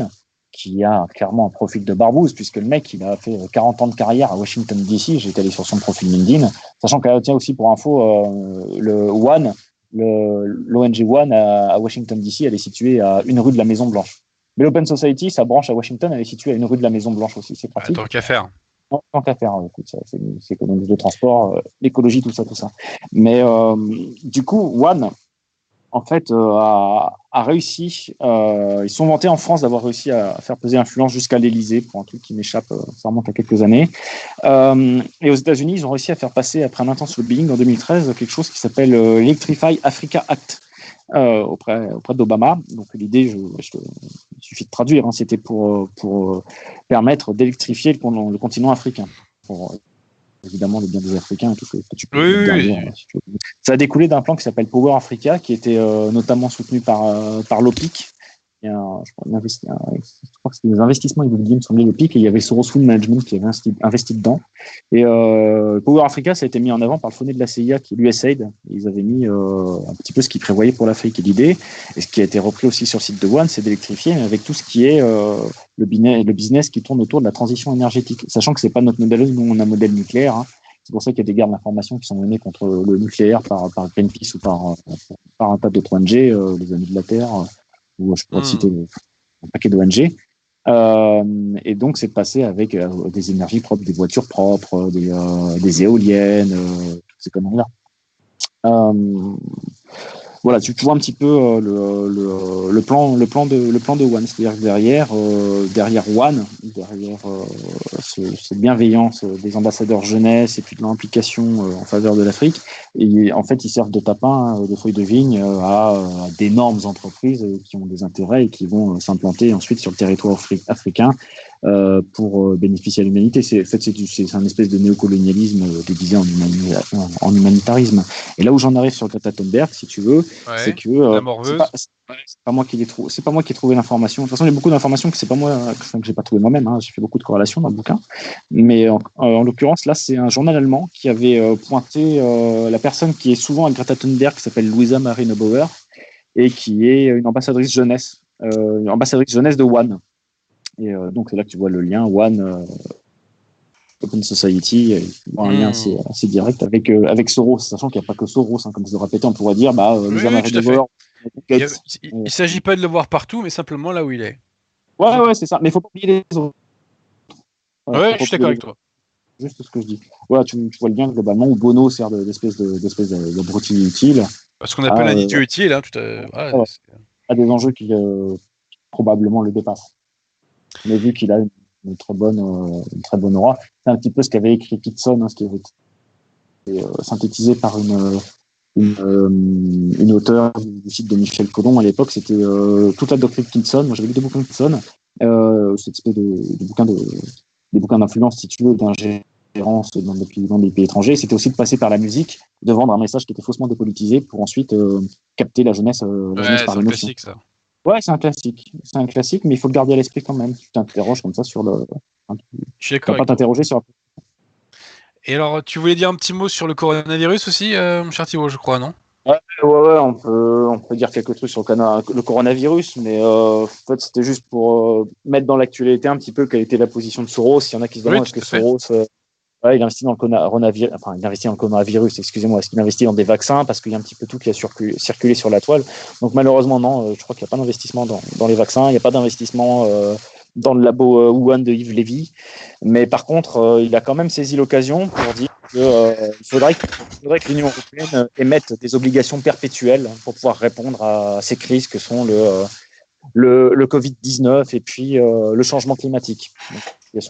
qui a clairement un profil de barbouze, puisque le mec, il a fait quarante ans de carrière à Washington D C. J'étais allé sur son profil LinkedIn, sachant qu'elle tient aussi pour info euh, le One, le, l'O N G One à, à Washington D C, elle est située à une rue de la Maison Blanche. Mais l'Open Society, sa branche à Washington, elle est située à une rue de la Maison Blanche aussi. C'est pratique. Ah, tant qu'à faire. Non, tant qu'à faire. Écoute, ça, c'est, c'est économie de transport, euh, l'écologie, tout ça, tout ça. Mais euh, du coup, One, en fait, euh, a, a réussi. Euh, ils sont vantés en France d'avoir réussi à faire peser influence jusqu'à l'Élysée pour un truc qui m'échappe. Euh, ça remonte à quelques années. Euh, et aux États-Unis, ils ont réussi à faire passer, après un intense lobbying en deux mille treize, quelque chose qui s'appelle euh, Electrify Africa Act euh, auprès, auprès d'Obama. Donc l'idée, je, je, il suffit de traduire. Hein, c'était pour pour permettre d'électrifier le, le continent africain. Pour, évidemment le bien des Africains et tout ce que tu peux oui, dire, oui, dire, si tu veux. Ça a découlé d'un plan qui s'appelle Power Africa, qui était euh, notamment soutenu par euh, par l'O P I C. Il y a un, je, crois, un, je crois que c'était des investissements immobiliers, me semblait, l'O P I C, et il y avait Soros Food Management qui avait investi, investi dedans. Et euh, Power Africa, ça a été mis en avant par le fonds de la C I A, qui est l'U S A I D. Ils avaient mis euh, un petit peu ce qu'ils prévoyaient pour l'Afrique. Et l'idée, et ce qui a été repris aussi sur le site de One, c'est d'électrifier, mais avec tout ce qui est euh, le, business, le business qui tourne autour de la transition énergétique. Sachant que c'est pas notre modèle, nous on a un modèle nucléaire. Hein. C'est pour ça qu'il y a des guerres d'information qui sont menées contre le nucléaire par, par Greenpeace ou par, par un tas d'autres O N G, euh, les Amis de la Terre, euh, ou je pourrais mmh. citer un paquet d'O N G. Euh, et donc, c'est de passer avec euh, des énergies propres, des voitures propres, des, euh, des éoliennes, euh, toutes ces conneries-là. Euh, voilà, tu, tu vois un petit peu euh, le, le, le plan, le plan de, le plan de One, c'est-à-dire que derrière, euh, derrière One, derrière euh, ce, cette bienveillance des ambassadeurs jeunesse et puis de l'implication euh, en faveur de l'Afrique, et en fait, ils servent de tapin, euh, de feuilles de vigne euh, à, à d'énormes entreprises euh, qui ont des intérêts et qui vont euh, s'implanter ensuite sur le territoire afri- africain euh, pour euh, bénéficier à l'humanité. C'est, en fait, c'est, c'est un espèce de néocolonialisme euh, déguisé en, humani- en humanitarisme. Et là où j'en arrive sur Greta Thunberg, si tu veux, ouais, c'est que euh, c'est pas, c'est, c'est pas moi qui l'ai trouvé. C'est pas moi qui ai trouvé l'information. De toute façon, il y a beaucoup d'informations que c'est pas moi que, que j'ai pas trouvé moi-même. Hein. J'ai fait beaucoup de corrélations dans le bouquin, mais en, en l'occurrence là, c'est un journal allemand qui avait euh, pointé euh, la personne qui est souvent à Greta Thunberg, qui s'appelle Louisa Marie Neubauer et qui est une ambassadrice jeunesse, euh, une ambassadrice jeunesse de One. Et euh, donc c'est là que tu vois le lien One. Euh, Open Society, bon, un mmh. lien assez, assez direct avec, euh, avec Soros, sachant qu'il n'y a pas que Soros, hein, comme je le répétais, on pourrait dire, bah, euh, oui, oui, tout à fait. Il ne s'agit pas de le voir partout, mais simplement là où il est. Ouais, ouais, c'est ça, mais il ne faut pas oublier les autres. Voilà, ouais, je suis d'accord avec toi. Juste ce que je dis. Voilà, tu, tu vois le lien globalement où Bono sert de, d'espèce de, d'espèce de, de broutille utile. Ce qu'on appelle à, un idiot euh, utile, hein, tout à, voilà, ouais, à des enjeux qui euh, probablement le dépassent. Mais vu qu'il a une une très bonne, euh, une très bonne aura. C'est un petit peu ce qu'avait écrit Kitson, hein, ce qui avait été euh, synthétisé par une, une, euh, une auteure du site de Michel Collomb à l'époque. C'était euh, toute la doctrine Kitson. Moi, j'avais lu des bouquins de Kitson, euh, cette espèce de, de bouquins de, des bouquins d'influence, si tu veux, d'ingérence dans des pays, dans des pays étrangers. C'était aussi de passer par la musique, de vendre un message qui était faussement dépolitisé pour ensuite euh, capter la jeunesse, euh, la ouais, jeunesse par l'émotion. C'est classique, ça. Ouais, c'est un classique. C'est un classique, mais il faut le garder à l'esprit quand même. Tu t'interroges comme ça sur le. Je suis d'accord. Tu vas pas t'interroger sur. Et alors, tu voulais dire un petit mot sur le coronavirus aussi, euh, mon cher Thibaut, je crois, non ? Ouais, ouais, ouais, on peut, on peut dire quelques trucs sur le, cana- le coronavirus, mais euh, en fait, c'était juste pour euh, mettre dans l'actualité un petit peu quelle était la position de Soros. Il y en a qui se demandent oui, est-ce que Soros. Euh, Ouais, il investit dans le coronavirus, enfin, il investit dans le coronavirus, excusez-moi, est-ce qu'il investit dans des vaccins? Parce qu'il y a un petit peu tout qui a circulé, circulé sur la toile. Donc, malheureusement, non, je crois qu'il n'y a pas d'investissement dans, dans les vaccins, il n'y a pas d'investissement euh, dans le labo euh, Wuhan de Yves Lévy. Mais par contre, euh, il a quand même saisi l'occasion pour dire qu'il euh, faudrait, que, faudrait que l'Union européenne émette des obligations perpétuelles pour pouvoir répondre à ces crises que sont le, euh, le, le covid dix-neuf et puis euh, le changement climatique. Donc,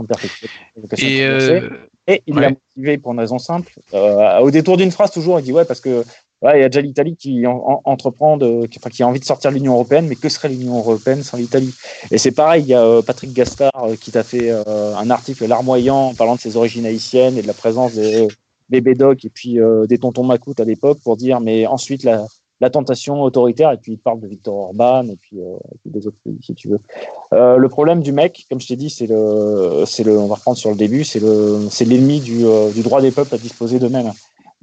et, euh, et il ouais. l'a motivé pour une raison simple. Euh, au détour d'une phrase, toujours, il dit ouais, parce que ouais, il y a déjà l'Italie qui en, en, entreprend, de, qui, enfin, qui a envie de sortir de l'Union européenne, mais que serait l'Union européenne sans l'Italie? Et c'est pareil, il y a euh, Patrick Gaspard euh, qui t'a fait euh, un article larmoyant en parlant de ses origines haïtiennes et de la présence des, des Bédocs et puis euh, des tontons Macoutes à l'époque pour dire, mais ensuite la la tentation autoritaire, et puis il parle de Viktor Orban, et puis, euh, et puis des autres pays, si tu veux. Euh, le problème du mec, comme je t'ai dit, c'est le, c'est le, on va reprendre sur le début, c'est le, c'est l'ennemi du, euh, du droit des peuples à disposer d'eux-mêmes.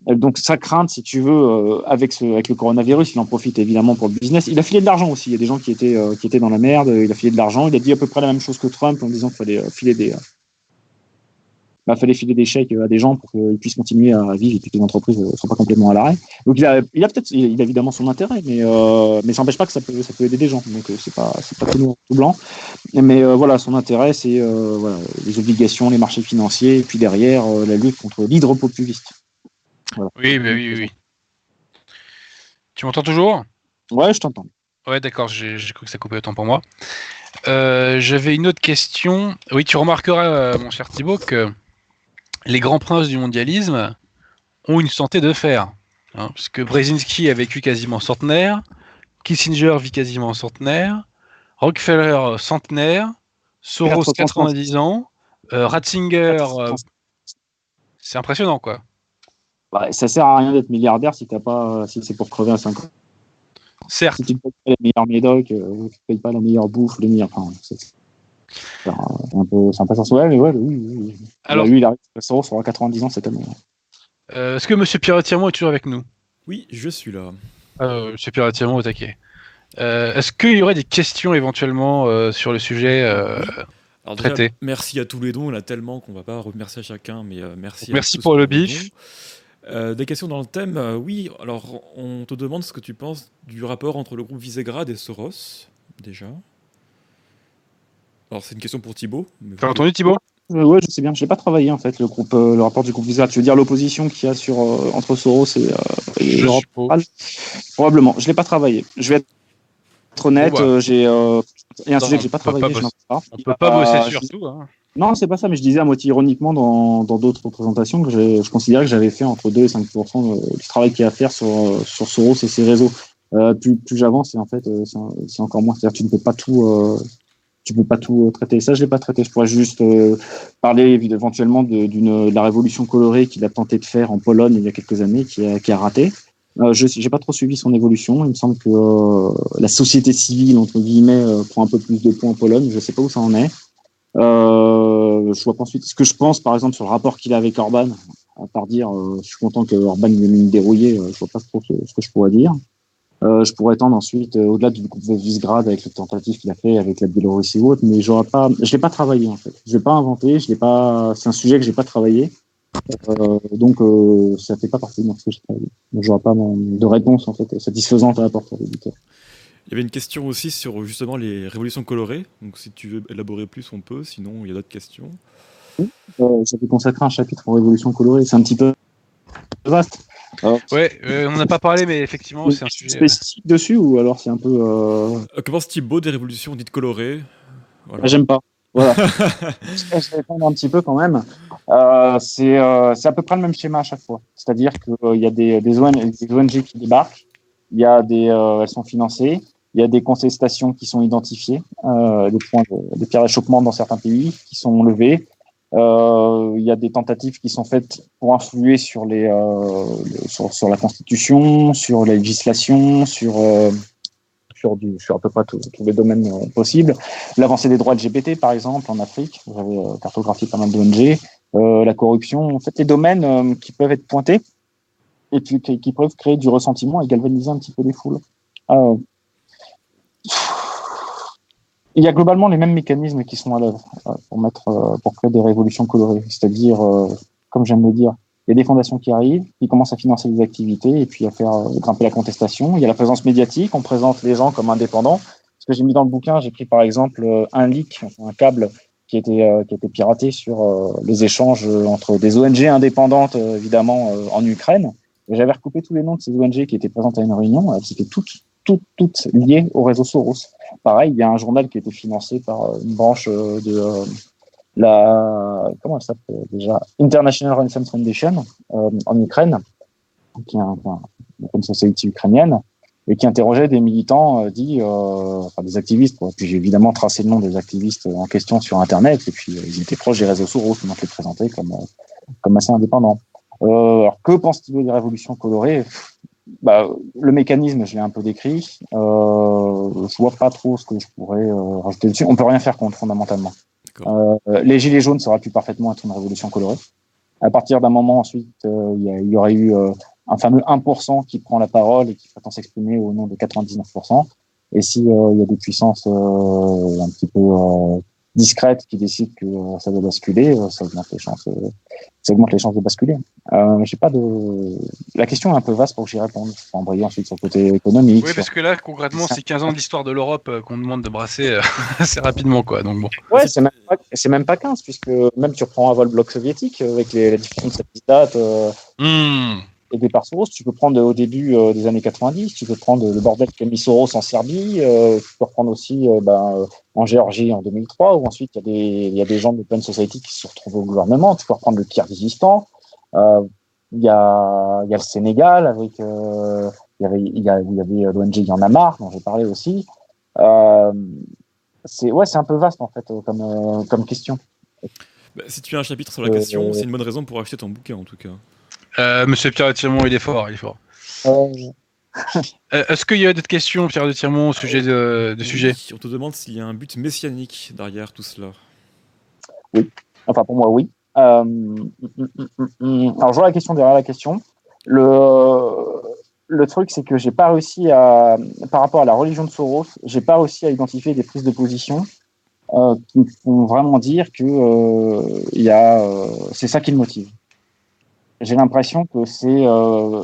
Donc sa crainte, si tu veux, euh, avec, ce, avec le coronavirus, il en profite évidemment pour le business. Il a filé de l'argent aussi. Il y a des gens qui étaient, euh, qui étaient dans la merde. Il a filé de l'argent. Il a dit à peu près la même chose que Trump en disant qu'il fallait euh, filer des, euh, bah, fallait filer des chèques à des gens pour qu'ils puissent continuer à vivre et puis que les entreprises ne soient pas complètement à l'arrêt. Donc il a, il a peut-être, il a évidemment son intérêt, mais euh, mais ça n'empêche pas que ça peut, ça peut aider des gens. Donc euh, c'est pas, c'est pas tout noir, tout blanc. Mais euh, voilà, son intérêt, c'est euh, voilà, les obligations, les marchés financiers, et puis derrière euh, la lutte contre l'hydre populiste. Voilà. Oui, bah oui, oui, oui. Tu m'entends toujours ? Ouais, je t'entends. Ouais, d'accord, j'ai, j'ai cru que ça coupait autant pour moi. Euh, j'avais une autre question. Oui, tu remarqueras, euh, mon cher Thibaut, que les grands princes du mondialisme ont une santé de fer. Hein, parce que Brzezinski a vécu quasiment centenaire, Kissinger vit quasiment centenaire, Rockefeller centenaire, Soros quatre-vingt-dix ans, euh, Ratzinger, euh, c'est impressionnant, quoi. Bah, ça sert à rien d'être milliardaire si t'as pas, si c'est pour crever à cinq ans. Certes. Si tu ne payes pas les meilleurs médocs, euh, tu ne payes pas la meilleure bouffe, les meilleurs. Enfin, c'est, c'est un peu, c'est un peu sensuel, mais ouais, oui, oui. Alors, lui, il arrive à Soros aura quatre-vingt-dix ans cette année. Euh, est-ce que M. Pierre-Tirmont est toujours avec nous ? Oui, je suis là. Euh, M. Pierre-Tirmont, au taquet. Euh, est-ce qu'il y aurait des questions éventuellement euh, sur le sujet euh, Alors traité déjà, merci à tous les dons, il y en a tellement qu'on ne va pas remercier à chacun, mais euh, merci Donc, à merci tous pour le les bif. dons. Euh, des questions dans le thème, euh, oui, alors on te demande ce que tu penses du rapport entre le groupe Visegrad et Soros, déjà. Alors c'est une question pour Thibaut. T'as entendu Thibaut ? Euh, ouais, je sais bien. Je l'ai pas travaillé en fait le groupe, euh, le rapport du groupe Visegrad. Tu veux dire l'opposition qu'il y a sur euh, entre Soros et, euh, et l'Europe ? Probablement. Je l'ai pas travaillé. Je vais être honnête. Bon bah. euh, j'ai euh, il y a un Non, sujet que j'ai pas travaillé. Pas je bosser. pas. On peut pas bosser euh, sur je... tout. Hein. Non, c'est pas ça. Mais je disais à moitié ironiquement dans dans d'autres présentations que je, je considérais que j'avais fait entre deux et cinq pour cent du travail qu'il y a à faire sur sur Soros et ses réseaux. Euh, plus plus j'avance et en fait euh, c'est, c'est encore moins. C'est-à-dire que tu ne peux pas tout. Euh, Tu peux pas tout traiter. Ça, je l'ai pas traité. Je pourrais juste euh, parler éventuellement de, d'une, de la révolution colorée qu'il a tenté de faire en Pologne il y a quelques années, qui a, qui a raté. Euh, je j'ai pas trop suivi son évolution. Il me semble que euh, la société civile, entre guillemets, euh, prend un peu plus de points en Pologne. Je sais pas où ça en est. Euh, je vois pas ensuite ce que je pense, par exemple, sur le rapport qu'il a avec Orban. À part dire, euh, je suis content que Orban lui ait mis une dérouillée. Euh, je vois pas trop ce, ce que je pourrais dire. Euh, je pourrais tendre ensuite euh, au-delà du groupe Visegrad avec le tentative qu'il a fait avec la Biélorussie ou autre, mais j'aurais pas, je l'ai pas travaillé en fait. Je l'ai pas inventé, je l'ai pas. C'est un sujet que j'ai pas travaillé, euh, donc euh, ça fait pas partie de ce que j'ai travaillé. Donc j'aurais pas de réponse en fait satisfaisante à apporter à l'éditeur. Il y avait une question aussi sur justement les révolutions colorées. Donc si tu veux élaborer plus, on peut. Sinon, il y a d'autres questions. Oui, euh, j'avais consacré un chapitre aux révolutions colorées. C'est un petit peu vaste. Alors, ouais, euh, on n'en a pas parlé, mais effectivement, c'est un sujet spécifique euh... dessus ou alors c'est un peu. Euh... Que pense Thibaut des révolutions dites colorées ? Voilà. J'aime pas. Voilà. Je vais répondre un petit peu quand même. Euh, c'est, euh, c'est à peu près le même schéma à chaque fois. C'est-à-dire qu'il euh, y a des, des, O N G, des O N G qui débarquent, il y a des, euh, elles sont financées, il y a des contestations qui sont identifiées, euh, des points, de, des pierres d'achoppement dans certains pays qui sont levés. Euh, il y a des tentatives qui sont faites pour influer sur les, euh, sur, sur la Constitution, sur la législation, sur euh, sur du, sur à peu près tous les domaines euh, possibles. L'avancée des droits L G B T, par exemple, en Afrique, j'avais euh, cartographié pas mal d'O N G. Euh, la corruption, en fait, les domaines euh, qui peuvent être pointés et puis qui, qui peuvent créer du ressentiment et galvaniser un petit peu les foules. Euh, il y a globalement les mêmes mécanismes qui sont à l'œuvre euh, pour mettre, euh, pour créer des révolutions colorées. C'est-à-dire, euh, comme j'aime le dire, il y a des fondations qui arrivent, qui commencent à financer des activités et puis à faire euh, grimper la contestation. Il y a la présence médiatique, on présente les gens comme indépendants. Ce que j'ai mis dans le bouquin, j'ai pris par exemple euh, un leak, un câble qui était euh, qui était piraté sur euh, les échanges entre des O N G indépendantes, euh, évidemment, euh, en Ukraine. Et j'avais recoupé tous les noms de ces O N G qui étaient présentes à une réunion. Elles étaient toutes, toutes, toutes liées au réseau Soros. Pareil, il y a un journal qui était financé par une branche euh, de euh, la comment elle s'appelle déjà International Renaissance Foundation euh, en Ukraine, qui est un, un, une société ukrainienne et qui interrogeait des militants euh, dits, euh, enfin des activistes. Quoi. Puis j'ai évidemment tracé le nom des activistes en question sur Internet et puis euh, ils étaient proches des réseaux Soros, donc les présentaient comme euh, comme assez indépendants. Euh, alors que pense-t-il des révolutions colorées ? Bah, le mécanisme, je l'ai un peu décrit. Euh, je vois pas trop ce que je pourrais euh, rajouter dessus. On peut rien faire contre fondamentalement. Euh, les gilets jaunes, ça aurait pu parfaitement être une révolution colorée. À partir d'un moment, ensuite, euh, il, y a, il y aurait eu euh, un fameux un pour cent qui prend la parole et qui prétend s'exprimer au nom de quatre-vingt-dix-neuf pour cent. Et si euh, il y a des puissances euh, un petit peu euh, discrètes qui décident que euh, ça doit basculer, euh, ça augmente les chances, euh, ça augmente les chances de basculer. Euh, j'ai pas de. La question est un peu vaste pour que j'y réponde. Je peux embrayer ensuite sur le côté économique. Oui, sur... parce que là, concrètement, c'est quinze ans d'histoire de l'Europe euh, qu'on demande de brasser euh, assez rapidement, quoi. Donc bon. Ouais, c'est même pas, c'est même pas quinze, puisque même tu reprends avant le bloc soviétique avec les, la diffusion de cette date. Euh, mmh. Et départ Soros, tu peux prendre au début euh, des années quatre-vingt-dix, tu peux prendre le bordel qu'a mis Soros en Serbie, euh, tu peux reprendre aussi euh, ben, euh, en Géorgie en deux mille trois, où ensuite il y a des il y a des gens de l'Open Society qui se retrouvent au gouvernement. Tu peux reprendre le Kirghizistan, euh, il y a il y a le Sénégal avec euh, il y avait il y a il y avait l'O N G Y'en a marre dont j'ai parlé aussi. Euh, c'est ouais c'est un peu vaste en fait comme euh, comme question. Bah, si tu as un chapitre sur la question, euh, c'est une bonne raison pour acheter ton bouquin en tout cas. Euh, Monsieur Pierre de Tirmont, il est fort, il est fort. Euh... euh, Est-ce qu'il y a d'autres questions, Pierre de Tirmont, au sujet de, de oui, sujet? On te demande s'il y a un but messianique derrière tout cela. Oui, enfin pour moi oui. Euh... Alors je vois la question derrière la question. Le, le truc c'est que j'ai pas réussi à, par rapport à la religion de Soros, j'ai pas réussi à identifier des prises de position euh, qui font vraiment dire que euh, il y a, euh, c'est ça qui le motive. J'ai l'impression que c'est, euh,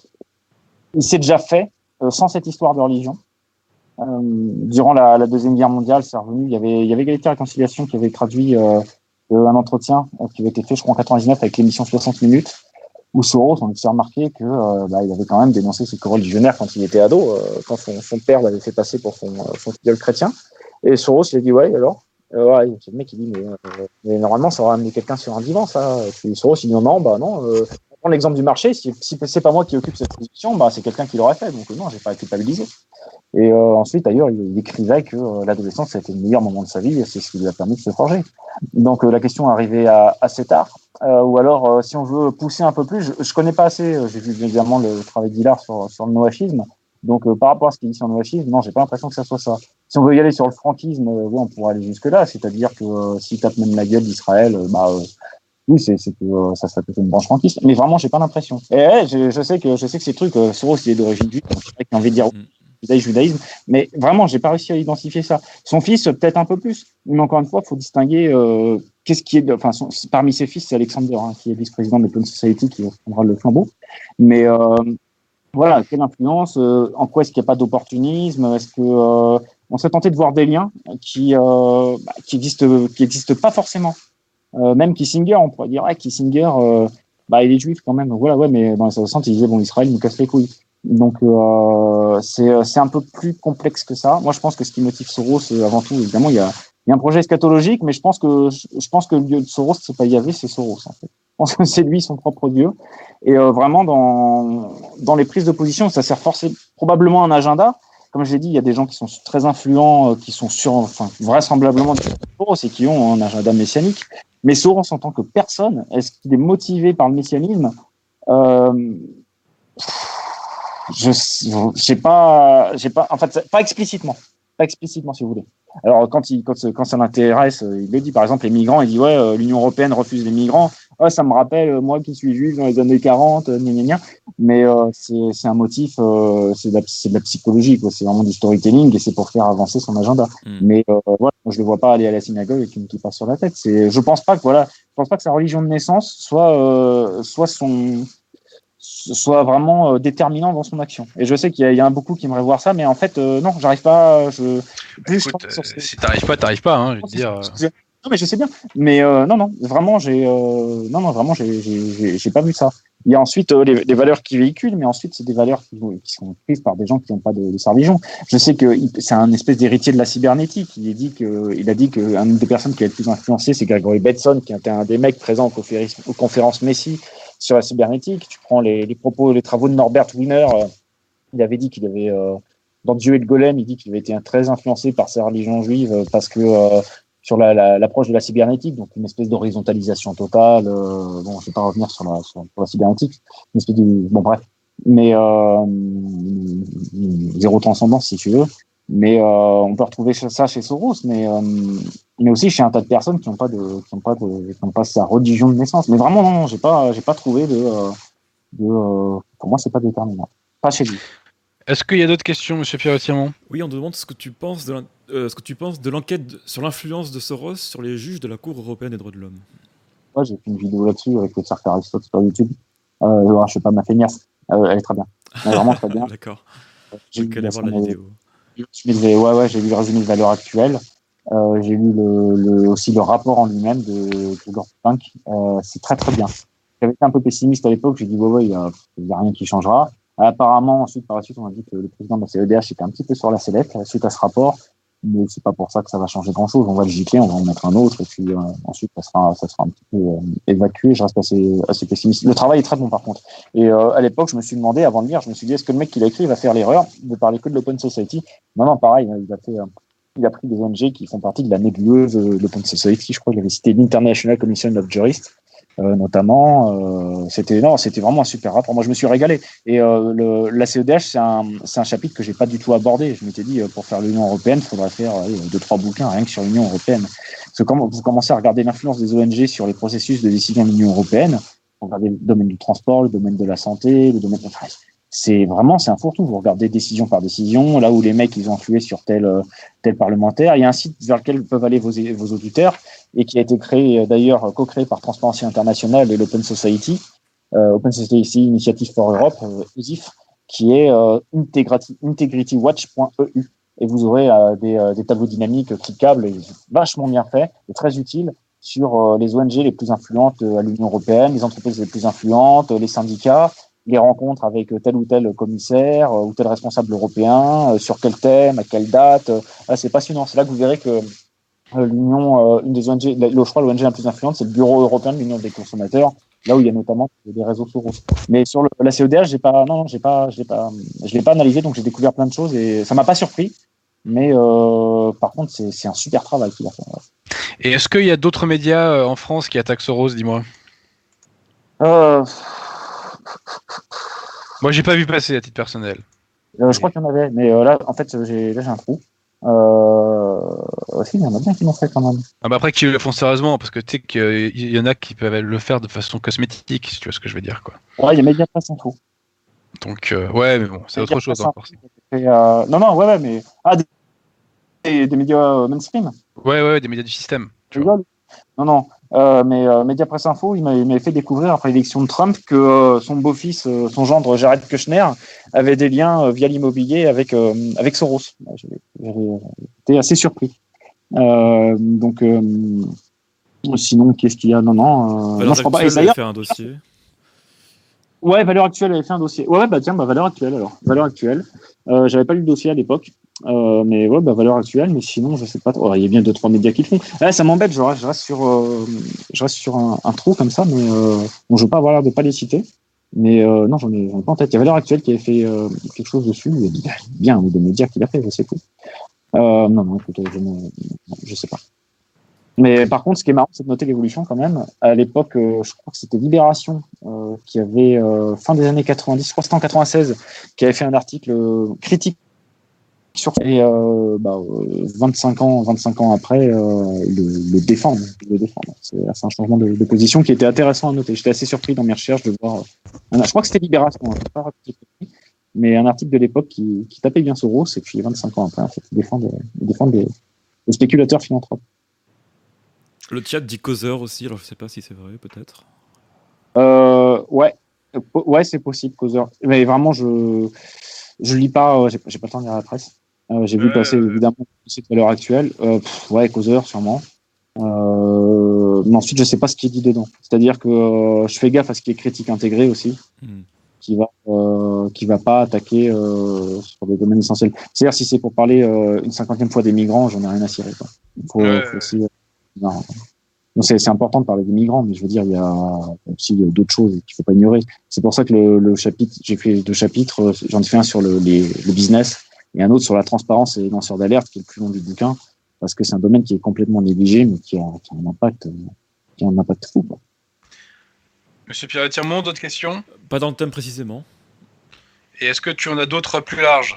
il s'est déjà fait euh, sans cette histoire de religion. Euh, durant la, la deuxième guerre mondiale, c'est revenu. Il y avait, il y avait Égalité et Réconciliation qui avait traduit euh, un entretien euh, qui avait été fait, je crois, en quatre-vingt-dix-neuf avec l'émission soixante minutes, où Soros, on s'est remarqué que euh, bah, il avait quand même dénoncé ses co-religionnaires quand il était ado, euh, quand son, son père l'avait fait passer pour son, son fidèle chrétien. Et Soros, il a dit ouais, alors. Euh, ouais, le mec il dit mais, euh, mais normalement ça aurait amené quelqu'un sur un divan ça. Et Soros il dit non non bah non. Euh, on prend l'exemple du marché, si, si c'est pas moi qui occupe cette position, bah c'est quelqu'un qui l'aurait fait. Donc euh, non, j'ai pas culpabilisé. Et euh, ensuite d'ailleurs il, il écrivait que euh, l'adolescence ça a été le meilleur moment de sa vie et c'est ce qui lui a permis de se forger. Donc euh, la question est arrivée à, assez tard. Euh, ou alors euh, si on veut pousser un peu plus, je, je connais pas assez. Euh, j'ai vu évidemment le travail d'Hillard sur sur le noachisme. Donc euh, par rapport à ce qu'il dit sur le noachisme, non, j'ai pas l'impression que ça soit ça. Si on veut y aller sur le franquisme, euh, ouais, on pourrait aller jusque-là, c'est-à-dire que euh, s'il tape même la gueule d'Israël, euh, bah euh, oui, c'est, c'est que euh, ça serait peut-être une branche franquiste. Mais vraiment, j'ai pas l'impression. Et ouais, je, je sais que je sais que ces trucs, euh, Soros il est d'origine juive, donc c'est vrai qu'il a envie de dire judaïsme, judaïsme, mais vraiment, j'ai pas réussi à identifier ça. Son fils, peut-être un peu plus, mais encore une fois, il faut distinguer euh, qu'est-ce qui est, de, enfin, son, parmi ses fils, c'est Alexander, hein, qui est vice-président de l'Open Society, qui prendra le flambeau. Mais euh, voilà, quelle influence, euh, en quoi est-ce qu'il n'y a pas d'opportunisme, est-ce que euh, on serait tenté de voir des liens qui euh, bah, qui existent qui existent pas forcément. Euh, même Kissinger, on pourrait dire ah Kissinger, euh, bah il est juif quand même. Voilà ouais, mais dans les soixante, il disait bon Israël nous casse les couilles. Donc euh, c'est c'est un peu plus complexe que ça. Moi je pense que ce qui motive Soros, c'est avant tout évidemment il y a il y a un projet eschatologique, mais je pense que je pense que le dieu de Soros c'est pas Yahvé, c'est Soros en fait. Je pense que c'est lui son propre dieu. Et euh, vraiment dans dans les prises de position, ça sert forcément probablement un agenda. Comme je l'ai dit, il y a des gens qui sont très influents, euh, qui sont sur, enfin, vraisemblablement des Soros et qui ont un agenda messianique. Mais Soros, en tant que personne, est-ce qu'il est motivé par le messianisme euh, Je sais pas, j'ai pas, en fait, pas explicitement, pas explicitement si vous voulez. Alors quand il, quand, quand ça m'intéresse, il le dit. Par exemple, les migrants, il dit ouais, euh, l'Union européenne refuse les migrants. Ouais, ça me rappelle euh, moi qui suis juif dans les années quarante, euh, gna gna gna. Mais euh, c'est, c'est un motif, euh, c'est, de la, c'est de la psychologie, quoi. C'est vraiment du storytelling et c'est pour faire avancer son agenda. Mm. Mais euh, voilà, je le vois pas aller à la synagogue avec une kippa sur la tête. C'est, je pense pas que voilà, je pense pas que sa religion de naissance soit, euh, soit son soit vraiment euh, déterminant dans son action. Et je sais qu'il y a, il y a beaucoup qui aimeraient voir ça, mais en fait, euh, non, j'arrive pas. Je, plus Écoute, je euh, ces... si t'arrives pas, t'arrives pas. Hein, je veux dire. Non, mais je sais bien. Mais euh, non, non, vraiment, j'ai, euh, non, non, vraiment, j'ai, j'ai, j'ai pas vu ça. Il y a ensuite euh, les, les valeurs qu'il véhicule, mais ensuite c'est des valeurs qui, qui sont prises par des gens qui n'ont pas de, de sa religion. Je sais que c'est un espèce d'héritier de la cybernétique. Il a dit que, il a dit que une des personnes qui a le plus influencé, c'est Gregory Bateson, qui était un des mecs présents aux, aux conférences Messi sur la cybernétique. Tu prends les, les propos, les travaux de Norbert Wiener. Euh, il avait dit qu'il avait, euh, dans Dieu et le Golem, il dit qu'il avait été très influencé par sa religion juive euh, parce que euh, sur la, la, l'approche de la cybernétique, donc une espèce d'horizontalisation totale. Euh, bon, je vais pas revenir sur la, sur, sur la cybernétique, une espèce de, bon bref, mais euh, zéro transcendance si tu veux. Mais euh, on peut retrouver ça chez Soros, mais euh, mais aussi chez un tas de personnes qui n'ont pas de qui ont pas de qui ont pas sa religion de naissance. Mais vraiment non, non j'ai pas j'ai pas trouvé de, euh, de euh, pour moi c'est pas déterminant. Pas chez lui. Est-ce qu'il y a d'autres questions, Monsieur Pierre-Tirmont ? Oui, on te demande ce que tu penses de, euh, ce que tu penses de l'enquête sur l'influence de Soros sur les juges de la Cour européenne des droits de l'homme. Ouais, j'ai fait une vidéo là-dessus avec le cercle Aristote sur YouTube. Euh, je sais pas ma feignasse. Euh, elle est très bien. Elle est vraiment très bien. D'accord. J'ai Donc, allez voir la vidéo. Ouais, ouais, j'ai lu le résumé de valeur actuelle. Euh, j'ai lu le, le, aussi le rapport en lui-même de, de Lord Punk. Euh, c'est très très bien. J'avais été un peu pessimiste à l'époque. J'ai dit ouais ouais, il y a, il y a rien qui changera. Apparemment, ensuite par la suite, on m'a dit que le président de la C E D H était un petit peu sur la sellette suite à ce rapport. Mais c'est pas pour ça que ça va changer grand-chose. On va le gicler, on va en mettre un autre, et puis euh, ensuite ça sera, ça sera un petit peu euh, évacué. Je reste assez, assez pessimiste. Le travail est très bon par contre. Et euh, à l'époque, je me suis demandé, avant de lire, je me suis dit, est-ce que le mec qui l'a écrit va faire l'erreur de parler que de l'Open Society ? Non, non, pareil, il a fait, euh, il a pris des O N G qui font partie de la nébuleuse de l'Open Society. Je crois qu'il avait cité l'International Commission of Jurists. Euh, notamment, euh, c'était non, c'était vraiment un super rapport. Moi, je me suis régalé. Et euh, le, la C E D H, c'est un, c'est un chapitre que j'ai pas du tout abordé. Je m'étais dit, euh, pour faire l'Union européenne, il faudrait faire euh, deux, trois bouquins rien que sur l'Union européenne. Parce que quand vous commencez à regarder l'influence des O N G sur les processus de décision de l'Union européenne, vous regardez le domaine du transport, le domaine de la santé, le domaine de... Enfin, c'est vraiment, c'est un fourre-tout. Vous regardez décision par décision, là où les mecs, ils ont influé sur tel, tel parlementaire. Il y a un site vers lequel peuvent aller vos, vos auditeurs et qui a été créé, d'ailleurs, co-créé par Transparency International et l'Open Society, euh, Open Society Initiative for Europe, euh, U S I F, qui est euh, integrity watch point e u. Et vous aurez euh, des, euh, des tableaux dynamiques cliquables et vachement bien faits et très utiles sur euh, les O N G les plus influentes à l'Union européenne, les entreprises les plus influentes, les syndicats, les rencontres avec tel ou tel commissaire ou tel responsable européen, sur quel thème, à quelle date. Là, c'est passionnant. C'est là que vous verrez que l'Union, une des O N G, je crois l'O N G la plus influente, c'est le Bureau européen de l'Union des consommateurs, là où il y a notamment des réseaux Soros. Mais sur le, la C E D H, j'ai pas, non, non, j'ai pas, j'ai pas, je l'ai pas analysé, donc j'ai découvert plein de choses et ça m'a pas surpris. Mais euh, par contre, c'est, c'est un super travail qu'il a fait. Ouais. Et est-ce qu'il y a d'autres médias en France qui attaquent Soros, dis-moi ? Euh... Moi, j'ai pas vu passer à titre personnel. Euh, je crois qu'il y en avait, mais euh, là, en fait, j'ai, là, j'ai un trou. Euh... Si, il y en a bien qui l'ont fait quand même. Ah bah après, qui le font sérieusement, parce que tu sais qu'il y en a qui peuvent le faire de façon cosmétique, si tu vois ce que je veux dire, quoi. Ouais, il y a Mediapresse Info. Donc, euh, ouais, mais bon, c'est autre chose encore. Et, euh... Non, non, ouais, ouais, mais. Ah, des, des, des médias mainstream. Ouais, ouais, des médias du système. Tu vois. Non, non. Euh, mais euh, Mediapresse Info, il m'avait fait découvrir après l'élection de Trump que euh, son beau-fils, euh, son gendre Jared Kushner, avait des liens euh, via l'immobilier avec euh, avec Soros. J'avais, j'avais été assez surpris. Euh, donc, euh, sinon, qu'est-ce qu'il y a ? Non, non. Euh, non, je crois pas. Et d'ailleurs, fait un dossier. Ouais, Valeur Actuelle avait fait un dossier. Ouais, bah tiens, bah Valeur Actuelle alors. Valeur Actuelle. Euh, j'avais pas lu le dossier à l'époque. Euh, mais ouais, bah Valeur Actuelle, mais sinon je sais pas trop. Il y a bien deux trois médias qui le font. Là, ça m'embête, je reste, je reste sur, euh, je reste sur un, un trou comme ça, mais euh, bon, je veux pas avoir l'air de pas les citer. Mais euh, non, j'en ai, j'en ai pas en tête. Il y a Valeur Actuelle qui avait fait euh, quelque chose dessus. Il y a bien un ou deux médias qui l'a fait, je sais plus. Euh, non, non, écoute, je, ne, je sais pas. Mais par contre, ce qui est marrant, c'est de noter l'évolution quand même. À l'époque, euh, je crois que c'était Libération euh, qui avait, euh, fin des années quatre-vingt-dix, je crois que c'était en quatre-vingt-seize, qui avait fait un article euh, critique sur et euh, bah, vingt-cinq ans, vingt-cinq ans après, euh, le, le défendre, le défendre. C'est, c'est un changement de, de position qui était intéressant à noter. J'étais assez surpris dans mes recherches de voir. Euh, je crois que c'était Libération, hein, pas rapide, mais un article de l'époque qui, qui tapait bien Soros et puis vingt-cinq ans après, en fait, il défend des, il défend des, des spéculateurs philanthropes. Le chat dit causeur aussi, alors je sais pas si c'est vrai, peut-être. Euh, ouais, ouais, c'est possible, causeur. Mais vraiment, je je lis pas, euh, j'ai, j'ai pas le temps de lire la presse. Euh, j'ai vu euh... passer évidemment cette valeur actuelle. Euh, pff, ouais, causeur sûrement. Euh, mais ensuite, je sais pas ce qui est dit dedans. C'est-à-dire que euh, je fais gaffe à ce qui est critique intégrée aussi, mm. qui va euh, qui va pas attaquer euh, sur des domaines essentiels. C'est-à-dire si c'est pour parler euh, une cinquantième fois des migrants, j'en ai rien à cirer. Quoi. Il faut, euh... faut aussi. Euh, non. Donc c'est, c'est important de parler des migrants, mais je veux dire, il y a aussi d'autres choses qu'il faut pas ignorer. C'est pour ça que le, le chapitre, j'ai fait deux chapitres, j'en ai fait un sur le, les, le business et un autre sur la transparence et les lanceurs d'alerte, qui est le plus long du bouquin, parce que c'est un domaine qui est complètement négligé, mais qui a, qui a un impact, qui a un impact fou, quoi. Monsieur Pierre-Tirmont, d'autres questions ? Pas dans le thème précisément. Et est-ce que tu en as d'autres plus larges ?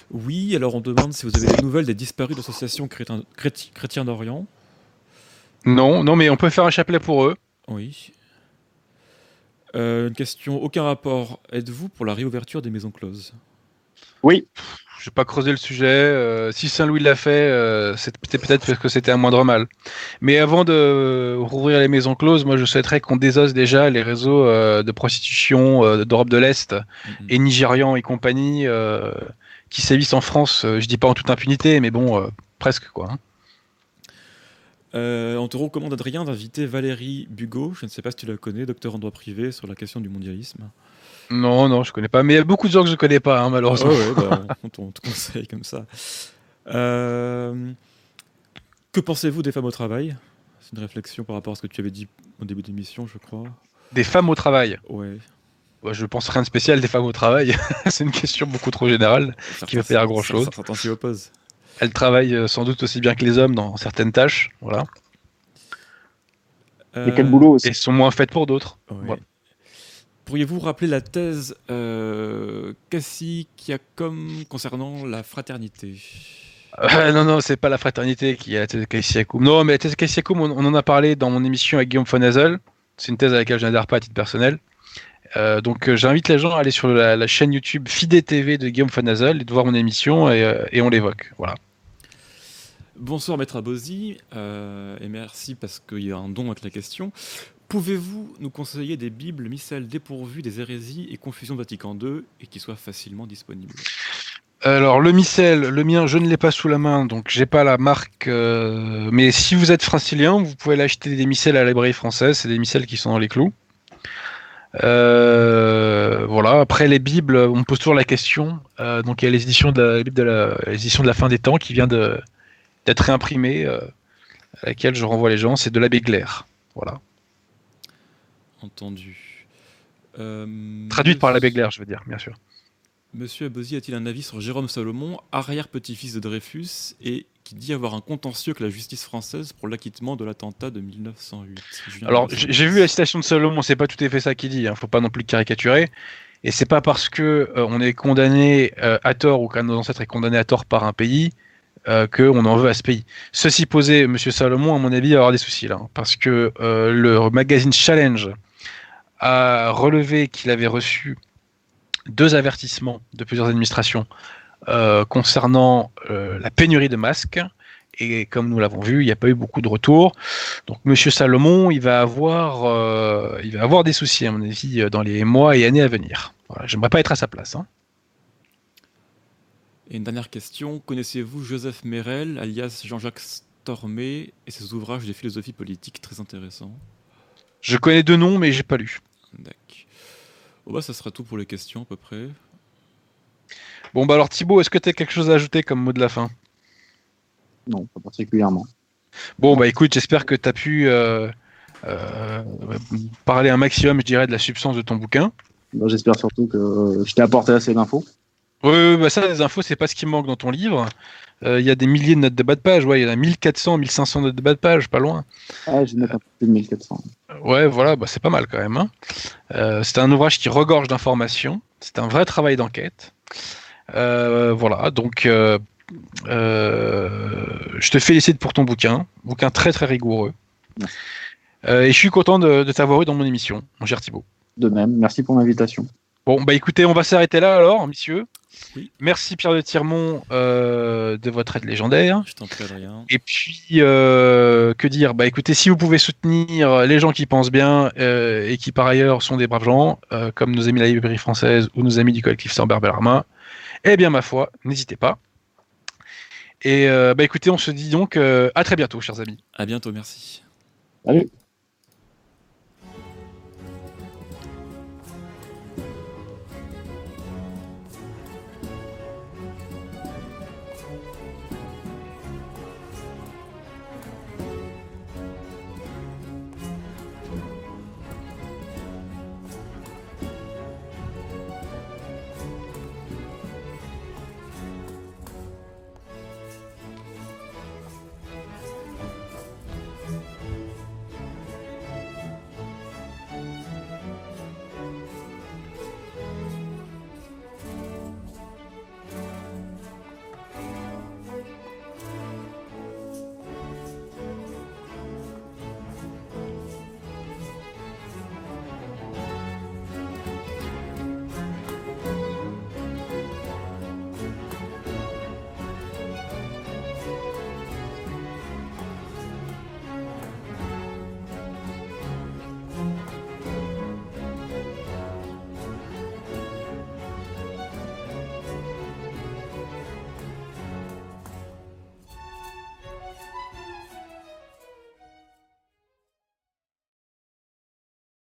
Oui, alors on demande si vous avez des nouvelles des disparus d'associations chrétien, chréti- chrétiens d'Orient. Non, non, mais on peut faire un chapelet pour eux. Oui. Euh, une question, aucun rapport. Êtes-vous pour la réouverture des maisons closes? Oui. Je vais pas creuser le sujet. Euh, si Saint-Louis l'a fait, euh, c'était peut-être parce que c'était un moindre mal. Mais avant de rouvrir les maisons closes, moi je souhaiterais qu'on désosse déjà les réseaux euh, de prostitution euh, d'Europe de l'Est Mm-hmm. et nigérians et compagnie euh, qui sévissent en France. Euh, je dis pas en toute impunité, mais bon, euh, presque quoi. Hein. Euh, on te recommande, Adrien, d'inviter Valérie Bugot, je ne sais pas si tu la connais, docteur en droit privé, sur la question du mondialisme. Non, non, je connais pas. Mais il y a beaucoup de gens que je connais pas, hein, malheureusement. Ah ouais, bah, on, on te conseille comme ça. Euh, que pensez-vous des femmes au travail? C'est une réflexion par rapport à ce que tu avais dit au début de l'émission, je crois. Des femmes au travail. Ouais. Bah, je pense rien de spécial des femmes au travail. C'est une question beaucoup trop générale Certains, qui va pas dire grand chose. Certains s'y opposent. Elles travaillent euh, sans doute aussi bien que les hommes dans certaines tâches, voilà. Euh... Et quel boulot aussi. Et sont moins faites pour d'autres. Ouais. Voilà. Pourriez-vous rappeler la thèse euh, Cassie-Kiakum concernant la fraternité? euh, Non, non, c'est pas la fraternité qui est la thèse Cassie-Kiakum. Non, mais la thèse Cassie-Kiakum, on, on en a parlé dans mon émission avec Guillaume von Hazel. C'est une thèse à laquelle je n'adhère pas à titre personnel. Euh, donc euh, j'invite les gens à aller sur la, la chaîne YouTube Fidé T V de Guillaume von Hazel et de voir mon émission et, euh, et on l'évoque. Voilà. Bonsoir Maître Abosi, euh, et merci parce qu'il y a un don avec la question. Pouvez-vous nous conseiller des bibles missales dépourvues des hérésies et confusions de Vatican deux et qui soient facilement disponibles? Alors le missel, le mien, je ne l'ai pas sous la main, donc j'ai pas la marque. Euh, mais si vous êtes francilien, vous pouvez l'acheter des missels à la librairie française. C'est des missels qui sont dans les clous. Euh, voilà. Après les bibles, on me pose toujours la question. Euh, donc il y a les éditions de la, de la, les éditions de la fin des temps qui vient de d'être réimprimée, euh, à laquelle je renvoie les gens. C'est de l'abbé Glaire. Voilà. Entendu. Euh, Traduite monsieur... par l'abbé Glaire, je veux dire, bien sûr. Monsieur Abosi a-t-il un avis sur Jérôme Salomon, arrière-petit-fils de Dreyfus, et qui dit avoir un contentieux avec la justice française pour l'acquittement de l'attentat de mille neuf cent huit? Alors, j'ai vu la citation de Salomon, c'est pas tout à fait ça qu'il dit, hein, faut pas non plus caricaturer. Et c'est pas parce que euh, on est condamné euh, à tort ou qu'un de nos ancêtres est condamné à tort par un pays euh, qu'on en veut à ce pays. Ceci posé, Monsieur Salomon, à mon avis, va avoir des soucis là, hein, parce que euh, le magazine Challenge a relevé qu'il avait reçu deux avertissements de plusieurs administrations euh, concernant euh, la pénurie de masques. Et comme nous l'avons vu, il n'y a pas eu beaucoup de retours. Donc Monsieur Salomon, il va avoir, euh, il va avoir des soucis, à mon avis, dans les mois et années à venir. Voilà, j'aimerais pas être à sa place. Hein. Et une dernière question, connaissez-vous Joseph Merel, alias Jean-Jacques Stormé, et ses ouvrages de philosophie politique très intéressants? Je connais deux noms, mais j'ai pas lu. D'accord. Oh bah, ça sera tout pour les questions à peu près. Bon bah alors Thibaut, est-ce que tu as quelque chose à ajouter comme mot de la fin? Non, pas particulièrement. Bon bah écoute, j'espère que tu as pu euh, euh, parler un maximum, je dirais, de la substance de ton bouquin. Bah, j'espère surtout que je t'ai apporté assez d'infos. Oui, oui, bah ça, les infos, c'est pas ce qui me manque dans ton livre. Il euh, y a des milliers de notes de bas de page, ouais, il y en a mille quatre cents, mille cinq cents notes de bas de page, pas loin. Ah, je vais mettre un peu plus de mille quatre cents. Ouais, voilà, bah, c'est pas mal quand même. Hein. Euh, c'est un ouvrage qui regorge d'informations, c'est un vrai travail d'enquête. Euh, voilà, donc euh, euh, je te félicite pour ton bouquin, bouquin très très rigoureux. Euh, et je suis content de, de t'avoir eu dans mon émission, mon cher Thibaut. De même, merci pour l'invitation. Bon, bah écoutez, on va s'arrêter là alors, messieurs. Oui. Merci Pierre de Tirmont euh, de votre aide légendaire. Je t'en prie, Adrien. Et puis, euh, que dire? Bah écoutez, si vous pouvez soutenir les gens qui pensent bien euh, et qui par ailleurs sont des braves gens, euh, comme nos amis de la librairie française ou nos amis du collectif Sambert Bellarmin, eh bien ma foi, n'hésitez pas. Et euh, bah écoutez, on se dit donc euh, à très bientôt, chers amis. À bientôt, merci. Salut.